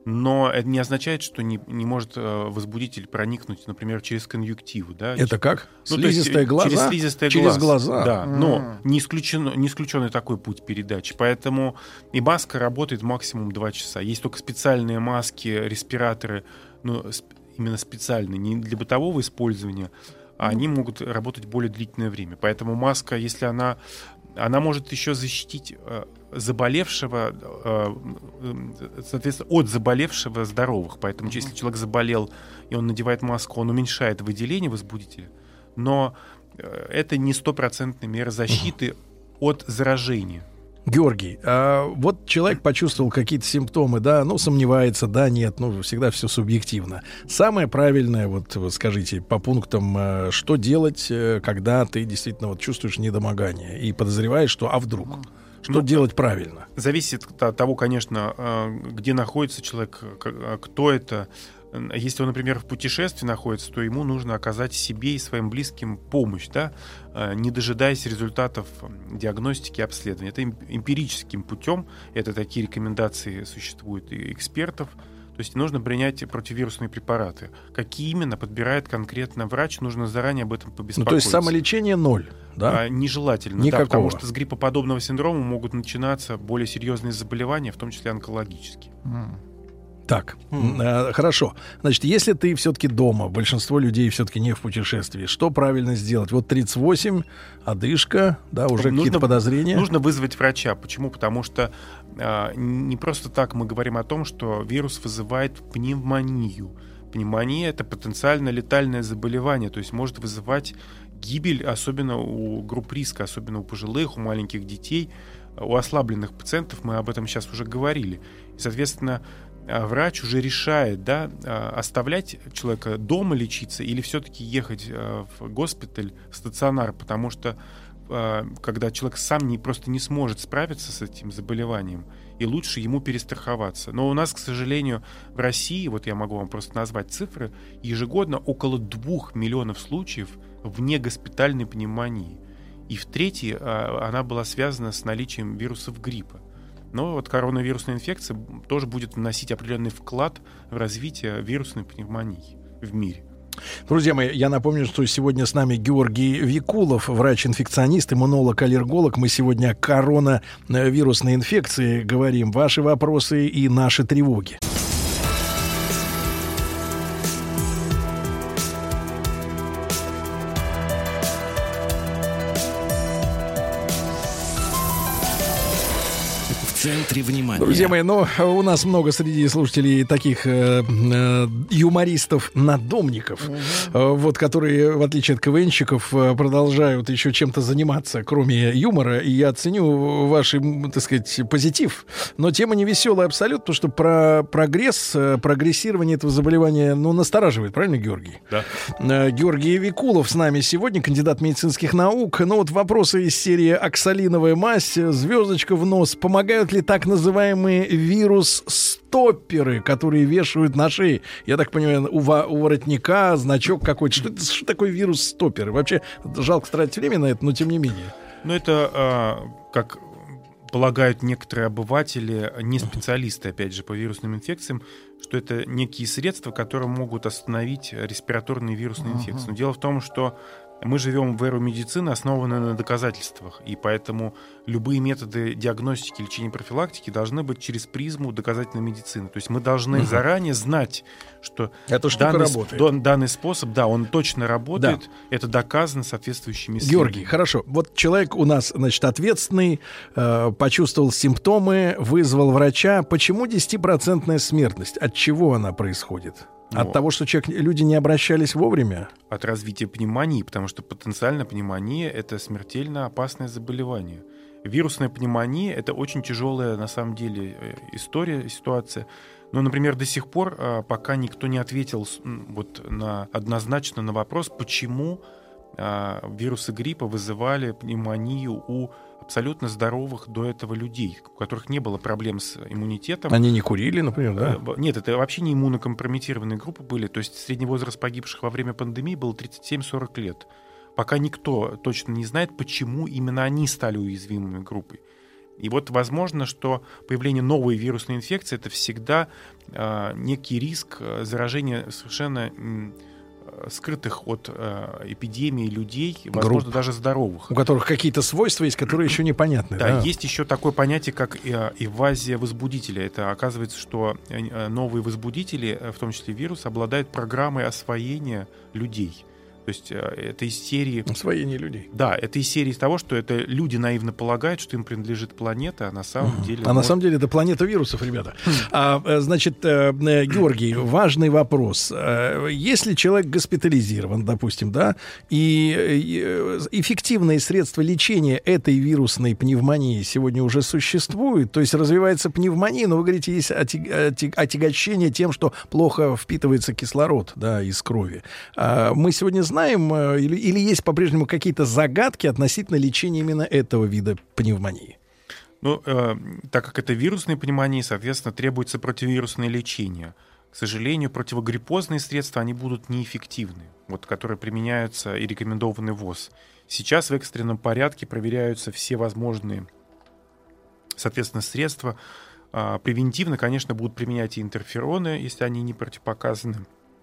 Но это не означает, что не, не может возбудитель проникнуть, например, через конъюнктиву. Да? Это как? Ну, слизистые глаза? Через слизистые через глаз. глаза. Да, mm. но не исключен, не исключен такой путь передачи. Поэтому и маска работает максимум два часа. Есть только специальные маски, респираторы, ну, именно специальные, не для бытового использования, а mm. они могут работать более длительное время. Поэтому маска, если она, она может еще защитить э, заболевшего, э, соответственно, от заболевшего здоровых. Поэтому, mm. если человек заболел и он надевает маску, он уменьшает выделение возбудителя, но э, это не стопроцентная мера защиты mm. от заражения. Георгий, а вот человек почувствовал какие-то симптомы, да, ну, сомневается, да, нет, ну, всегда все субъективно. Самое правильное, вот, скажите, по пунктам, что делать, когда ты действительно вот чувствуешь недомогание и подозреваешь, что, а вдруг? Что ну, делать правильно? Зависит от того, конечно, где находится человек, кто это. Если он, например, в путешествии находится, то ему нужно оказать себе и своим близким помощь, да, не дожидаясь результатов диагностики и обследования. Это эмпирическим путем, это такие рекомендации существуют и экспертов. То есть нужно принять противовирусные препараты. Какие именно подбирает конкретно врач, нужно заранее об этом побеспокоиться. Ну, то есть самолечение ноль, да? А, нежелательно, Никакого. Да, потому что с гриппоподобного синдрома могут начинаться более серьезные заболевания, в том числе онкологические. Mm. Так, mm. э, хорошо. Значит, если ты все-таки дома, большинство людей все-таки не в путешествии, что правильно сделать? Вот тридцать восемь, одышка, да, уже нужно, какие-то подозрения. Нужно вызвать врача. Почему? Потому что э, не просто так мы говорим о том, что вирус вызывает пневмонию. Пневмония — это потенциально летальное заболевание, то есть может вызывать гибель, особенно у групп риска, особенно у пожилых, у маленьких детей, у ослабленных пациентов. Мы об этом сейчас уже говорили. И, соответственно, врач уже решает, да, оставлять человека дома лечиться или все-таки ехать в госпиталь, в стационар, потому что когда человек сам не, просто не сможет справиться с этим заболеванием, и лучше ему перестраховаться. Но у нас, к сожалению, в России, вот я могу вам просто назвать цифры, ежегодно около двух миллионов случаев внегоспитальной пневмонии. И в трети она была связана с наличием вирусов гриппа. Но вот коронавирусная инфекция тоже будет вносить определенный вклад в развитие вирусной пневмонии в мире. Друзья мои, я напомню, что сегодня с нами Георгий Викулов, врач-инфекционист, иммунолог, аллерголог. Мы сегодня о коронавирусной инфекции говорим. Ваши вопросы и наши тревоги. В центре внимания. Друзья мои, ну, у нас много среди слушателей таких э, э, юмористов-надомников, э, вот, которые, в отличие от КВНщиков, э, продолжают еще чем-то заниматься, кроме юмора. И я ценю ваш, так сказать, позитив. Но тема не веселая абсолютно, потому что про прогресс, э, прогрессирование этого заболевания, ну, настораживает, правильно, Георгий? Да. Э, Георгий Викулов с нами сегодня, кандидат медицинских наук. Ну, вот вопросы из серии «Оксалиновая мазь», «Звездочка в нос». Помогают ли так называемые вирус-стопперы, которые вешают на шее? Я так понимаю, у, во- у воротника значок какой-то. Что, это, что такое вирус-стопперы? Вообще жалко тратить время на это, но тем не менее. Ну, это, а, как полагают некоторые обыватели, не специалисты, опять же, по вирусным инфекциям, что это некие средства, которые могут остановить респираторные вирусные инфекции. Но дело в том, что мы живем в эру медицины, основанной на доказательствах, и поэтому любые методы диагностики, лечения, профилактики должны быть через призму доказательной медицины. То есть мы должны угу. заранее знать, что эта данный, работает. данный способ, да, он точно работает, да. Это доказано соответствующими исследованиями. Георгий, хорошо. Вот человек у нас, значит, ответственный, э, почувствовал симптомы, вызвал врача. Почему десятипроцентная смертность? От чего она происходит? От Но. того, что человек, люди не обращались вовремя? От развития пневмонии, потому что потенциально пневмония — это смертельно опасное заболевание. Вирусная пневмония — это очень тяжелая, на самом деле, история, ситуация. Но, например, до сих пор пока никто не ответил вот на, однозначно на вопрос, почему а, вирусы гриппа вызывали пневмонию у абсолютно здоровых до этого людей, у которых не было проблем с иммунитетом. Они не курили, например, да? Нет, это вообще не иммунокомпрометированные группы были. То есть средний возраст погибших во время пандемии был тридцать семь сорок лет. Пока никто точно не знает, почему именно они стали уязвимыми группой. И вот возможно, что появление новой вирусной инфекции — это всегда э, некий риск заражения совершенно э, скрытых от э, эпидемии людей, возможно, групп, даже здоровых. У которых какие-то свойства есть, которые еще непонятны. Да, да, есть еще такое понятие, как э, эвазия возбудителя. Это оказывается, что э, новые возбудители, в том числе вирус, обладают программой освоения людей. То есть это из серии... Освоение людей. Да, это из серии того, что это люди наивно полагают, что им принадлежит планета, а на самом uh-huh. деле... А может... на самом деле это планета вирусов, ребята. а, значит, Георгий, важный вопрос. Если человек госпитализирован, допустим, да, и эффективные средства лечения этой вирусной пневмонии сегодня уже существуют, то есть развивается пневмония, но вы говорите, есть отягощение тем, что плохо впитывается кислород, да, из крови. А мы сегодня знаем, Знаем, или, или есть по-прежнему какие-то загадки относительно лечения именно этого вида пневмонии? Ну, э, так как это вирусная пневмония, соответственно, требуется противовирусное лечение. К сожалению, противогриппозные средства, они будут неэффективны, вот, которые применяются и рекомендованы ВОЗ. Сейчас в экстренном порядке проверяются все возможные, соответственно, средства. Э, превентивно, конечно, будут применять и интерфероны, если они не противопоказаны.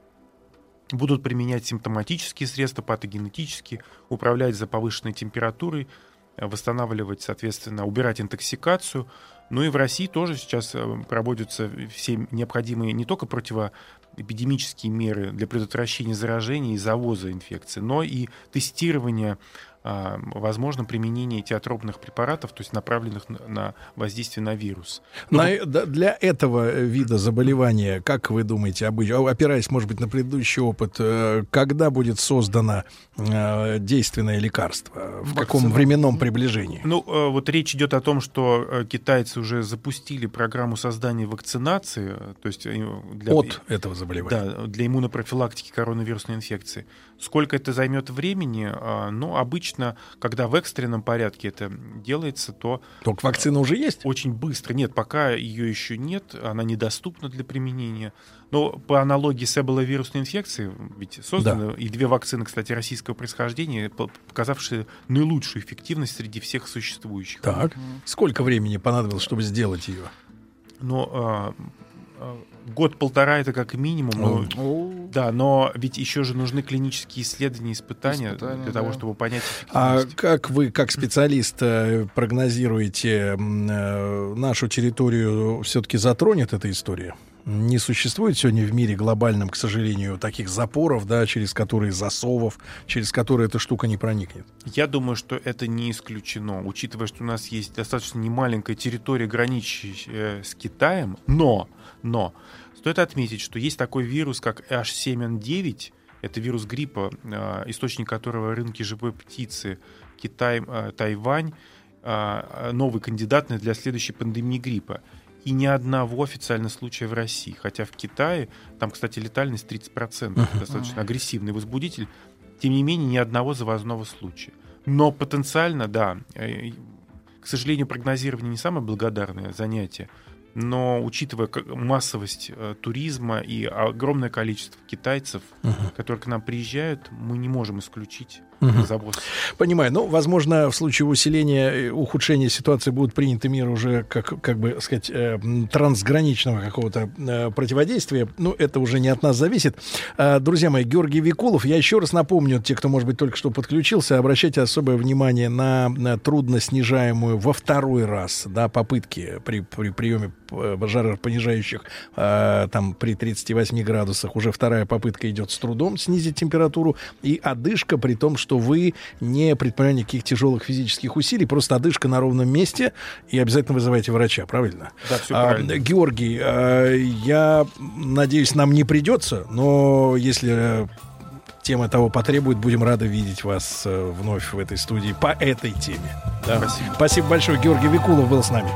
Будут применять симптоматические средства, патогенетические, управлять за повышенной температурой, восстанавливать, соответственно, убирать интоксикацию. Ну и в России тоже сейчас проводятся все необходимые не только противоэпидемические меры для предотвращения заражения и завоза инфекции, но и тестирование, возможно, применение теотропных препаратов, то есть направленных на воздействие на вирус. На, для этого вида заболевания, как вы думаете, обычно, опираясь, может быть, на предыдущий опыт, когда будет создано действенное лекарство? В каком временном приближении? Ну, вот речь идет о том, что китайцы уже запустили программу создания вакцинации, то есть для, от этого заболевания. Да, для иммунопрофилактики коронавирусной инфекции. Сколько это займет времени? Ну, обычно, когда в экстренном порядке это делается, то... Только вакцина уже есть? Очень быстро. Нет, пока ее еще нет, она недоступна для применения. Но по аналогии с эболовирусной инфекцией, ведь созданы, да, и две вакцины, кстати, российского происхождения, показавшие наилучшую эффективность среди всех существующих. Так, сколько времени понадобилось, чтобы сделать ее? Ну, а, а, год-полтора это как минимум. Oh. Но, oh. Да, но ведь еще же нужны клинические исследования, испытания, испытания для да. того, чтобы понять эффективность. А как вы, как специалист, прогнозируете, нашу территорию все-таки затронет эта история? Не существует сегодня в мире глобальном, к сожалению, таких запоров, да, через которые, засовов, через которые эта штука не проникнет? Я думаю, что это не исключено, учитывая, что у нас есть достаточно немаленькая территория, граничащая с Китаем, но, но стоит отметить, что есть такой вирус, как эйч семь эн девять, это вирус гриппа, источник которого рынки живой птицы, Китай, Тайвань, новый кандидат для следующей пандемии гриппа. И ни одного официального случая в России. Хотя в Китае, там, кстати, летальность тридцать процентов, uh-huh. достаточно агрессивный возбудитель. Тем не менее, ни одного завозного случая. Но потенциально, да, к сожалению, прогнозирование не самое благодарное занятие. Но учитывая массовость э, туризма и огромное количество китайцев, uh-huh. которые к нам приезжают, мы не можем исключить uh-huh. завоз. Понимаю. Ну, возможно, в случае усиления, ухудшения ситуации будут приняты меры уже, как, как бы сказать, э, трансграничного какого-то э, противодействия. Ну, это уже не от нас зависит. Э, друзья мои, Георгий Викулов. Я еще раз напомню, те, кто, может быть, только что подключился, обращайте особое внимание на, на трудно снижаемую во второй раз, да, попытки при, при приеме жаропонижающих, э, там при тридцати восьми градусах уже вторая попытка идет с трудом снизить температуру, и одышка, при том, что вы не предпринимаете никаких тяжелых физических усилий, просто одышка на ровном месте, и обязательно вызывайте врача, правильно? Да, все а, правильно. Георгий, э, я надеюсь, нам не придется, но если тема того потребует, будем рады видеть вас э, вновь в этой студии по этой теме. Да. Спасибо. Спасибо большое. Георгий Викулов был с нами.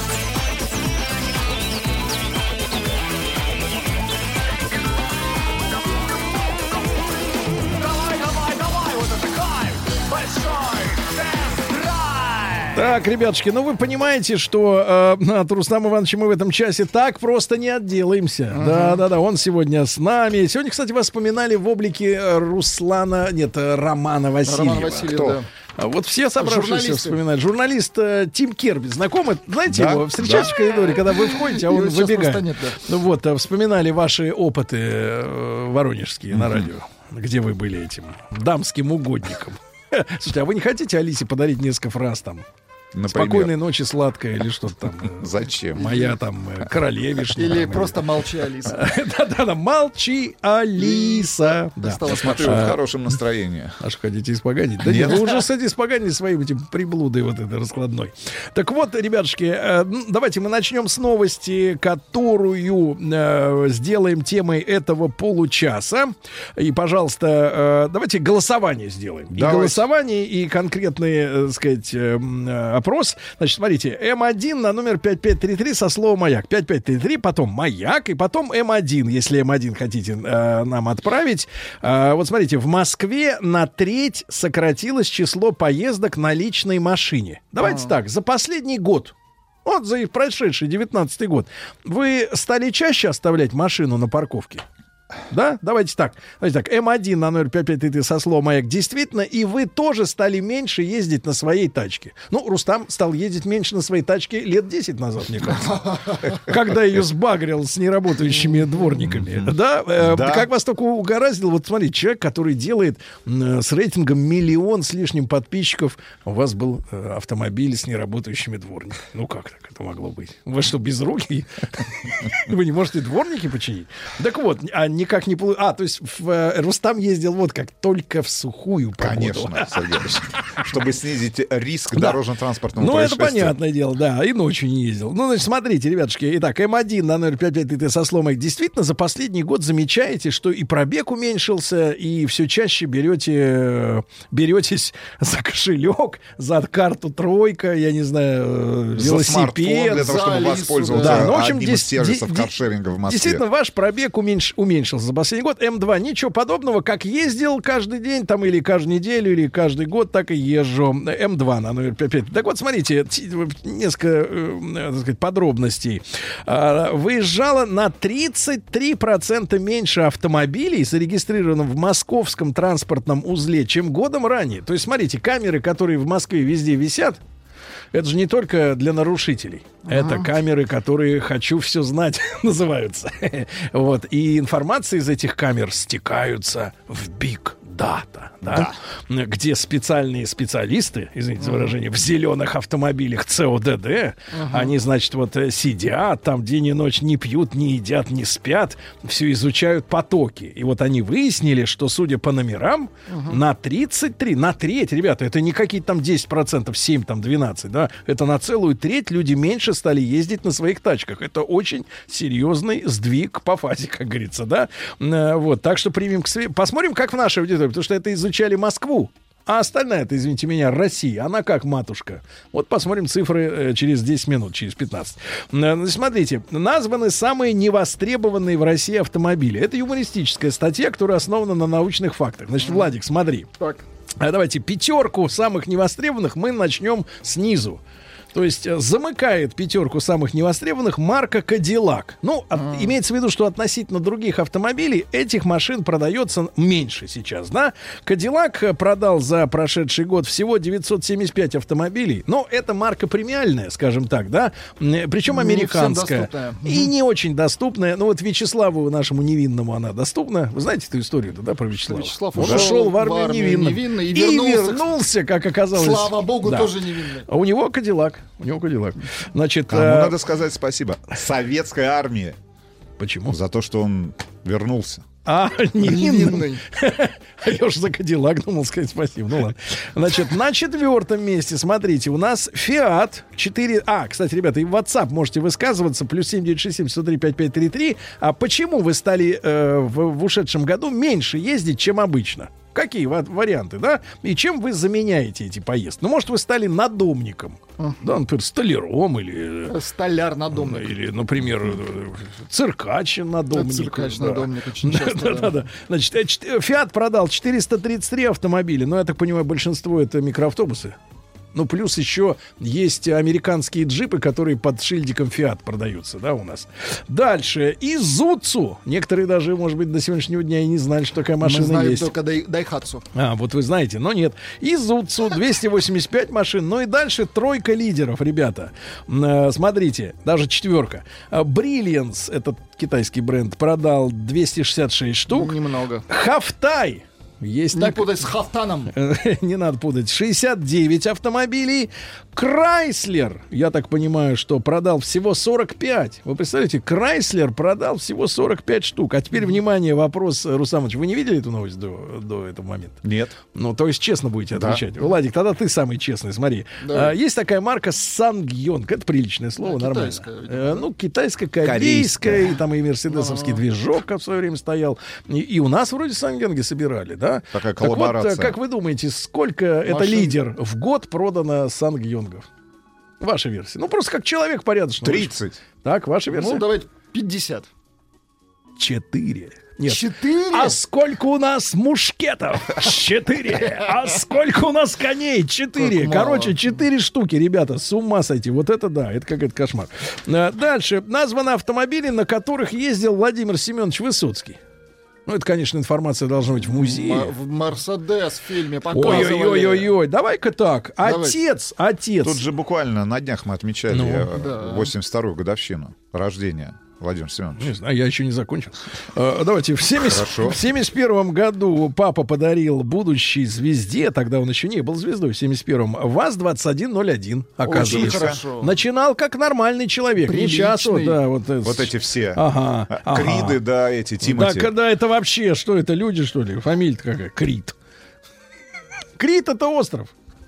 Так, ребятушки, ну вы понимаете, что э, от Рустама Ивановича мы в этом часе так просто не отделаемся. Uh-huh. Да-да-да, он сегодня с нами. Сегодня, кстати, вас вспоминали в облике Руслана, нет, Романа Васильева. Роман Васильев, Кто? Да. А вот все собравшиеся вспоминают. Журналист э, Тим Керби, знакомый, знаете да? его? Встречаете да. в коридоре, когда вы входите, а он выбегает. Нет, да. Ну вот, э, вспоминали ваши опыты э, воронежские mm-hmm. на радио, где вы были этим дамским угодником. Слушайте, а вы не хотите Алисе подарить несколько фраз там? Например? Спокойной ночи, сладкая, или что-то там. Зачем? Моя там королевишна. Или просто молчи, Алиса. Да-да-да, молчи, Алиса. Смотрю, в хорошем настроении. А что, хотите испоганить? Да нет, вы уже, кстати, испоганили своим этим приблудой вот этой раскладной. Так вот, ребятушки, давайте мы начнем с новости, которую сделаем темой этого получаса. И, пожалуйста, давайте голосование сделаем. И голосование, и конкретные, так сказать, опрос. Значит, смотрите, эм один на номер пять пять три три со словом «Маяк». пять пять три три, потом «Маяк», и потом эм один, если эм один хотите э, нам отправить. Э, вот смотрите, в Москве на треть сократилось число поездок на личной машине. Давайте А-а-а. так, за последний год, вот за прошедший девятнадцатый год, вы стали чаще оставлять машину на парковке? Да? Давайте так. Давайте так. эм один на ноль пять пять три со словом «Маяк». Действительно, и вы тоже стали меньше ездить на своей тачке. Ну, Рустам стал ездить меньше на своей тачке лет десять назад, мне кажется. Когда ее сбагрил с неработающими дворниками. Да? Как вас только угораздило. Вот смотрите, человек, который делает с рейтингом миллион с лишним подписчиков, у вас был автомобиль с неработающими дворниками. Ну, как так это могло быть? Вы что, безрукий? Вы не можете дворники починить? Так вот, а никак не получилось. А, то есть в, э, Рустам ездил вот как, только в сухую погоду. Конечно, Сергей Ильич. Чтобы снизить риск Да. дорожно-транспортного Ну, это происшествия. понятное дело, да, и ночью не ездил. Ну, значит, смотрите, ребятушки, итак, эм один на ноль пять пять три со словом «Маяк». Действительно, за последний год замечаете, что и пробег уменьшился, и все чаще берете, беретесь за кошелек, за карту тройка, я не знаю, За смартфон велосипед. для того, чтобы Алису, воспользоваться Да, ну, в общем, одним из дес- сервисов де- каршеринга в Москве. Действительно, ваш пробег уменьш- уменьшился за последний год. эм два, ничего подобного, как ездил каждый день, там, или каждую неделю, или каждый год, так и езжу. эм два на номер пять пять. Так вот, смотрите, т- несколько, э, так сказать, подробностей. А, выезжало на тридцать три процента меньше автомобилей, зарегистрированных в московском транспортном узле, чем годом ранее. То есть, смотрите, камеры, которые в Москве везде висят, это же не только для нарушителей. Uh-huh. Это камеры, которые «хочу все знать» называются. Вот. И информация из этих камер стекаются в биг дата, да? Да. Где специальные специалисты, извините за выражение, в зеленых автомобилях ЦОДД, uh-huh. они, значит, вот сидят там день и ночь, не пьют, не едят, не спят, все изучают потоки. И вот они выяснили, что, судя по номерам, uh-huh. на тридцать три, на треть, ребята, это не какие-то там десять процентов, семь, там двенадцать, да, это на целую треть люди меньше стали ездить на своих тачках. Это очень серьезный сдвиг по фазе, как говорится, да. Вот, так что примем к сведению. Посмотрим, как в нашей аудитории, потому что это изучали Москву. А остальная, это, извините меня, Россия. Она как матушка. Вот посмотрим цифры э, через десять минут, через пятнадцать. Э, смотрите, названы самые невостребованные в России автомобили. Это юмористическая статья, которая основана на научных фактах. Значит, Владик, смотри. Так. А давайте пятерку самых невостребованных мы начнем снизу. То есть замыкает пятерку самых невостребованных марка Cadillac. Ну, от, mm. имеется в виду, что относительно других автомобилей этих машин продается меньше сейчас, да? Cadillac продал за прошедший год всего девятьсот семьдесят пять автомобилей. Но это марка премиальная, скажем так, да? Причем американская. Не и не очень доступная. Ну вот Вячеславу нашему невинному она доступна. Вы знаете эту историю, да, про Вячеслава? Вячеслав Он ушел ушел в армию, в армию невинным. невинный и И вернулся, вернулся, как оказалось. Слава богу, да. тоже невинный. А у него Cadillac. У него Cadillac. Значит, Кому э... надо сказать спасибо? Советской армии. Почему? За то, что он вернулся. А, невинный. Невинный. Я уж за Кадиллак думал сказать спасибо. Ну ладно. Значит, на четвертом месте, смотрите, у нас Fiat четыре... А, кстати, ребята, и в WhatsApp можете высказываться. Плюс семь девять шесть семь сто три пять пять три три. А почему вы стали э, в, в ушедшем году меньше ездить, чем обычно? Какие ва- варианты, да? И чем вы заменяете эти поездки? Ну, может, вы стали надомником. Uh-huh. Да, например, столяром или... Столяр-надомник. Или, например, циркач-надомник. Циркач-надомник, очень да. часто, да, да. да, да. Значит, Fiat продал четыреста тридцать три автомобиля, но, я так понимаю, большинство это микроавтобусы. Ну, плюс еще есть американские джипы, которые под шильдиком Fiat продаются, да, у нас. Дальше. Isuzu. Некоторые даже, может быть, до сегодняшнего дня и не знали, что такая машина Мы знали есть. только дай, Daihatsu. А, вот вы знаете, но нет. Isuzu, двести восемьдесят пять машин. Ну и дальше тройка лидеров, ребята. Э, смотрите, даже четверка. Brilliance, этот китайский бренд, продал двести шестьдесят шесть штук. Немного. Хафтай. Есть Не так... путай с Хафтаном. Не надо путать. шестьдесят девять автомобилей. Крайслер, я так понимаю, что продал всего сорок пять. Вы представляете, Крайслер продал всего сорок пять штук. А теперь, внимание, вопрос, Русамович, вы не видели эту новость до, до этого момента? Нет. Ну, то есть честно будете отвечать. Да. Владик, тогда ты самый честный, смотри. Да. А, есть такая марка Сангьонг. Это приличное слово, Да, нормально. китайская, видимо, Э, да? ну, китайско-корейская, и там и мерседесовский А-а-а. движок в свое время стоял. И, и у нас вроде Сангьонги собирали, да? Такая Так вот, коллаборация. как вы думаете, сколько это Машин. лидер в год продано Сангьонгов? Ваша версия. Ну, просто как человек порядочный. тридцать. Так, ваша версия? Ну, давайте пятьдесят. Четыре. Нет. Четыре? А сколько у нас мушкетов? Четыре. А сколько у нас коней? Четыре. Как Короче, мало. четыре штуки, ребята, с ума сойти. Вот это да, это какой-то кошмар. А, дальше. Названы автомобили, на которых ездил Владимир Семенович Высоцкий. Ну, это, конечно, информация должна быть в музее. М- в Мерседес в фильме показывали. Ой-ой-ой-ой-ой, давай-ка так. Отец, отец. Тут же буквально на днях мы отмечали Ну, э, да. восемьдесят вторую годовщину рождения Владимира Семеновича. Не знаю, я еще не закончил. Э, Давайте, в семьдесят Хорошо. в семьдесят первом году папа подарил будущей звезде, тогда он еще не был звездой, в семьдесят первом, ВАЗ двадцать один ноль один, оказывается. Очень хорошо. Начинал как нормальный человек. Не Приличный. часто, да, вот, э, Вот эти все Ага, а, ага. Криды, да, эти Да, Тимати. когда это вообще, что это, люди, что ли? Фамилия-то какая? Крит. Крит — это остров.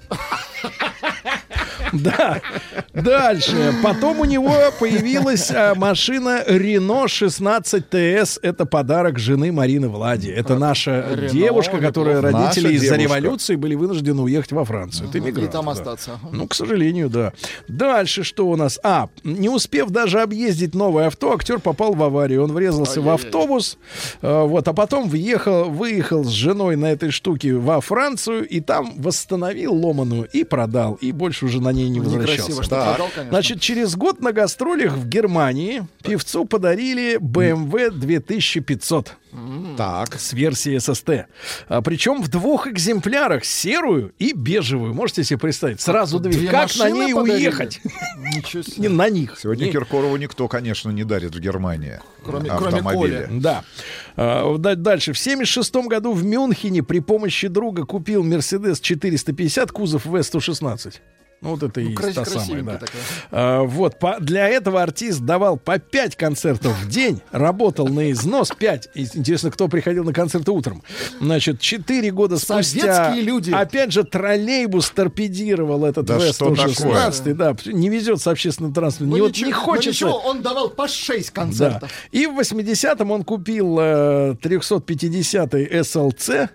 Да. Дальше. Потом у него появилась а, машина Renault шестнадцать тэ эс. Это подарок жены Марины Влади. Это наша Renault, девушка, которая неплохо. родители Наша из-за девушка. революции были вынуждены уехать во Францию. Это И эмигранты, там да. остаться. Ага. Ну, к сожалению, да. Дальше что у нас? А, не успев даже объездить новое авто, актер попал в аварию. Он врезался в автобус, э, вот, а потом въехал, выехал с женой на этой штуке во Францию и там восстановил ломаную и продал. И больше уже на ней не возвращался. Некрасиво, что Да. продал, конечно. Значит, через год на гастролях в Германии певцу подарили бэ эм вэ две тысячи пятьсот Так. с версией эс эс тэ. А, причем в двух экземплярах, серую и бежевую. Можете себе представить? Сразу две. Две Как на машины ней подарили? уехать? Ничего себе. Не на них. Сегодня Не- Киркорову никто, конечно, не дарит в Германии Кроме- кроме автомобили. Коли. Да. А, да- дальше. В семьдесят шестом году в Мюнхене при помощи друга купил Мерседес четыреста пятьдесят, кузов вэ сто шестнадцать. Ну, вот это и Ну, есть крас- та самая, красивенькая да. такая. А, вот, по- для этого артист давал по пять концертов в день, работал на износ пять. И интересно, кто приходил на концерты утром. Значит, четыре года спустя, Советские люди. опять же, троллейбус торпедировал этот Да вэ что сто шестнадцать. Да, не везет с общественным транспортом. Ну, не, вот ничего, не ну, хочется. ничего, он давал по шесть Да. концертов. И в восьмидесятом он купил э, триста пятидесятый эс эл цэ.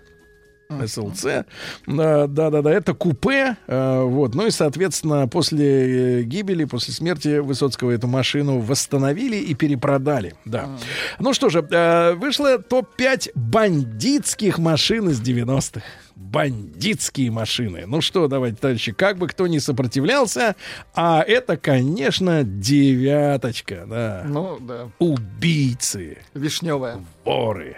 эс эл цэ. Да, да, да, да, это купе. э, вот. Ну и, соответственно, после э, гибели, после смерти Высоцкого эту машину восстановили и перепродали. Да. Ну что же, э, вышло топ пять бандитских машин из девяностых. Бандитские машины. Ну что, давайте, товарищи, как бы кто ни сопротивлялся, а это, конечно, девяточка, да. Ну, да. Убийцы, Вишневая. воры.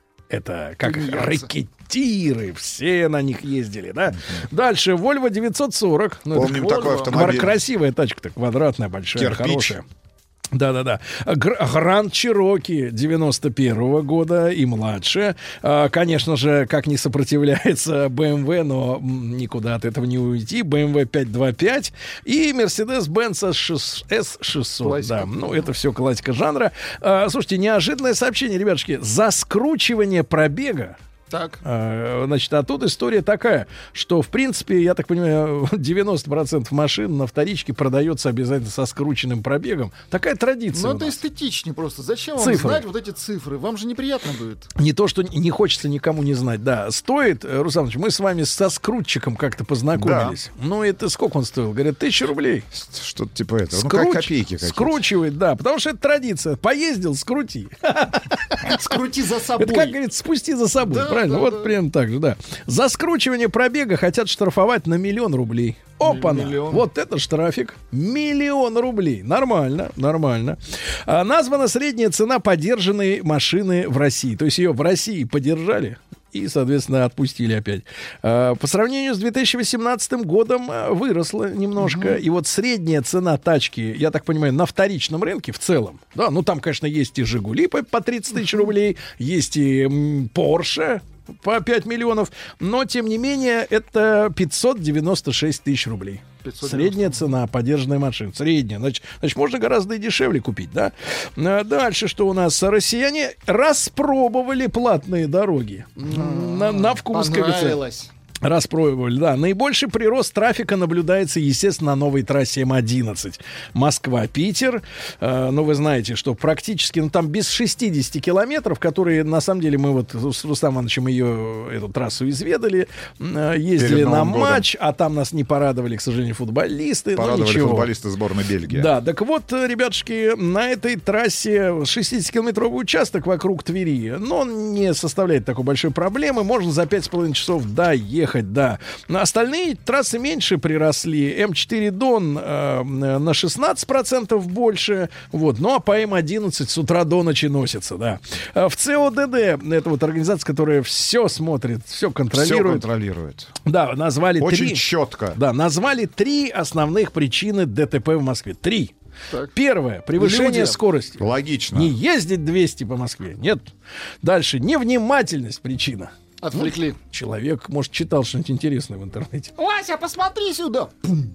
Это как Тунеядцы. рэкетиры, все на них ездили, да? Дальше, Volvo девятьсот сорок. Ну, это Помним Volvo. такой автомобиль. Красивая тачка-то, квадратная, большая, Кирпич. хорошая. Да-да-да. Гр- Гранд Чироки девяносто первого года и младше. А, конечно же, как не сопротивляется бэ эм вэ, но м, никуда от этого не уйти. бэ эм вэ пятьсот двадцать пять и Mercedes-Benz эс шестьсот. Классика. Да, ну это все классика жанра. А, слушайте, неожиданное сообщение, ребятушки. За скручивание пробега. Так. А, Значит, а тут история такая, что, в принципе, я так понимаю, девяносто процентов машин на вторичке продается обязательно со скрученным пробегом. Такая традиция. Ну, у это нас. эстетичнее просто. Зачем вам Цифры. знать вот эти цифры? Вам же неприятно будет. Не то, что не хочется никому не знать. Да, стоит, э, Руслан Ильич, мы с вами со скрутчиком как-то познакомились. Ну, это сколько он стоил? Говорят, тысяча рублей. Что-то типа этого. Ну, Скруч- как копейки какие-то. Скручивает, да, потому что это традиция. Поездил, скрути. Скрути за собой. Это, как говорится, спусти за собой, Да, правильно? да, Вот да. прям так же, да. За скручивание пробега хотят штрафовать на миллион рублей. Опа-на! Миллион. Вот это штрафик. Миллион рублей. Нормально, нормально. А, названа средняя цена подержанной машины в России. То есть ее в России подержали и, соответственно, отпустили опять. А, по сравнению с две тысячи восемнадцатым годом а, выросла немножко. И вот средняя цена тачки, я так понимаю, на вторичном рынке в целом. Да, ну там, конечно, есть и «Жигули» по, по тридцать тысяч рублей, есть и м, «Порше» по пять миллионов, но, тем не менее, это пятьсот девяносто шесть тысяч рублей. пятьсот девяносто. Средняя цена подержанной машины. Средняя. Значит, значит, можно гораздо и дешевле купить, да? А дальше что у нас? Россияне распробовали платные дороги. На, на вкус, как говорится. Понравилось. Распробовали, да. Наибольший прирост трафика наблюдается, естественно, на новой трассе эм одиннадцать. Москва-Питер. Э, ну, вы знаете, что практически, ну, там без шестидесяти километров, которые, на самом деле, мы вот с Рустамом Ивановичем ее, эту трассу изведали, э, ездили Перед на Новым годом. матч, а там нас не порадовали, к сожалению, футболисты. Порадовали ну, ничего. футболисты сборной Бельгии. Да, так вот, ребятушки, на этой трассе шестидесятикилометровый участок вокруг Твери, но он не составляет такой большой проблемы. Можно за пять с половиной часов доехать ехать, да. Но остальные трассы меньше приросли. эм четыре Дон э, на шестнадцать процентов больше. Вот. Ну, а по эм одиннадцать с утра до ночи носится, да. В цэ о дэ дэ, это вот организация, которая все смотрит, все контролирует. Все контролирует. Да, назвали Очень три. четко. Да, назвали три основных причины ДТП в Москве. Три. Так. Первое. Превышение Люди. скорости. Логично. Не ездить двести по Москве. Нет. Дальше. Невнимательность причина. Отвлекли. Ну, человек, может, читал что-нибудь интересное в интернете. Вася, посмотри сюда.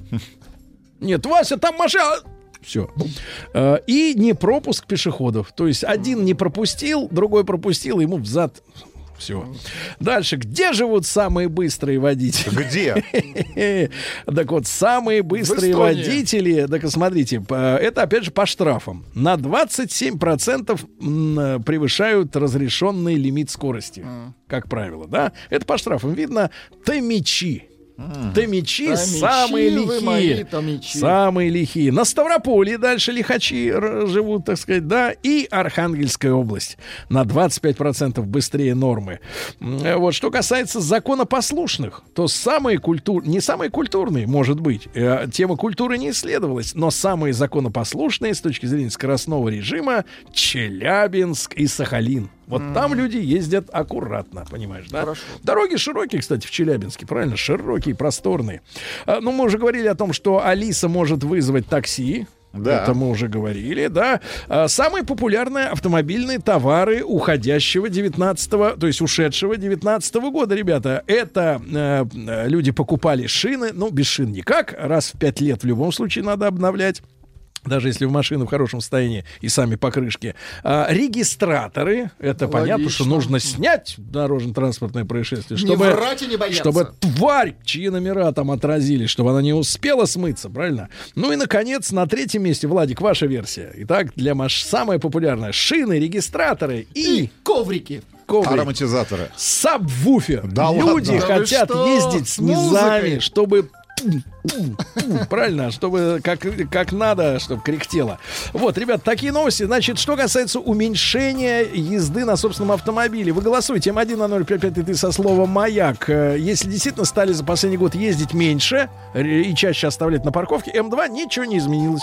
Нет, Вася, там машина... Все. И не пропуск пешеходов. То есть один не пропустил, другой пропустил, ему взад... Все. Дальше. Где живут самые быстрые водители? Где? Так вот, самые быстрые водители, так смотрите, это опять же по штрафам. На двадцать семь процентов превышают разрешенный лимит скорости. Как правило, да? Это по штрафам. Видно, томичи. Томичи, Томичи, самые вы мои лихие. томичи. Самые лихие. На Ставрополье дальше лихачи р- живут, так сказать, да. И Архангельская область на двадцать пять процентов быстрее нормы. М, Вот. Что касается законопослушных, то самые культур... не самые культурные, может быть. Э, тема культуры не исследовалась, но самые законопослушные с точки зрения скоростного режима Челябинск и Сахалин. Вот mm. там люди ездят аккуратно, понимаешь, да? Хорошо. Дороги широкие, кстати, в Челябинске, правильно? Широкие, просторные. А, ну, мы уже говорили о том, что Алиса может вызвать такси. Да. Это мы уже говорили, да. А, самые популярные автомобильные товары уходящего девятнадцатого, то есть ушедшего девятнадцатого года, ребята. Это э, люди покупали шины, ну, без шин никак. Раз в пять лет в любом случае надо обновлять. Даже если в машину в хорошем состоянии и сами покрышки. А, регистраторы, это Логично. Понятно, что нужно снять дорожно-транспортное происшествие, чтобы, не врать и не бояться. Чтобы тварь, чьи номера там отразились, чтобы она не успела смыться, правильно? Ну и, наконец, на третьем месте, Владик, ваша версия. Итак, для маш самая популярная: шины, регистраторы и... и коврики. Коврик. Ароматизаторы. Сабвуфер. Да Люди ладно. хотят Да ездить с низами, чтобы... Правильно, чтобы как, как надо, чтобы кряхтело. Вот, ребят, такие новости. Значит, что касается уменьшения езды на собственном автомобиле, вы голосуйте эм один на ноль пять пять три со словом «Маяк». Если действительно стали за последний год ездить меньше и чаще оставлять на парковке, эм два ничего не изменилось.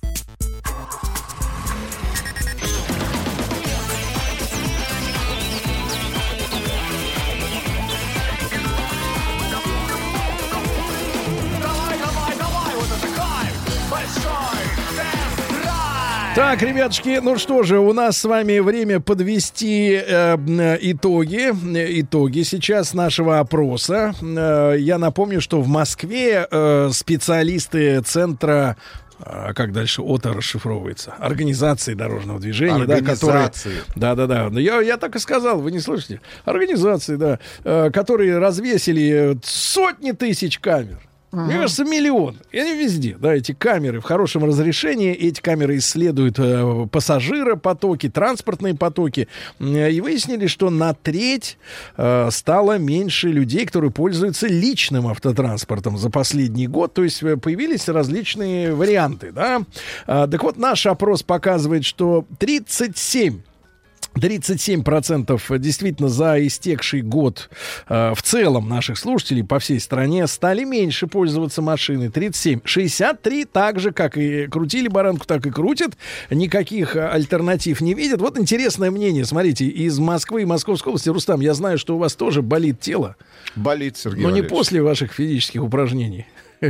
Так, ребятушки, ну что же, у нас с вами время подвести э, итоги, итоги сейчас нашего опроса. Э, я напомню, что в Москве э, специалисты центра, а как дальше ОТО расшифровывается? Организации дорожного движения, да, которые... Да-да-да, я, я так и сказал, вы не слышите? Организации, да, э, которые развесили сотни тысяч камер. Uh-huh. Мне кажется, миллион. И они везде, да, эти камеры в хорошем разрешении. Эти камеры исследуют э, пассажиропотоки, транспортные потоки. Э, и выяснили, что на треть э, стало меньше людей, которые пользуются личным автотранспортом за последний год. То есть появились различные варианты, да. Э, так вот, наш опрос показывает, что тридцать семь тридцать семь процентов действительно за истекший год э, в целом наших слушателей по всей стране стали меньше пользоваться машиной. тридцать семь. шестьдесят три так же, как и крутили баранку, так и крутят. Никаких альтернатив не видят. Вот интересное мнение. Смотрите, из Москвы и Московской области. Рустам, я знаю, что у вас тоже болит тело. Болит, Сергей Но Валерьевич. не после ваших физических упражнений.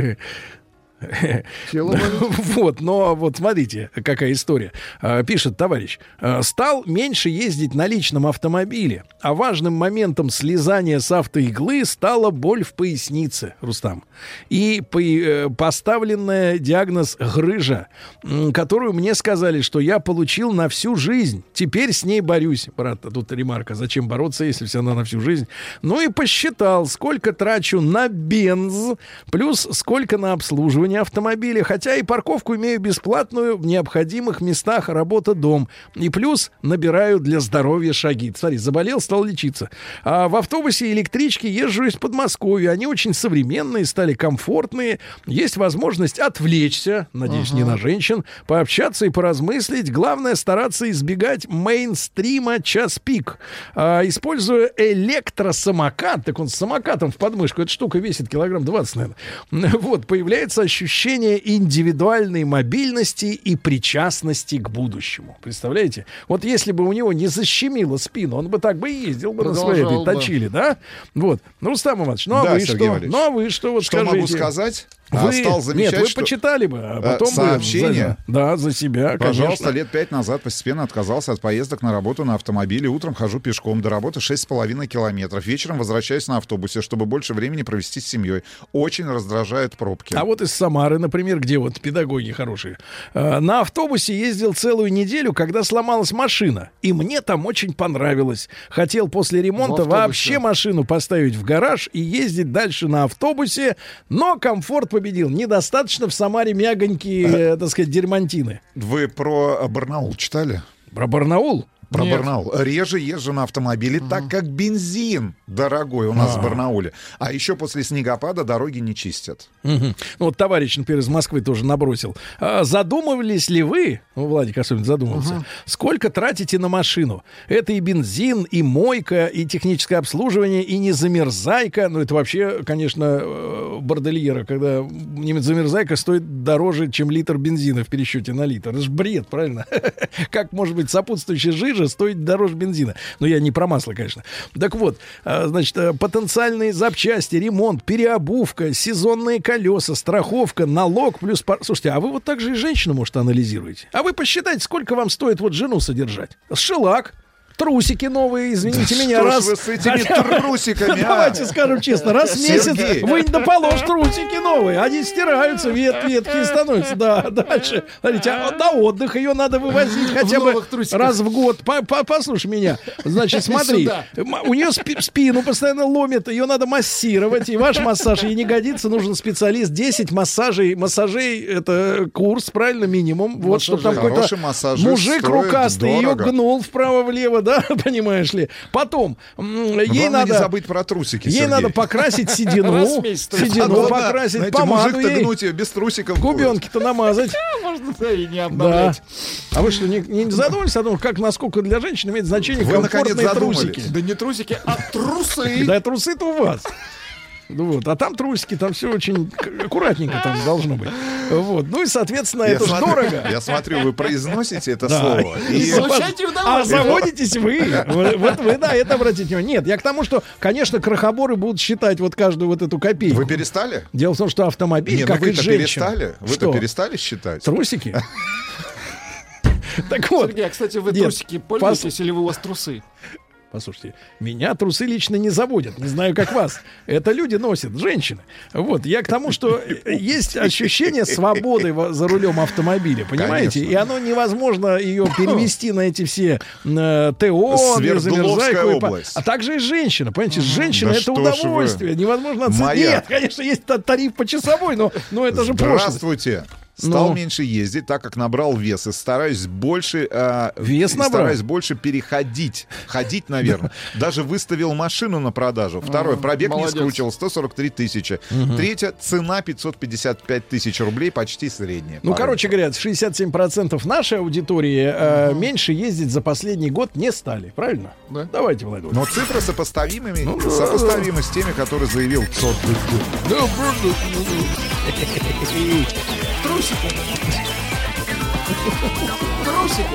Вот, но вот смотрите, какая история. Пишет товарищ: стал меньше ездить на личном автомобиле, а важным моментом слезания с автоиглы стала боль в пояснице, Рустам, и поставленный диагноз грыжа, которую мне сказали, что я получил на всю жизнь. Теперь с ней борюсь. Брат, тут ремарка: зачем бороться, если все равно на всю жизнь? Ну и посчитал, сколько трачу на бенз, плюс сколько на обслуживание обслуживания автомобиля, хотя и парковку имею бесплатную в необходимых местах, работа, дом. И плюс набираю для здоровья шаги. Смотри, заболел, стал лечиться. А в автобусе и электричке езжу из Подмосковья. Они очень современные, стали комфортные. Есть возможность отвлечься, надеюсь, uh-huh. не на женщин, пообщаться и поразмыслить. Главное стараться избегать мейнстрима час пик. А, используя электросамокат, так он с самокатом в подмышку, эта штука весит килограмм двадцать, наверное. Вот, появляется ощущение индивидуальной мобильности и причастности к будущему. Представляете? Вот если бы у него не защемило спину, он бы так бы и ездил бы на своей этой точиле, да? Вот. Ну, Рустам Иванович, ну а да, вы Сергей что? Валерьевич. Ну а вы что? Вот что скажите. могу сказать? Вы... Стал замечать, Нет, вы что... почитали бы, а потом сообщение. Бы... Да, за себя, Пожалуйста, конечно. лет пять назад постепенно отказался от поездок на работу на автомобиле. Утром хожу пешком до работы шесть с половиной километров. Вечером возвращаюсь на автобусе, чтобы больше времени провести с семьей. Очень раздражают пробки. А вот из Самары, например, где вот педагоги хорошие. На автобусе ездил целую неделю, когда сломалась машина. И мне там очень понравилось. Хотел после ремонта вообще машину поставить в гараж и ездить дальше на автобусе. Но комфорт победил. Недостаточно в Самаре мягонькие, а, так сказать, дермантины. Вы про Барнаул читали? Про Барнаул? Про Нет. Барнаул. Реже езжу на автомобиле, uh-huh. так как бензин дорогой у нас uh-huh. в Барнауле. А еще после снегопада дороги не чистят. Uh-huh. Ну, вот товарищ, например, из Москвы тоже набросил. А, задумывались ли вы, ну, Владик особенно задумался, uh-huh. сколько тратите на машину? Это и бензин, и мойка, и техническое обслуживание, и не замерзайка. Ну, это вообще, конечно, бордельера, когда не замерзайка стоит дороже, чем литр бензина в пересчете на литр. Это же бред, правильно? Как может быть сопутствующая жижа стоит дороже бензина? Но я не про масло, конечно. Так вот, значит, потенциальные запчасти, ремонт, переобувка, сезонные колеса, страховка, налог плюс... Пар... Слушайте, а вы вот так же и женщину, может, анализируете? А вы посчитайте, сколько вам стоит вот жену содержать? Шелак. Трусики новые, извините да меня, что раз... ж вы с этими трусиками, а? Давайте скажем честно, раз в месяц вынь да положь трусики новые, они стираются, вет, ветхие становятся, да, дальше. Смотрите, а на отдых ее надо вывозить хотя бы раз в год. Послушай меня, значит, смотри, у нее спину постоянно ломит, ее надо массировать, и ваш массаж ей не годится, нужен специалист, десять массажей, массажей, это курс, правильно, минимум, вот, чтобы там какой-то мужик рукастый ее гнул вправо-влево, да, понимаешь ли. Потом ей Главное надо не забыть про трусики, ей Сергей. надо покрасить седину, седину покрасить, знаете, помаду мужик-то ей, гнуть ее без трусиков, губенки-то намазать. Можно и не обновлять. Да. А вы что, не, не задумались о том, как, насколько для женщин имеет значение вы комфортные трусики? Да не трусики, а трусы. Да трусы-то у вас. Вот. А там трусики, там все очень аккуратненько там должно быть. Вот. Ну и, соответственно, я это смотрю, ж дорого. Я смотрю, вы произносите это да. слово. И... А заводитесь вы. Вот вы на это обратите внимание. Нет, я к тому, что, конечно, крохоборы будут считать вот каждую вот эту копейку. Вы перестали? Дело в том, что автомобиль, не, как ну и женщина... перестали? Вы-то перестали считать? Трусики? Так вот. Сергей, а, кстати, вы трусики пользуетесь или у вас трусы? Послушайте, меня трусы лично не заводят. Не знаю, как вас. Это люди носят, женщины. Вот, я к тому, что есть ощущение свободы за рулем автомобиля, понимаете? Конечно. И оно невозможно ее перевести на эти все э, ТО, Свердловская область. А также и женщина, понимаете? Женщина да — это удовольствие. Невозможно оценить. Моя... Нет, конечно, есть тариф почасовой, но, но это же прошлое. Здравствуйте. Стал ну. меньше ездить, так как набрал вес, и стараюсь больше э, вес набрал? стараюсь больше переходить, ходить, наверное. Даже выставил машину на продажу. Второе, пробег не скрутил, сто сорок три тысячи. Третье, цена пятьсот пятьдесят пять тысяч рублей, почти средняя. Ну, короче говоря, шестьдесят семь процентов нашей аудитории э, меньше ездить за последний год не стали, правильно? Да. Давайте, Владимир. Но цифры сопоставимыми, ну, сопоставимы с теми, которые заявил ЦОД. Трусики. Трусики.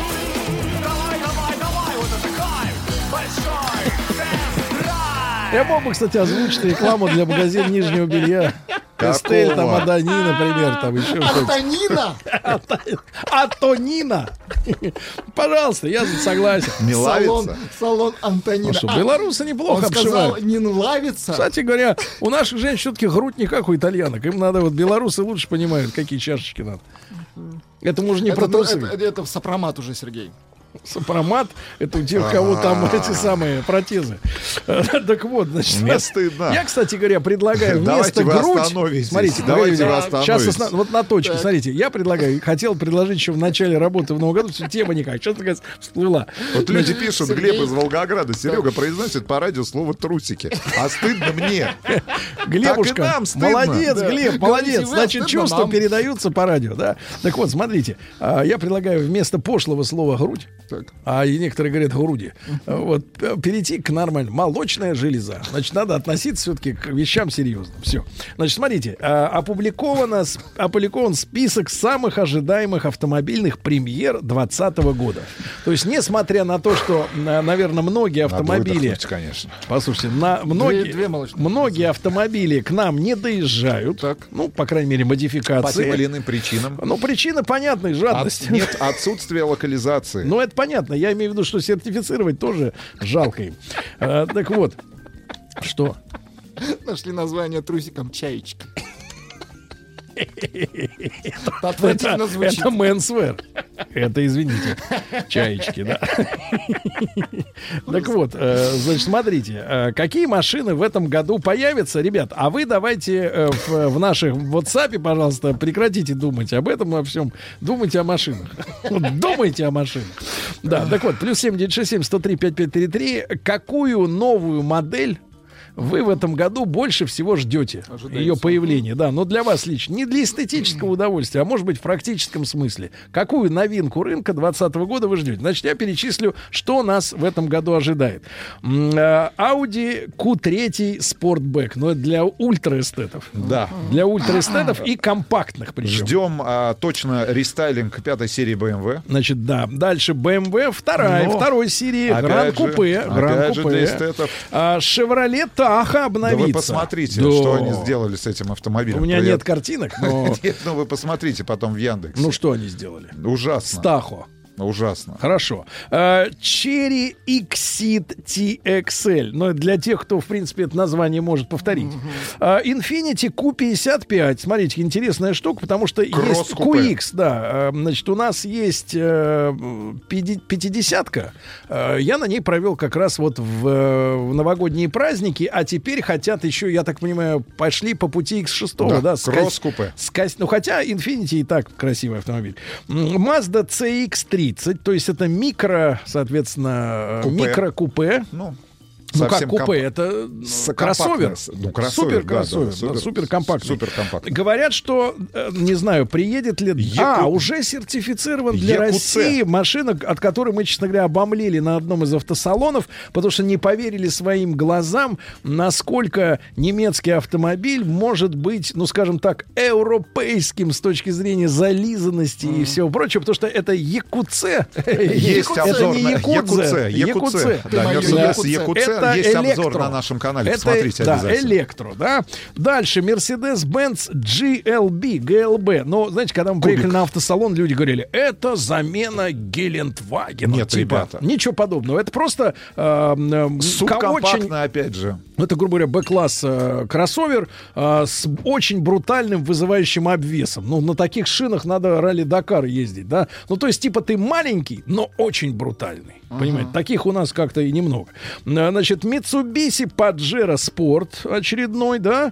Я мог бы, кстати, озвучить рекламу для магазина нижнего белья. Эстель, там, Адани, например, там еще что-то. Антонина? Антонина. Пожалуйста, я согласен. Не салон, лавится? Салон Антонина. Ну что, белорусы неплохо Он сказал, обшивают. не нравится. Кстати говоря, у наших женщин все-таки грудь не как у итальянок. Им надо, вот белорусы лучше понимают, какие чашечки надо. Это мы уже не это, про трусы. Это, это, это в сопромат уже, Сергей. Сопромат — это у тех, у кого там эти самые протезы. Так вот, значит, мне стыдно. Я, кстати говоря, предлагаю вместо грудь... Смотрите, давайте вы сейчас осна... вот на точку, так. Смотрите, я предлагаю, хотел предложить еще в начале работы в Новом году, все тема никак, что-то такая всплыла. Вот люди пишут, Глеб из Волгограда, Серега произносит по радио слово трусики. А стыдно мне. Глебушка, молодец, Глеб, молодец. Значит, чувства передаются по радио, да? Так вот, смотрите, я предлагаю вместо пошлого слова грудь, так. а и некоторые говорят груди, uh-huh. вот перейти к нормальному. Молочная железа. Значит, надо относиться все-таки к вещам серьезным. Все. Значит, смотрите, опубликовано, опубликован список самых ожидаемых автомобильных премьер двадцатого года. То есть, несмотря на то, что, наверное, многие автомобили... Надо конечно. Послушайте, на многие, две, две многие автомобили к нам не доезжают. Так. Ну, по крайней мере, модификации. По тем или иным причинам. Ну, причина понятная, жадность. От, нет, отсутствие локализации. Ну, это понятно. Я имею в виду, что сертифицировать тоже жалко им. А, так вот. Что? Нашли название трусиком «Чаечки». Это, это, это мэнсвер. Это, извините, чаечки, да. Так вот, значит, смотрите, какие машины в этом году появятся, ребят. А вы давайте в, в наших WhatsApp, пожалуйста, прекратите думать об этом, о всем. Думайте о машинах. Думайте о машинах. Да, так вот, плюс семь девять шесть семь сто три пять пять три три. Какую новую модель вы в этом году больше всего ждете ее появления, да, но для вас лично, не для эстетического удовольствия, а может быть в практическом смысле. Какую новинку рынка двадцатого года вы ждете? Значит, я перечислю, что нас в этом году ожидает. Audi кью три Sportback, но это для ультраэстетов. Да. Для ультраэстетов и компактных причем. Ждем а, точно рестайлинг пятой серии бэ эм вэ. Значит, да. Дальше бэ эм вэ вторая, но второй серии Гран Купе. Гран Купе. Chevrolet Таха обновится. Да вы посмотрите, да. что они сделали с этим автомобилем. У меня нет картинок, но... Нет, ну вы посмотрите потом в Яндексе. Ну что они сделали? Ужасно. С Тахо. Ужасно. Хорошо. Cherry Exit ти экс эль. Но для тех, кто, в принципе, это название может повторить. Uh-huh. Infiniti кью пятьдесят пять. Смотрите, интересная штука, потому что есть кью икс. Да. Значит, у нас есть пятидесятка. Я на ней провел как раз вот в, в новогодние праздники, а теперь хотят еще, я так понимаю, пошли по пути икс шесть. Да, да, кросс-купе. Сказ... Ну, хотя Infiniti и так красивый автомобиль. Mazda си икс три. То есть это микро, соответственно, микро-купе. Ну, ну как купе, комп... это кроссовер. Ну, кроссовер, супер кроссовер, да, да, супер, да, супер компактный. Супер компактный. Говорят, что, не знаю, приедет ли... Е... А, уже сертифицирован для е ку цэ. России машина, от которой мы, честно говоря, обомлели на одном из автосалонов, потому что не поверили своим глазам, насколько немецкий автомобиль может быть, ну, скажем так, европейским с точки зрения зализанности mm. и всего прочего, потому что это е ку цэ. Есть обзор на е ку цэ. е ку цэ. Да, Мерседес е ку цэ. Это есть электро. Обзор на нашем канале. Это, посмотрите да, обязательно. Электро, да. Дальше Mercedes-Benz джи эл би, джи эл би. Но, знаете, когда мы приехали на автосалон, люди говорили, это замена Гелендвагена. Нет, типа, ребята. Ничего подобного. Это просто э, э, субкомпактно, опять же. Это, грубо говоря, Б-класс э, кроссовер э, с очень брутальным вызывающим обвесом. Ну, на таких шинах надо ралли-Дакар ездить, да. Ну, то есть, типа, ты маленький, но очень брутальный. Uh-huh. Понимаете, таких у нас как-то и немного. Значит, Mitsubishi Pajero Sport очередной, да.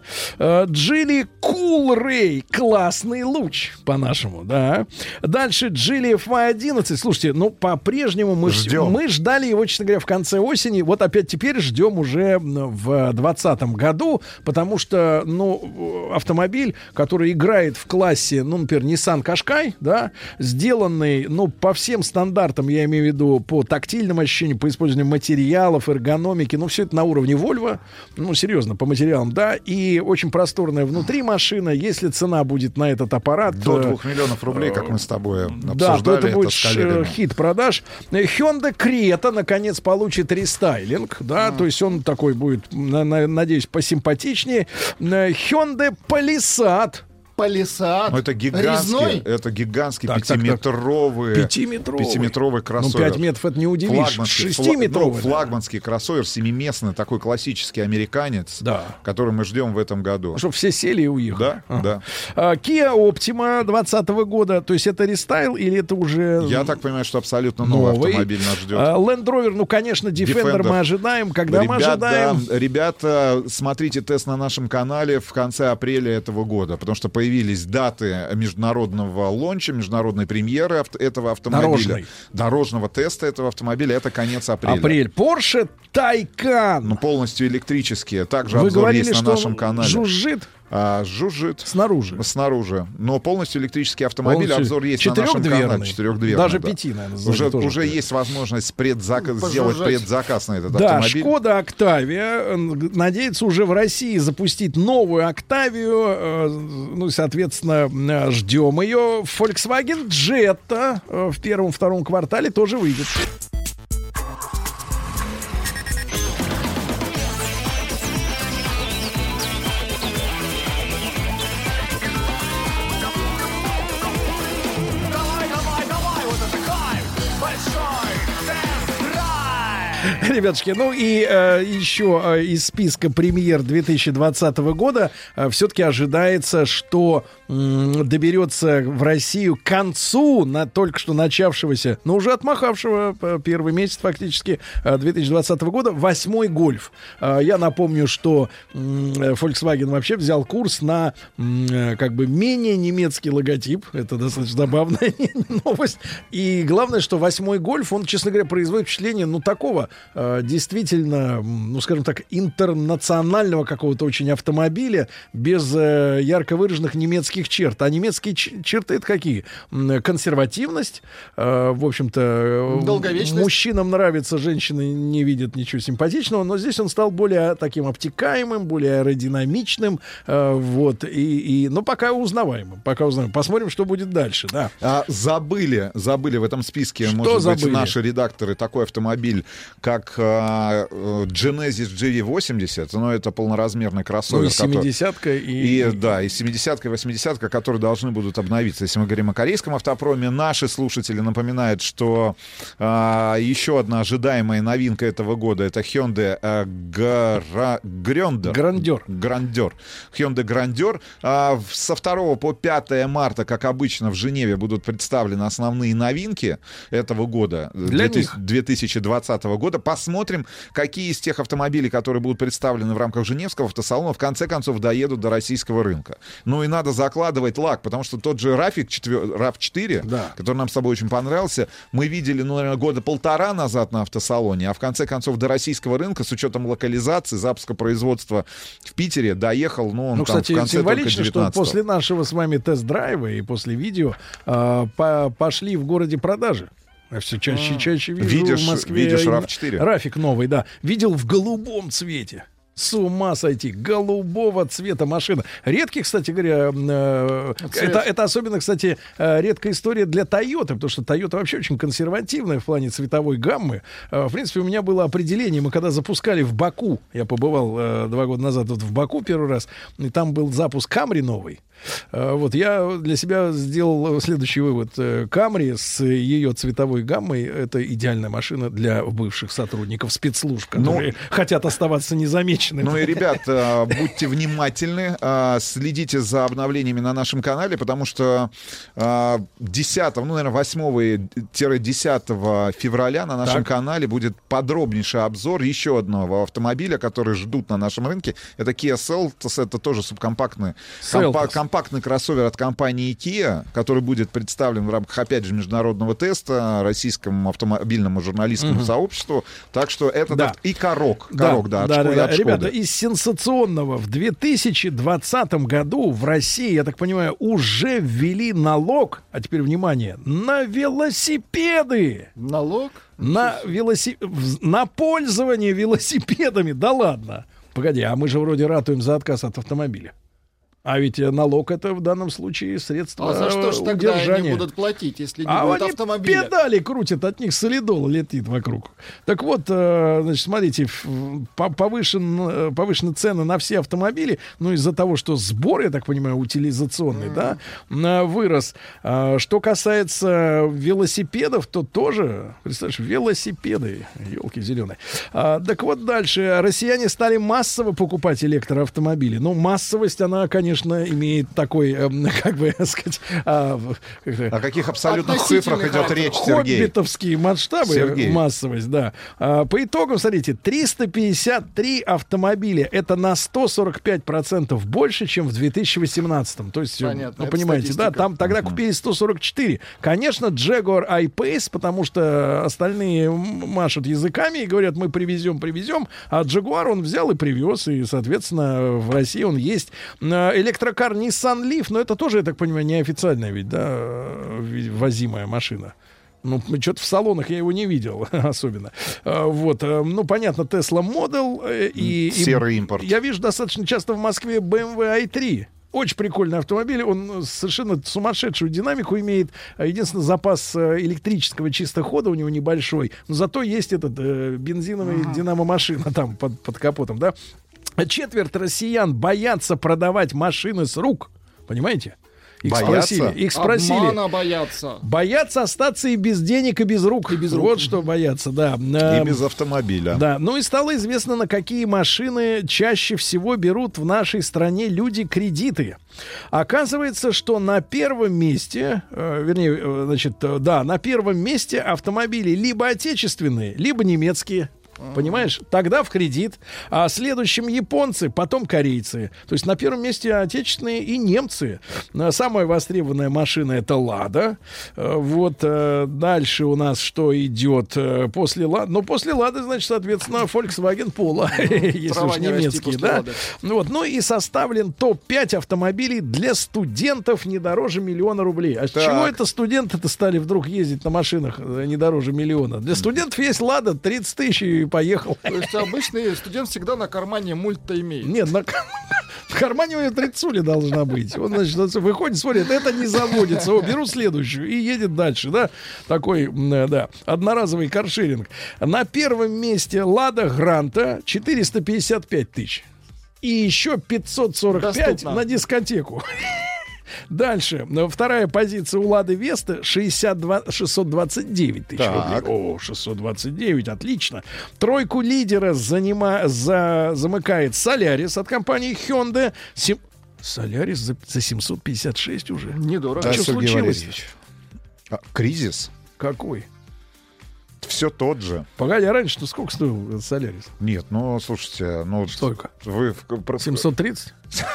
Geely Coolray, классный луч, по-нашему, да. Дальше Geely эф вай одиннадцать. Слушайте, ну, по-прежнему мы, мы ждали его, честно говоря, в конце осени. Вот опять теперь ждем уже в двадцатом году, потому что, ну, автомобиль, который играет в классе, ну, например, Nissan Qashqai, да, сделанный, ну, по всем стандартам, я имею в виду по тактильным ощущениям, по использованию материалов, эргономики, ну, все это на уровне Volvo, ну, серьезно, по материалам, да, и очень просторная внутри машина. Если цена будет на этот аппарат... До двух миллионов рублей, как мы с тобой обсуждали, да, то это будет это хит продаж. Hyundai Creta, наконец, получит рестайлинг, да, mm. то есть он такой будет, на, на, надеюсь, посимпатичнее. Hyundai Palisade. Палисад. Ну, это гигантский, Резной? это гигантский Так, так, так. пятиметровый, Пятиметровый. пятиметровый Ну, кроссовер. пять метров это не удивишь. Флагманский, Шестиметровый. фла- ну, флагманский кроссовер, семиместный, такой классический американец, Да. который мы ждем в этом году. Чтобы все сели и уехали. Да, Ага. да. А, Kia Optima двадцатого года, то есть это рестайл или это уже Я так понимаю, что абсолютно новый, новый? автомобиль нас ждет. А, Land Rover, ну, конечно, Defender, Defender. мы ожидаем. Когда мы Ребята, ожидаем? ребята, смотрите тест на нашем канале в конце апреля этого года, потому что появились даты международного лонча, международной премьеры авто- этого автомобиля. Дорожной. Дорожного теста этого автомобиля. Это конец апреля. Апрель. Porsche Taycan. Ну, полностью электрические. Также Вы обзор говорили, есть что на нашем канале. жужжит А, жужжит. снаружи. Снаружи. Но полностью электрический автомобиль. Полностью Обзор есть на нашем четырёхдверный. канале. Четырехдверный. Даже да. пяти, наверное, сзади Уже, тоже уже стоит. есть возможность предзаказ, Пожужжать. сделать предзаказ на этот Да, автомобиль. Шкода Октавия э, надеется уже в России запустить новую Октавию. э, Ну, соответственно, э, ждем ее. Volkswagen Jetta э, в первом-втором квартале тоже выйдет. Ребятушки, ну и э, еще э, из списка премьер две тысячи двадцатого года э, все-таки ожидается, что м, доберется в Россию к концу на только что начавшегося, но уже отмахавшего э, первый месяц фактически э, две тысячи двадцатого года восьмой гольф. Э, я напомню, что м, Volkswagen вообще взял курс на м, э, как бы менее немецкий логотип. Это достаточно забавная новость. И главное, что восьмой гольф, он, честно говоря, производит впечатление, ну, такого э, действительно, ну, скажем так, интернационального какого-то очень автомобиля без э, ярко выраженных немецких черт. А немецкие ч- черты это какие? М, Консервативность, э, в общем-то, э, Долговечность. мужчинам нравится, женщины не видят ничего симпатичного, но здесь он стал более таким обтекаемым, более аэродинамичным, э, вот, и, и, но пока узнаваемым, пока узнаваемым. Посмотрим, что будет дальше, да. А, забыли, забыли в этом списке, Что может забыли? быть, наши редакторы, такой автомобиль, как а, э, Genesis джи ви восемьдесят, но это полноразмерный Ну, кроссовер. и который- семидесятка, и... И, да, и семидесятка, и восьмидесятка, которые должны будут обновиться. Если мы говорим о корейском автопроме, наши слушатели напоминают, что а, еще одна ожидаемая новинка этого года — это Hyundai а, Гра... Грандер. Грандер. Грандер. Hyundai Грандер. А, в- со второго по пятое марта, как обычно, в Женеве будут представлены основные новинки этого года, Для две тысячи- них. две тысячи двадцатого года. Посмотрим, какие из тех автомобилей, которые будут представлены в рамках Женевского автосалона, в конце концов доедут до российского рынка. Ну и надо закладывать лак, потому что тот же рафик рав четыре, Да. который нам с тобой очень понравился, мы видели, ну, наверное, года полтора назад на автосалоне, а в конце концов до российского рынка с учетом локализации, запуска производства в Питере доехал, ну, он Ну, там кстати, в конце только символично, что девятнадцатого. после нашего с вами тест-драйва и после видео а, по- пошли в городе продажи. Я все чаще и чаще вижу Видишь- в Москве. видишь именно- рав четыре? Рафик новый, да. Видел в голубом цвете. С ума сойти. Голубого цвета машина. Редкий, кстати говоря, э, это, это особенно, кстати, э, редкая история для Toyota, потому что Toyota вообще очень консервативная в плане цветовой гаммы. Э, в принципе, у меня было определение. Мы когда запускали в Баку, я побывал э, два года назад вот в Баку первый раз, и там был запуск Camry новый. Э, вот я для себя сделал следующий вывод. Э, Camry с ее цветовой гаммой — это идеальная машина для бывших сотрудников спецслужб, которые хотят оставаться незамеченными. Ну и, ребят, э, будьте внимательны, э, следите за обновлениями на нашем канале, потому что э, десятого, ну, наверное, восьмого-десятого февраля на нашем Так. канале будет подробнейший обзор еще одного автомобиля, который ждут на нашем рынке. Это Kia Seltos, это тоже субкомпактный компа- Seltos. компактный кроссовер от компании Kia, который будет представлен в рамках, опять же, международного теста российскому автомобильному журналистскому Мгм. сообществу. Так что это Да. да, и Корок. Да, Корок, да, от да, Шкоды, да, от да. Шкоды. Ребята, из сенсационного в две тысячи двадцатом году в России, я так понимаю, уже ввели налог, а теперь внимание, на велосипеды. Налог? На, велоси... в- на пользование велосипедами. Да ладно. Погоди, а мы же вроде ратуем за отказ от автомобиля. А ведь налог — это в данном случае средство А за что ж тогда удержания. они будут платить, если не А будет они автомобиля? педали крутят, от них солидол летит вокруг. Так вот, э, значит, смотрите, ф- по- повышен, э, повышены цены на все автомобили, ну, из-за того, что сбор, я так понимаю, утилизационный, mm. да, э, вырос. А, что касается велосипедов, то тоже, представляешь, велосипеды, елки зеленые. А, так вот, дальше. Россияне стали массово покупать электроавтомобили. Ну, массовость, она, конечно, имеет такой, э, как бы сказать... А, О каких абсолютных цифрах идет речь, Сергей? Хоббитовские масштабы, Сергей. массовость, да. А, по итогам, смотрите, триста пятьдесят три автомобиля. Это на сто сорок пять процентов больше, чем в две тысячи восемнадцатом. То есть, Понятно, ну, это понимаете, да, статистика. там тогда купили сто сорок четыре. Конечно, Jaguar I-Pace, потому что остальные машут языками и говорят, мы привезем, привезем. А Jaguar он взял и привез, и, соответственно, в России он есть. Электрокар Nissan Leaf, но это тоже, я так понимаю, неофициальная ведь, да, возимая машина. Ну, что-то в салонах я его не видел особенно. А, вот, а, ну, понятно, Tesla Model. э, И, Серый и импорт. Я вижу достаточно часто в Москве бэ эм вэ ай три. Очень прикольный автомобиль, он совершенно сумасшедшую динамику имеет. Единственное, запас э, электрического чистохода у него небольшой, но зато есть этот э, бензиновый uh-huh. динамо-машина там под, под капотом, да. Четверть россиян боятся продавать машины с рук, понимаете? Их Боятся? спросили, их спросили. Обмана боятся. Боятся остаться и без денег, и без рук. И без рук. Вот что боятся, да. И без автомобиля. Да. Ну и стало известно, на какие машины чаще всего берут в нашей стране люди кредиты. Оказывается, что на первом месте, э, вернее, э, значит, э, да, на первом месте автомобили либо отечественные, либо немецкие. Понимаешь? Тогда в кредит. А следующим японцы, потом корейцы. То есть на первом месте отечественные и немцы. Самая востребованная машина — это «Лада». Вот дальше у нас что идет после «Лады»? Ну, после «Лады», значит, соответственно, Volkswagen Polo, если уж немецкий, да? Вот. Ну и составлен топ пять автомобилей для студентов не дороже миллиона рублей. А с чего это студенты-то стали вдруг ездить на машинах не дороже миллиона? Для студентов есть «Лада», тридцать тысяч и поехал. То есть обычный студент всегда на кармане мульт-то имеет. Нет, на, в кармане у него тридцуля должна быть. Он, значит, выходит, смотрит, это не заводится. О, беру следующую и едет дальше, да? Такой, да, одноразовый каршеринг. На первом месте «Лада Гранта» четыреста пятьдесят пять тысяч. И еще пятьсот сорок пять доступно на дискотеку. Дальше. Вторая позиция у «Лады Веста» шестьдесят два, шестьсот двадцать девять тысяч рублей. О, шестьсот двадцать девять, отлично. Тройку лидера занима, за, замыкает «Солярис» от компании Hyundai. Сем... «Солярис» за, за семьсот пятьдесят шесть уже. Недорого. Да, что Сергей случилось? А, кризис? Какой? Все тот же. Погоди, а раньше-то сколько стоил «Солярис»? Нет, ну, слушайте, ну... Столько? Вы... семьсот тридцать?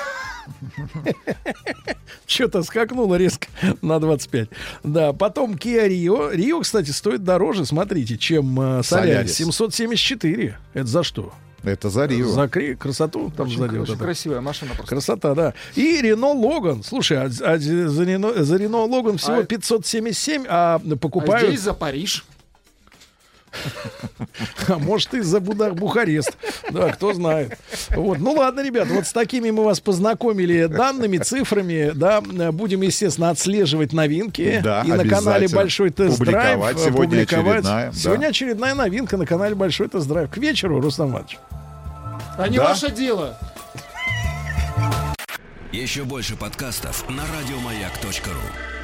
Что-то скакнуло резко на двадцать пять. Да, потом Kia Rio. Rio, кстати, стоит дороже, смотрите, чем uh, Solaris. семьсот семьдесят четыре. Это за что? Это за Рио. За кри- красоту. Там очень, сзади очень вот это. красивая машина просто. Красота, да. И Renault Logan. Слушай, а, а за, Renault, за Renault Logan всего а... пятьсот семьдесят семь, а покупают... А здесь за Париж. А может, из-за Буда- Бухарест. Да, кто знает. Вот. Ну ладно, ребят, вот с такими мы вас познакомили данными, цифрами. Да, будем, естественно, отслеживать новинки. Да, и на канале Большой Тест-Драйв публиковать. Сегодня публиковать. очередная. Сегодня да. очередная новинка на канале Большой Тест-Драйв. К вечеру, Рустам Иванович. А не Да? ваше дело. Еще больше подкастов на радиомаяк точка ру.